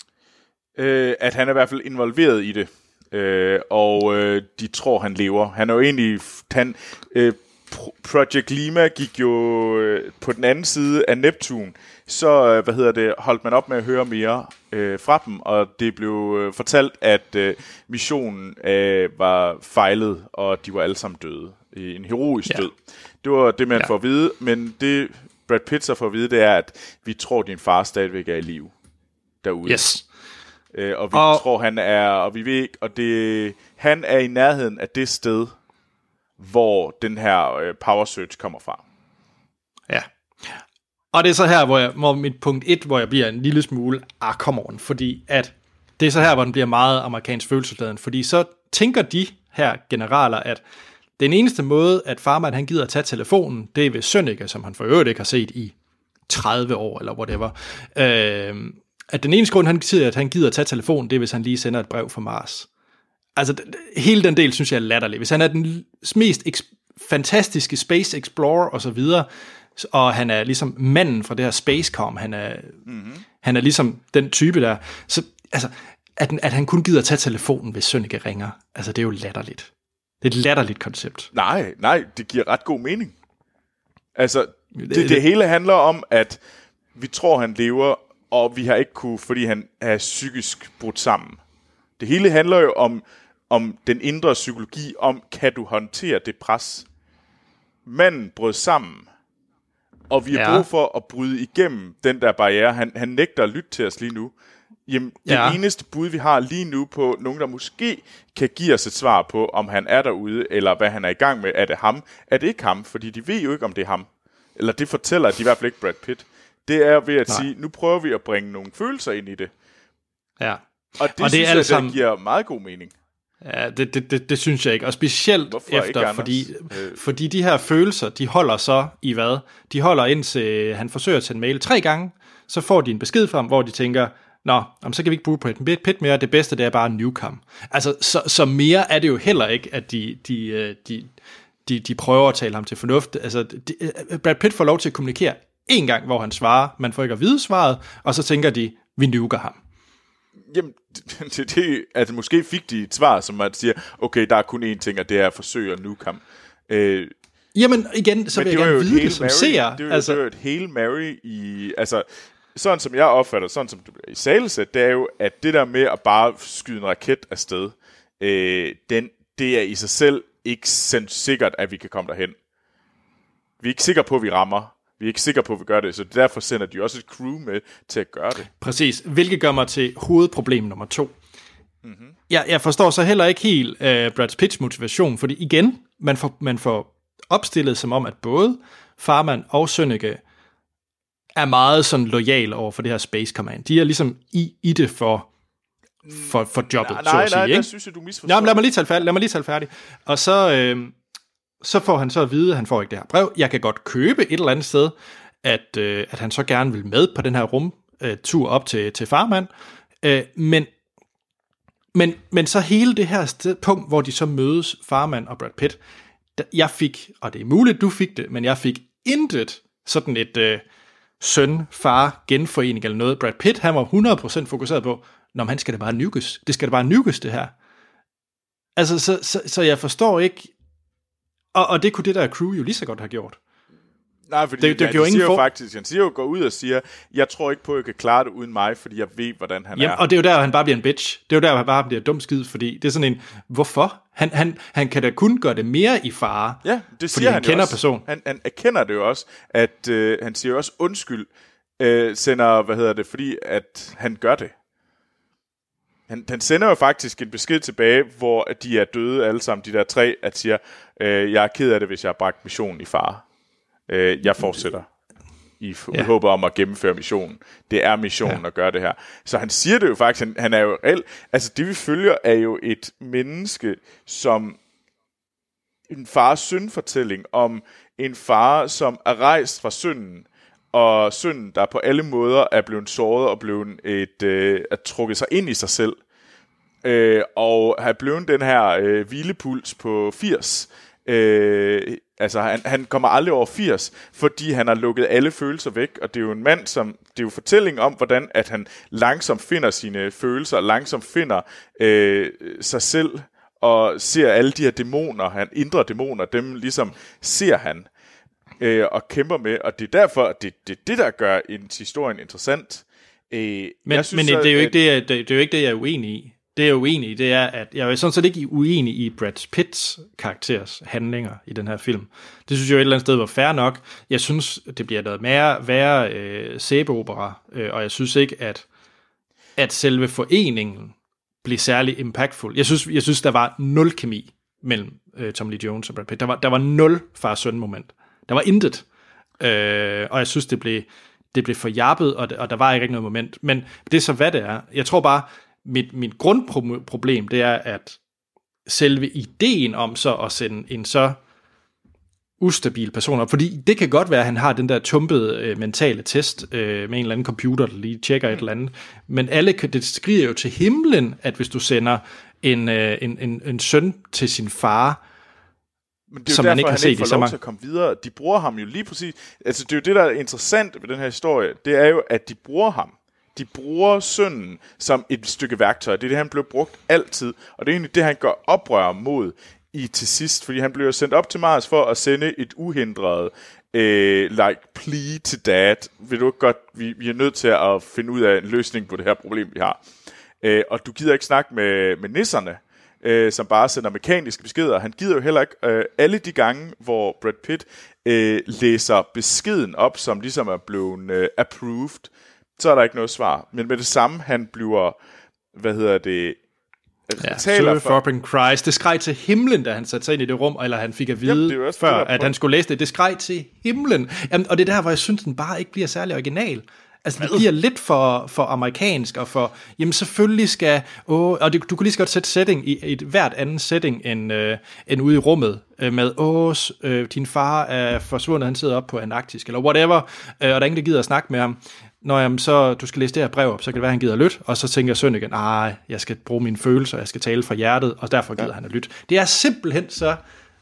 Øh, at han er i hvert fald involveret i det, øh, og øh, de tror, han lever. Han er jo egentlig... Han, øh, Project Lima gik jo øh, på den anden side af Neptun, så øh, hvad hedder det, holdt man op med at høre mere øh, fra dem, og det blev øh, fortalt, at øh, missionen øh, var fejlet, og de var alle sammen døde. En heroisk Ja. død. Det var det, man Ja. får at vide, men det Brad Pitt så får at vide, det er, at vi tror, din far stadigvæk er i live derude. Yes. Øh, og vi Og- og... tror, han er, og vi ved ikke, og det, han er i nærheden af det sted, hvor den her øh, power search kommer fra. Ja. Og det er så her, hvor, jeg, hvor mit punkt et, hvor jeg bliver en lille smule, ah, come on, fordi at det er så her, hvor den bliver meget amerikansk følelsesladen, fordi så tænker de her generaler, at den eneste måde, at farmand han gider at tage telefonen, det er ved Sønneke, som han for øvrigt ikke har set i tredive år, eller whatever. Øh, at den eneste grund, han siger, at han gider at tage telefonen, det er, hvis han lige sender et brev fra Mars. Altså, hele den del, synes jeg er latterlig. Hvis han er den mest eks- fantastiske Space Explorer og så videre, og han er ligesom manden fra det her Spacecom, han er, mm-hmm. han er ligesom den type der, så altså, at, at han kun gider at tage telefonen, hvis Sønneke ringer, altså det er jo latterligt. Det er et latterligt koncept. Nej, nej, det giver ret god mening. Altså, det, det, det hele handler om, at vi tror, han lever, og vi har ikke kunne, fordi han er psykisk brudt sammen. Det hele handler jo om, om den indre psykologi, om kan du håndtere det pres. Manden brød sammen, og vi har Ja. brug for at bryde igennem den der barriere. Han, han nægter at lytte til os lige nu. Jamen, det Ja. eneste bud, vi har lige nu på nogen, der måske kan give os et svar på, om han er derude, eller hvad han er i gang med, er det ham? Er det ikke ham? Fordi de ved jo ikke, om det er ham. Eller det fortæller de i hvert fald ikke Brad Pitt. Det er ved at Nej. sige, nu prøver vi at bringe nogle følelser ind i det. Ja. Og det, og det synes er jeg, alt sammen- det giver meget god mening. Ja, det, det, det, det synes jeg ikke. Og specielt Hvorfor ikke, efter, Anders? fordi, Øh. fordi de her følelser, de holder så i hvad? De holder indtil han forsøger at sende mail tre gange, så får de en besked fra ham, hvor de tænker, nå, jamen, så kan vi ikke bruge på et Pitt mere, det bedste det er bare at nuke ham. Altså, så, så mere er det jo heller ikke, at de, de, de, de, de prøver at tale ham til fornuft. Altså, de, Brad Pitt får lov til at kommunikere en gang, hvor han svarer, man får ikke at vide svaret, og så tænker de, vi nuker ham. Jamen, det, det, det, altså måske fik de et svar, som man siger, okay, der er kun én ting, og det er at forsøge at nuke ham. Øh, Jamen igen, så Men vil jeg var gerne jo et vide Hail det som Mary. seer. Det var, Altså, det var et Hail Mary i... Altså, sådan som jeg opfatter, sådan som du bliver i salesæt, det er jo, at det der med at bare skyde en raket afsted, øh, den, det er i sig selv ikke sikkert, at vi kan komme derhen. Vi er ikke sikre på, at vi rammer. Vi er ikke sikre på, at vi gør det, så derfor sender de også et crew med til at gøre det. præcis, hvilket gør mig til hovedproblem nummer to. Mm-hmm. Jeg, jeg forstår så heller ikke helt uh, Brad Pitts motivation, fordi igen, man får, man får opstillet som om, at både Farman og Sønneke er meget sådan loyal over for det her Space Command. De er ligesom i, i det for, for, for jobbet, Nej, så nej, at sige. nej, Ikke? der synes jeg, du misforstår. Nå, men lad mig lige tale færdig. Lad mig lige tale færdig. Og så, øh, så får han så at vide, at han får ikke det her brev. Jeg kan godt købe et eller andet sted, at, øh, at han så gerne vil med på den her rumtur op til, til Farman. Øh, men, men, men så hele det her sted, punkt, hvor de så mødes, Farman og Brad Pitt, der, jeg fik, og det er muligt, du fik det, men jeg fik intet sådan et øh, søn-far genforening eller noget. Brad Pitt, han var hundrede procent fokuseret på, når han skal det bare nukes. Det skal det bare nukes, det her. Altså, så, så, så jeg forstår ikke, og, og det kunne det der crew jo lige så godt have gjort. Nej, fordi Det- det han gjorde ingen siger jo for- faktisk, han siger jo, går ud og siger, jeg tror ikke på, at jeg kan klare det uden mig, fordi jeg ved, hvordan han Jamen, er. og det er jo der, han bare bliver en bitch. Det er jo der, han bare bliver dum skid, fordi det er sådan en, hvorfor? Han, han, han kan da kun gøre det mere i fare, Ja, det fordi siger han, han, kender jo også. person. Han, han erkender det jo også, at øh, han siger jo også undskyld, øh, sender, hvad hedder det, fordi at han gør det. Han, han sender jo faktisk en besked tilbage, hvor de er døde alle sammen, de der tre, at siger, øh, jeg er ked af det, hvis jeg har bragt missionen i fare. Øh, jeg fortsætter i f- Ja. håbet om at gennemføre missionen. Det er missionen Ja. at gøre det her. Så han siger det jo faktisk, han, han er jo reelt, altså det vi følger er jo et menneske, som en far-søn-fortælling om en far, som er rejst fra synden, og synden, der på alle måder er blevet såret og blevet et, øh, at trukket sig ind i sig selv, øh, og har blevet den her øh, hvilepuls på firs. Øh, altså han, han kommer aldrig over firs, fordi han har lukket alle følelser væk, og det er jo en mand, som, det er jo fortælling om, hvordan at han langsomt finder sine følelser, langsomt finder øh, sig selv, og ser alle de her dæmoner, han indre dæmoner, dem ligesom ser han øh, og kæmper med, og det er derfor, at det er det, det, der gør en historien interessant. Øh, Men, jeg synes men så, det, er jo at- ikke det, jeg, det, det er jo ikke det, jeg er uenig i. det er uenig i, det er, at jeg er sådan set ikke uenig i Brad Pitts karakters handlinger i den her film. Det synes jeg jo et eller andet sted var fair nok. Jeg synes, det bliver noget mere værre øh, sæbeopera, øh, og jeg synes ikke, at, at selve foreningen bliver særlig impactful. Jeg synes, jeg synes der var nul kemi mellem øh, Tommy Lee Jones og Brad Pitt. Der var, der var nul far-søn-moment. Der var intet. Øh, og jeg synes, det blev, det blev for jappet, og, og der var ikke noget moment. Men det er så, hvad det er. Jeg tror bare, mit, mit grundproblem, det er, at selve ideen om så at sende en så ustabil person op, fordi det kan godt være, at han har den der tumpede øh, mentale test øh, med en eller anden computer, der lige tjekker et eller andet, men alle, det skriger jo til himlen, at hvis du sender en, øh, en, en, en søn til sin far, men det er jo som derfor, man ikke han har ikke set får i lov så til at komme videre. De bruger ham jo lige præcis. Altså, det er jo det, der er interessant ved den her historie. Det er jo, at de bruger ham. De bruger sønnen som et stykke værktøj. Det er det, han blev brugt altid. Og det er egentlig det, han gør oprør mod i til sidst. Fordi han bliver sendt op til Mars for at sende et uhindret øh, like plea to dad. Vil du godt, vi, vi er nødt til at finde ud af en løsning på det her problem, vi har. Øh, og du gider ikke snakke med, med nisserne, Øh, som bare sender mekaniske beskeder. Han gider jo heller ikke øh, alle de gange, hvor Brad Pitt øh, læser beskeden op, som ligesom er blevet øh, approved, så er der ikke noget svar. Men med det samme, han bliver, hvad hedder det, ja, taler for fucking Christ. Det skreg til himlen, da han satte sig ind i det rum, eller han fik at vide Jamen, før, at han skulle læse det. Det skreg til himlen. Jamen, og det er der, hvor jeg synes, den bare ikke bliver særlig original. Altså, det bliver lidt for, for amerikansk, og for, jamen selvfølgelig skal, åh, og det, du kan lige så godt sætte setting i et hvert andet setting, end, øh, end ude i rummet, øh, med, åh, øh, din far er forsvundet, han sidder op på Antarktis, eller whatever, øh, og der er ingen, der gider at snakke med ham. Når jamen, så du skal læse det her brev op, så kan det være, han gider at lytte, og så tænker søn igen, nej, jeg skal bruge mine følelser, jeg skal tale fra hjertet, og derfor gider ja. han at lytte. Det er simpelthen så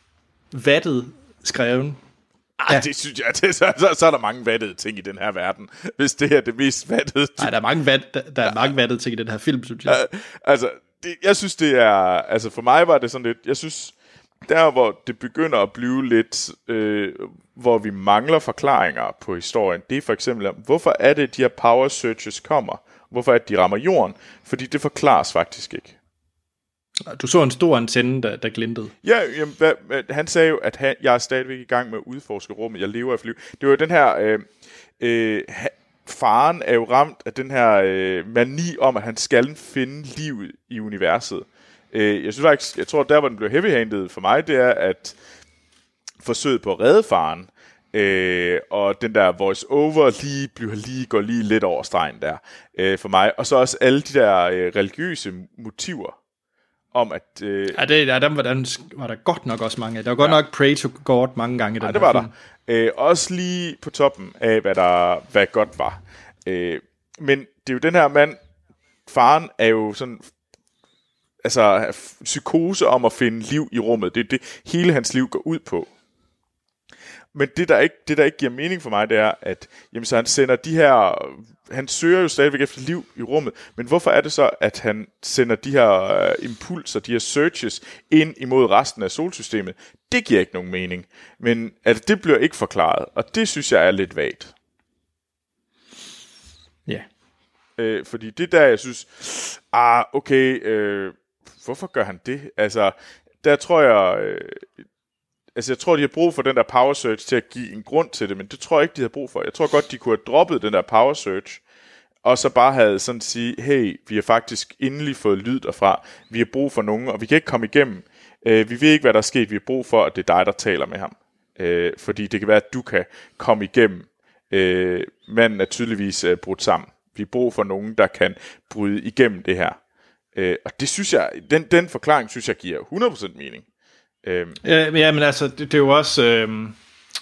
vattet skreven. Ah, ja. Det synes jeg, det, så, så, så er der mange vattede ting i den her verden, hvis det er det mest vattede. Nej, der er mange, vat, der, der er mange vattede ting i den her film, synes jeg. Uh, altså, det, jeg synes, det er, altså for mig var det sådan lidt, jeg synes, der hvor det begynder at blive lidt, øh, hvor vi mangler forklaringer på historien, det er for eksempel, hvorfor er det, de her power searches kommer? Hvorfor er det, de rammer jorden? Fordi det forklares faktisk ikke. Du så en stor antenne, der, der glintede. Ja, jamen, hvad, han sagde jo, at han, jeg er stadigvæk i gang med at udforske rummet. Jeg lever af flyv. Det var jo den her... Øh, øh, faren er jo ramt af den her øh, mani om, at han skal finde liv i universet. Øh, jeg synes faktisk, jeg tror, der hvor den blev heavy-handed for mig, det er, at forsøget på at redde faren, øh, og den der voice-over lige, bliver lige, går lige lidt over stregen der øh, for mig. Og så også alle de der øh, religiøse motiver, om at... Øh, ja, det, ja, dem var, der, var der godt nok også mange af. Der var godt ja. nok pray to God mange gange i den ja, det her var film. der. Øh, også lige på toppen af, hvad der hvad godt var. Øh, men det er jo den her mand, faren er jo sådan... Altså, psykose om at finde liv i rummet. Det er det, hele hans liv går ud på. Men det der, ikke, det, der ikke giver mening for mig, det er, at jamen, så han sender de her... Han søger jo stadigvæk efter liv i rummet, men hvorfor er det så, at han sender de her uh, impulser, de her searches, ind imod resten af solsystemet? Det giver ikke nogen mening. Men at det bliver ikke forklaret, og det synes jeg er lidt vagt. Ja. Yeah. Øh, fordi det der, jeg synes, ah, okay, øh, hvorfor gør han det? Altså, der tror jeg... Øh, Altså, jeg tror, de har brug for den der power search til at give en grund til det, men det tror jeg ikke, de har brug for. Jeg tror godt, de kunne have droppet den der power search, og så bare havde sådan sige, hey, vi har faktisk endelig fået lyd derfra, vi har brug for nogen, og vi kan ikke komme igennem. Uh, vi ved ikke, hvad der er sket, vi har brug for, at det er dig, der taler med ham. Uh, fordi det kan være, at du kan komme igennem. Uh, manden er tydeligvis uh, brudt sammen. Vi har brug for nogen, der kan bryde igennem det her. Uh, og det synes jeg, den, den forklaring, synes jeg, giver hundrede procent mening. Øhm. Ja, men, ja, men altså, det, det er jo også... Øhm...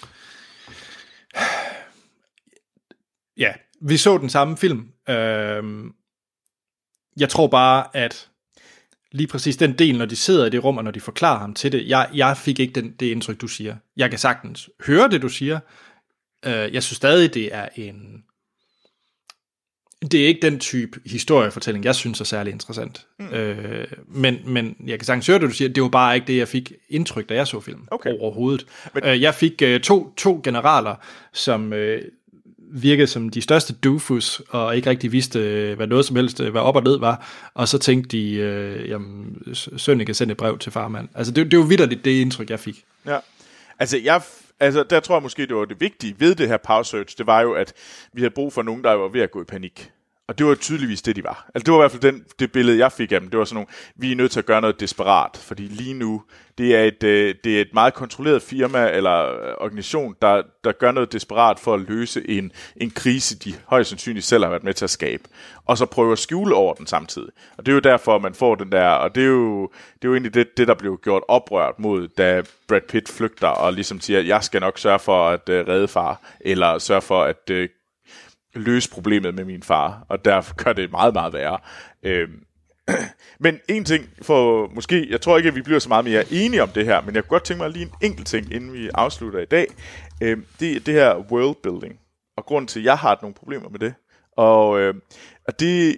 Ja, vi så den samme film. Øhm... Jeg tror bare, at lige præcis den del, når de sidder i det rum, og når de forklarer ham til det, jeg, jeg fik ikke den, det indtryk, du siger. Jeg kan sagtens høre det, du siger. Øh, jeg synes stadig, det er en... Det er ikke den type historiefortælling, jeg synes er særlig interessant. Mm. Øh, men, men jeg kan sagtens høre det, du siger, det var bare ikke det, jeg fik indtryk, da jeg så filmen. Okay. Overhovedet. Men... Øh, jeg fik øh, to, to generaler, som, øh, virkede som de største doofus, og ikke rigtig vidste, hvad noget som helst, hvad op og ned var, og så tænkte de, øh, jamen, sønnen kan sende et brev til farmand. Altså, det, det var vitterligt det indtryk, jeg fik. Ja, altså, jeg, altså, der tror jeg måske, det var det vigtige ved det her power search, det var jo, at vi havde brug for nogen, der var ved at gå i panik. Og det var tydeligvis det, de var. Altså, det var i hvert fald den, det billede, jeg fik af dem. Det var sådan nogle, vi er nødt til at gøre noget desperat, fordi lige nu, det er et, det er et meget kontrolleret firma eller organisation, der, der gør noget desperat for at løse en, en krise, de højst sandsynligt selv har været med til at skabe. Og så prøver at skjule over den samtidig. Og det er jo derfor, man får den der, og det er jo, det er jo egentlig det, det, der blev gjort oprørt mod, da Brad Pitt flygter og ligesom siger, jeg skal nok sørge for at uh, redde far, eller sørge for at uh, løse problemet med min far, og derfor gør det meget, meget værre. Øhm. Men en ting, for måske, jeg tror ikke, at vi bliver så meget mere enige om det her, men jeg kunne godt tænke mig lige en enkelt ting, inden vi afslutter i dag. Øhm, det er det her worldbuilding, og grunden til, at jeg har nogle problemer med det. Og, øh, og det,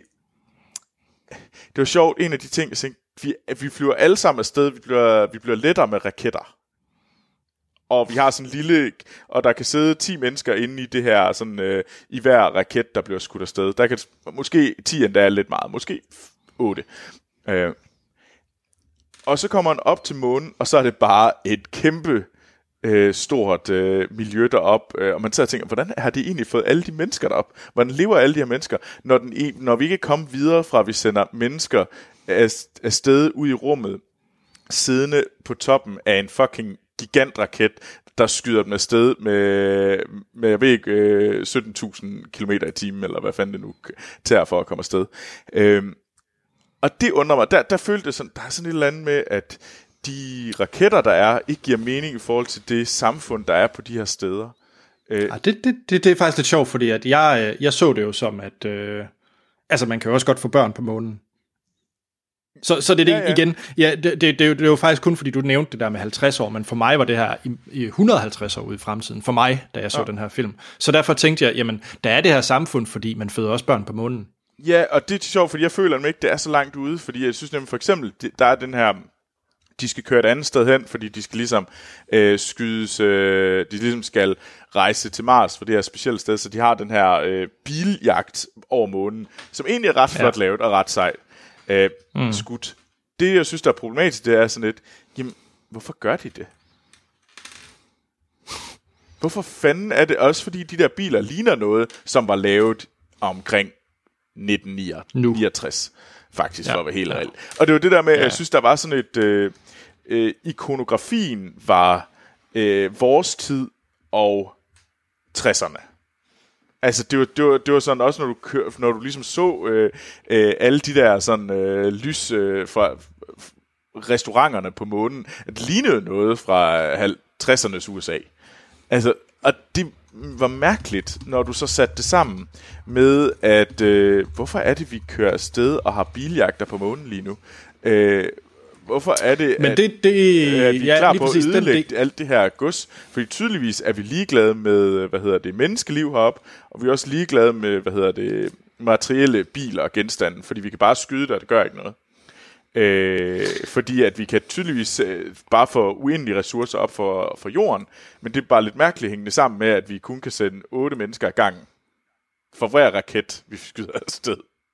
det var sjovt, en af de ting, jeg tænkte, vi, vi flyver alle sammen afsted, vi bliver, vi bliver lettere med raketter. Og vi har sådan en lille, og der kan sidde ti mennesker inde i det her, sådan øh, i hver raket, der bliver skudt afsted. Der kan måske ti endda er lidt meget, måske otte. Øh. Og så kommer man op til månen, og så er det bare et kæmpe øh, stort øh, miljø derop, øh, og man så tænker, hvordan har de egentlig fået alle de mennesker derop? Hvordan lever alle de her mennesker, når, den, når vi ikke kommer videre fra, at vi sender mennesker afsted ud i rummet, siddende på toppen af en fucking gigantraket, der skyder dem afsted med, med jeg ved ikke, øh, sytten tusind kilometer i timen, eller hvad fanden det nu tager for at komme afsted. Øhm, og det undrer mig, der, der følte det sådan, der er sådan et eller andet med, at de raketter, der er, ikke giver mening i forhold til det samfund, der er på de her steder. Øh, ja, det, det, det, det er faktisk lidt sjovt, fordi at jeg, jeg så det jo som, at øh, altså man kan jo også godt få børn på månen. Så, så det er det ja, ja. igen, ja, det, det, det, det er jo faktisk kun fordi du nævnte det der med halvtreds år, men for mig var det her i, i et hundrede og halvtreds år ude i fremtiden, for mig, da jeg så ja. den her film. Så derfor tænkte jeg, jamen, der er det her samfund, fordi man føder også børn på månen. Ja, og det er sjovt, fordi jeg føler nemlig ikke, det er så langt ude, fordi jeg synes nemlig for eksempel, der er den her, de skal køre et andet sted hen, fordi de skal ligesom øh, skydes, øh, de ligesom skal rejse til Mars for det her specielle sted, så de har den her øh, biljagt over månen, som egentlig er ret flot ja. lavet og ret sejt. Øh, mm. skudt. Det, jeg synes, der er problematisk, det er sådan lidt, jamen, hvorfor gør de det? Hvorfor fanden er det også, fordi de der biler ligner noget, som var lavet omkring nitten niogtres, faktisk, ja. for at være helt reelt. Og det var det der med, ja. jeg synes, der var sådan et, øh, øh, ikonografien var øh, vores tid og tresserne. Altså, det var, det, var, det var sådan også, når du, kør, når du ligesom så øh, øh, alle de der sådan, øh, lys øh, fra restauranterne på månen, det lignede noget fra halvtredsernes U S A. Altså, og det var mærkeligt, når du så satte det sammen med, at øh, hvorfor er det, vi kører afsted og har biljagter på månen lige nu? Øh, Hvorfor er det, Men at, det, det, at vi er ja, klar på at præcis, ødelægge den, alt det her gods? Fordi tydeligvis er vi ligeglade med, hvad hedder det, menneskeliv heroppe, og vi er også ligeglade med, hvad hedder det, materielle biler og genstande, fordi vi kan bare skyde det, og det gør ikke noget. Øh, fordi at vi kan tydeligvis øh, bare få uendelige ressourcer op for, for jorden, men det er bare lidt mærkeligt hængende sammen med, at vi kun kan sende otte mennesker ad gangen for hver raket, vi skyder afsted.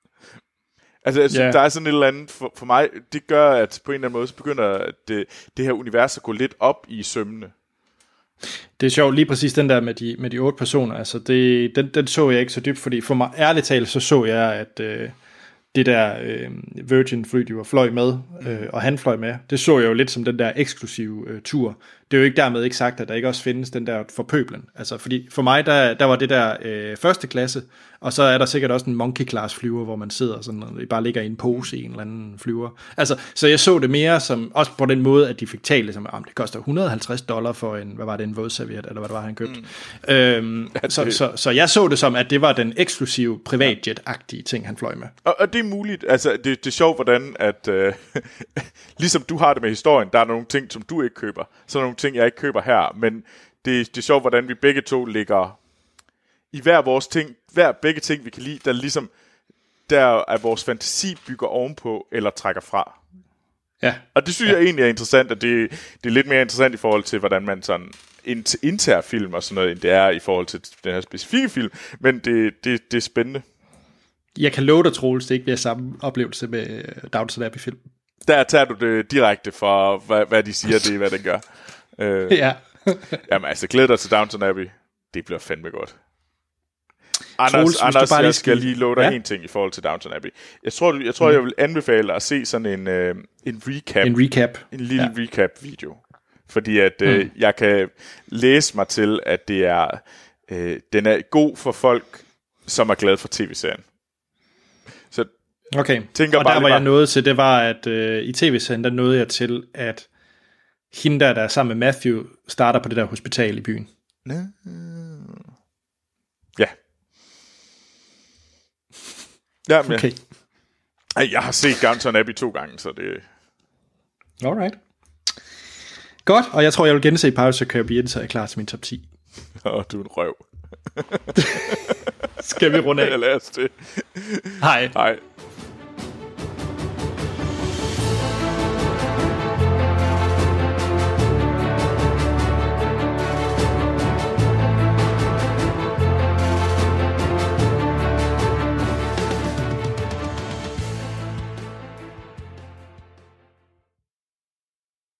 Altså, jeg synes, yeah. der er sådan et eller andet for, for mig, det gør, at på en eller anden måde, så begynder det, det her univers at gå lidt op i sømmene. Det er sjovt, lige præcis den der med de, med de otte personer, altså det, den, den så jeg ikke så dybt, fordi for mig, ærligt talt, så så jeg, at øh, det der øh, Virgin-fly, de var fløj med, øh, og han fløj med, det så jeg jo lidt som den der eksklusive øh, tur. Det er jo ikke dermed ikke sagt, at der ikke også findes den der for pøblen. Altså, fordi for mig, der, der var det der øh, første klasse, og så er der sikkert også en monkey class flyver, hvor man sidder sådan, og bare ligger i en pose i en eller anden flyver. Altså, så jeg så det mere som, også på den måde, at de fik talt, ligesom, om det koster et hundrede og halvtreds dollar for en, hvad var det, en vådserviet, eller hvad det var, han købte. Mm. Øhm, ja, det... så, så, så jeg så det som, at det var den eksklusive privatjet-agtige ting, han fløj med. Og, og det er muligt, altså, det, det er sjovt, hvordan, at øh, ligesom du har det med historien, der er nogle ting, som du ikke køber, så er nogle ting, jeg ikke køber her, men det, det er sjovt, hvordan vi begge to ligger i hver vores ting, hver begge ting, vi kan lide, der ligesom, der er vores fantasi bygger ovenpå, eller trækker fra. Ja. Og det synes ja. jeg egentlig er interessant, at det, det er lidt mere interessant i forhold til, hvordan man sådan indtager film og sådan noget, end det er i forhold til den her specifikke film. Men det, det, det er spændende. Jeg kan love dig, Troels, det ikke bliver samme oplevelse med Downton Abbey-film. Der tager du det direkte fra, hvad, hvad de siger, det er, hvad den gør. Øh, ja. Jamen altså, glæder dig til Downton Abbey. Det bliver fandme godt. Anders, Troels, Anders bare jeg skal lige love dig ja? en ting i forhold til Downton Abbey. Jeg tror, jeg, tror, mm. jeg vil anbefale at se sådan en, øh, en recap. En recap. En lille ja. recap-video. Fordi at øh, mm. jeg kan læse mig til, at det er øh, den er god for folk, som er glade for tv-serien. Så okay, tænker og bare der var bare... jeg nået til, det var, at øh, i tv-serien, der nåede jeg til, at hende der, der er sammen med Matthew, starter på det der hospital i byen. Ja. Ja, men okay. Jeg, jeg har set Downton Abbey to gange, så det... Alright. Godt, og jeg tror, jeg vil gense Pirates of the Caribbean, så jeg er klar til min top ti. Åh, du er en røv. Skal vi runde af? Lad os det. Hej. Hej.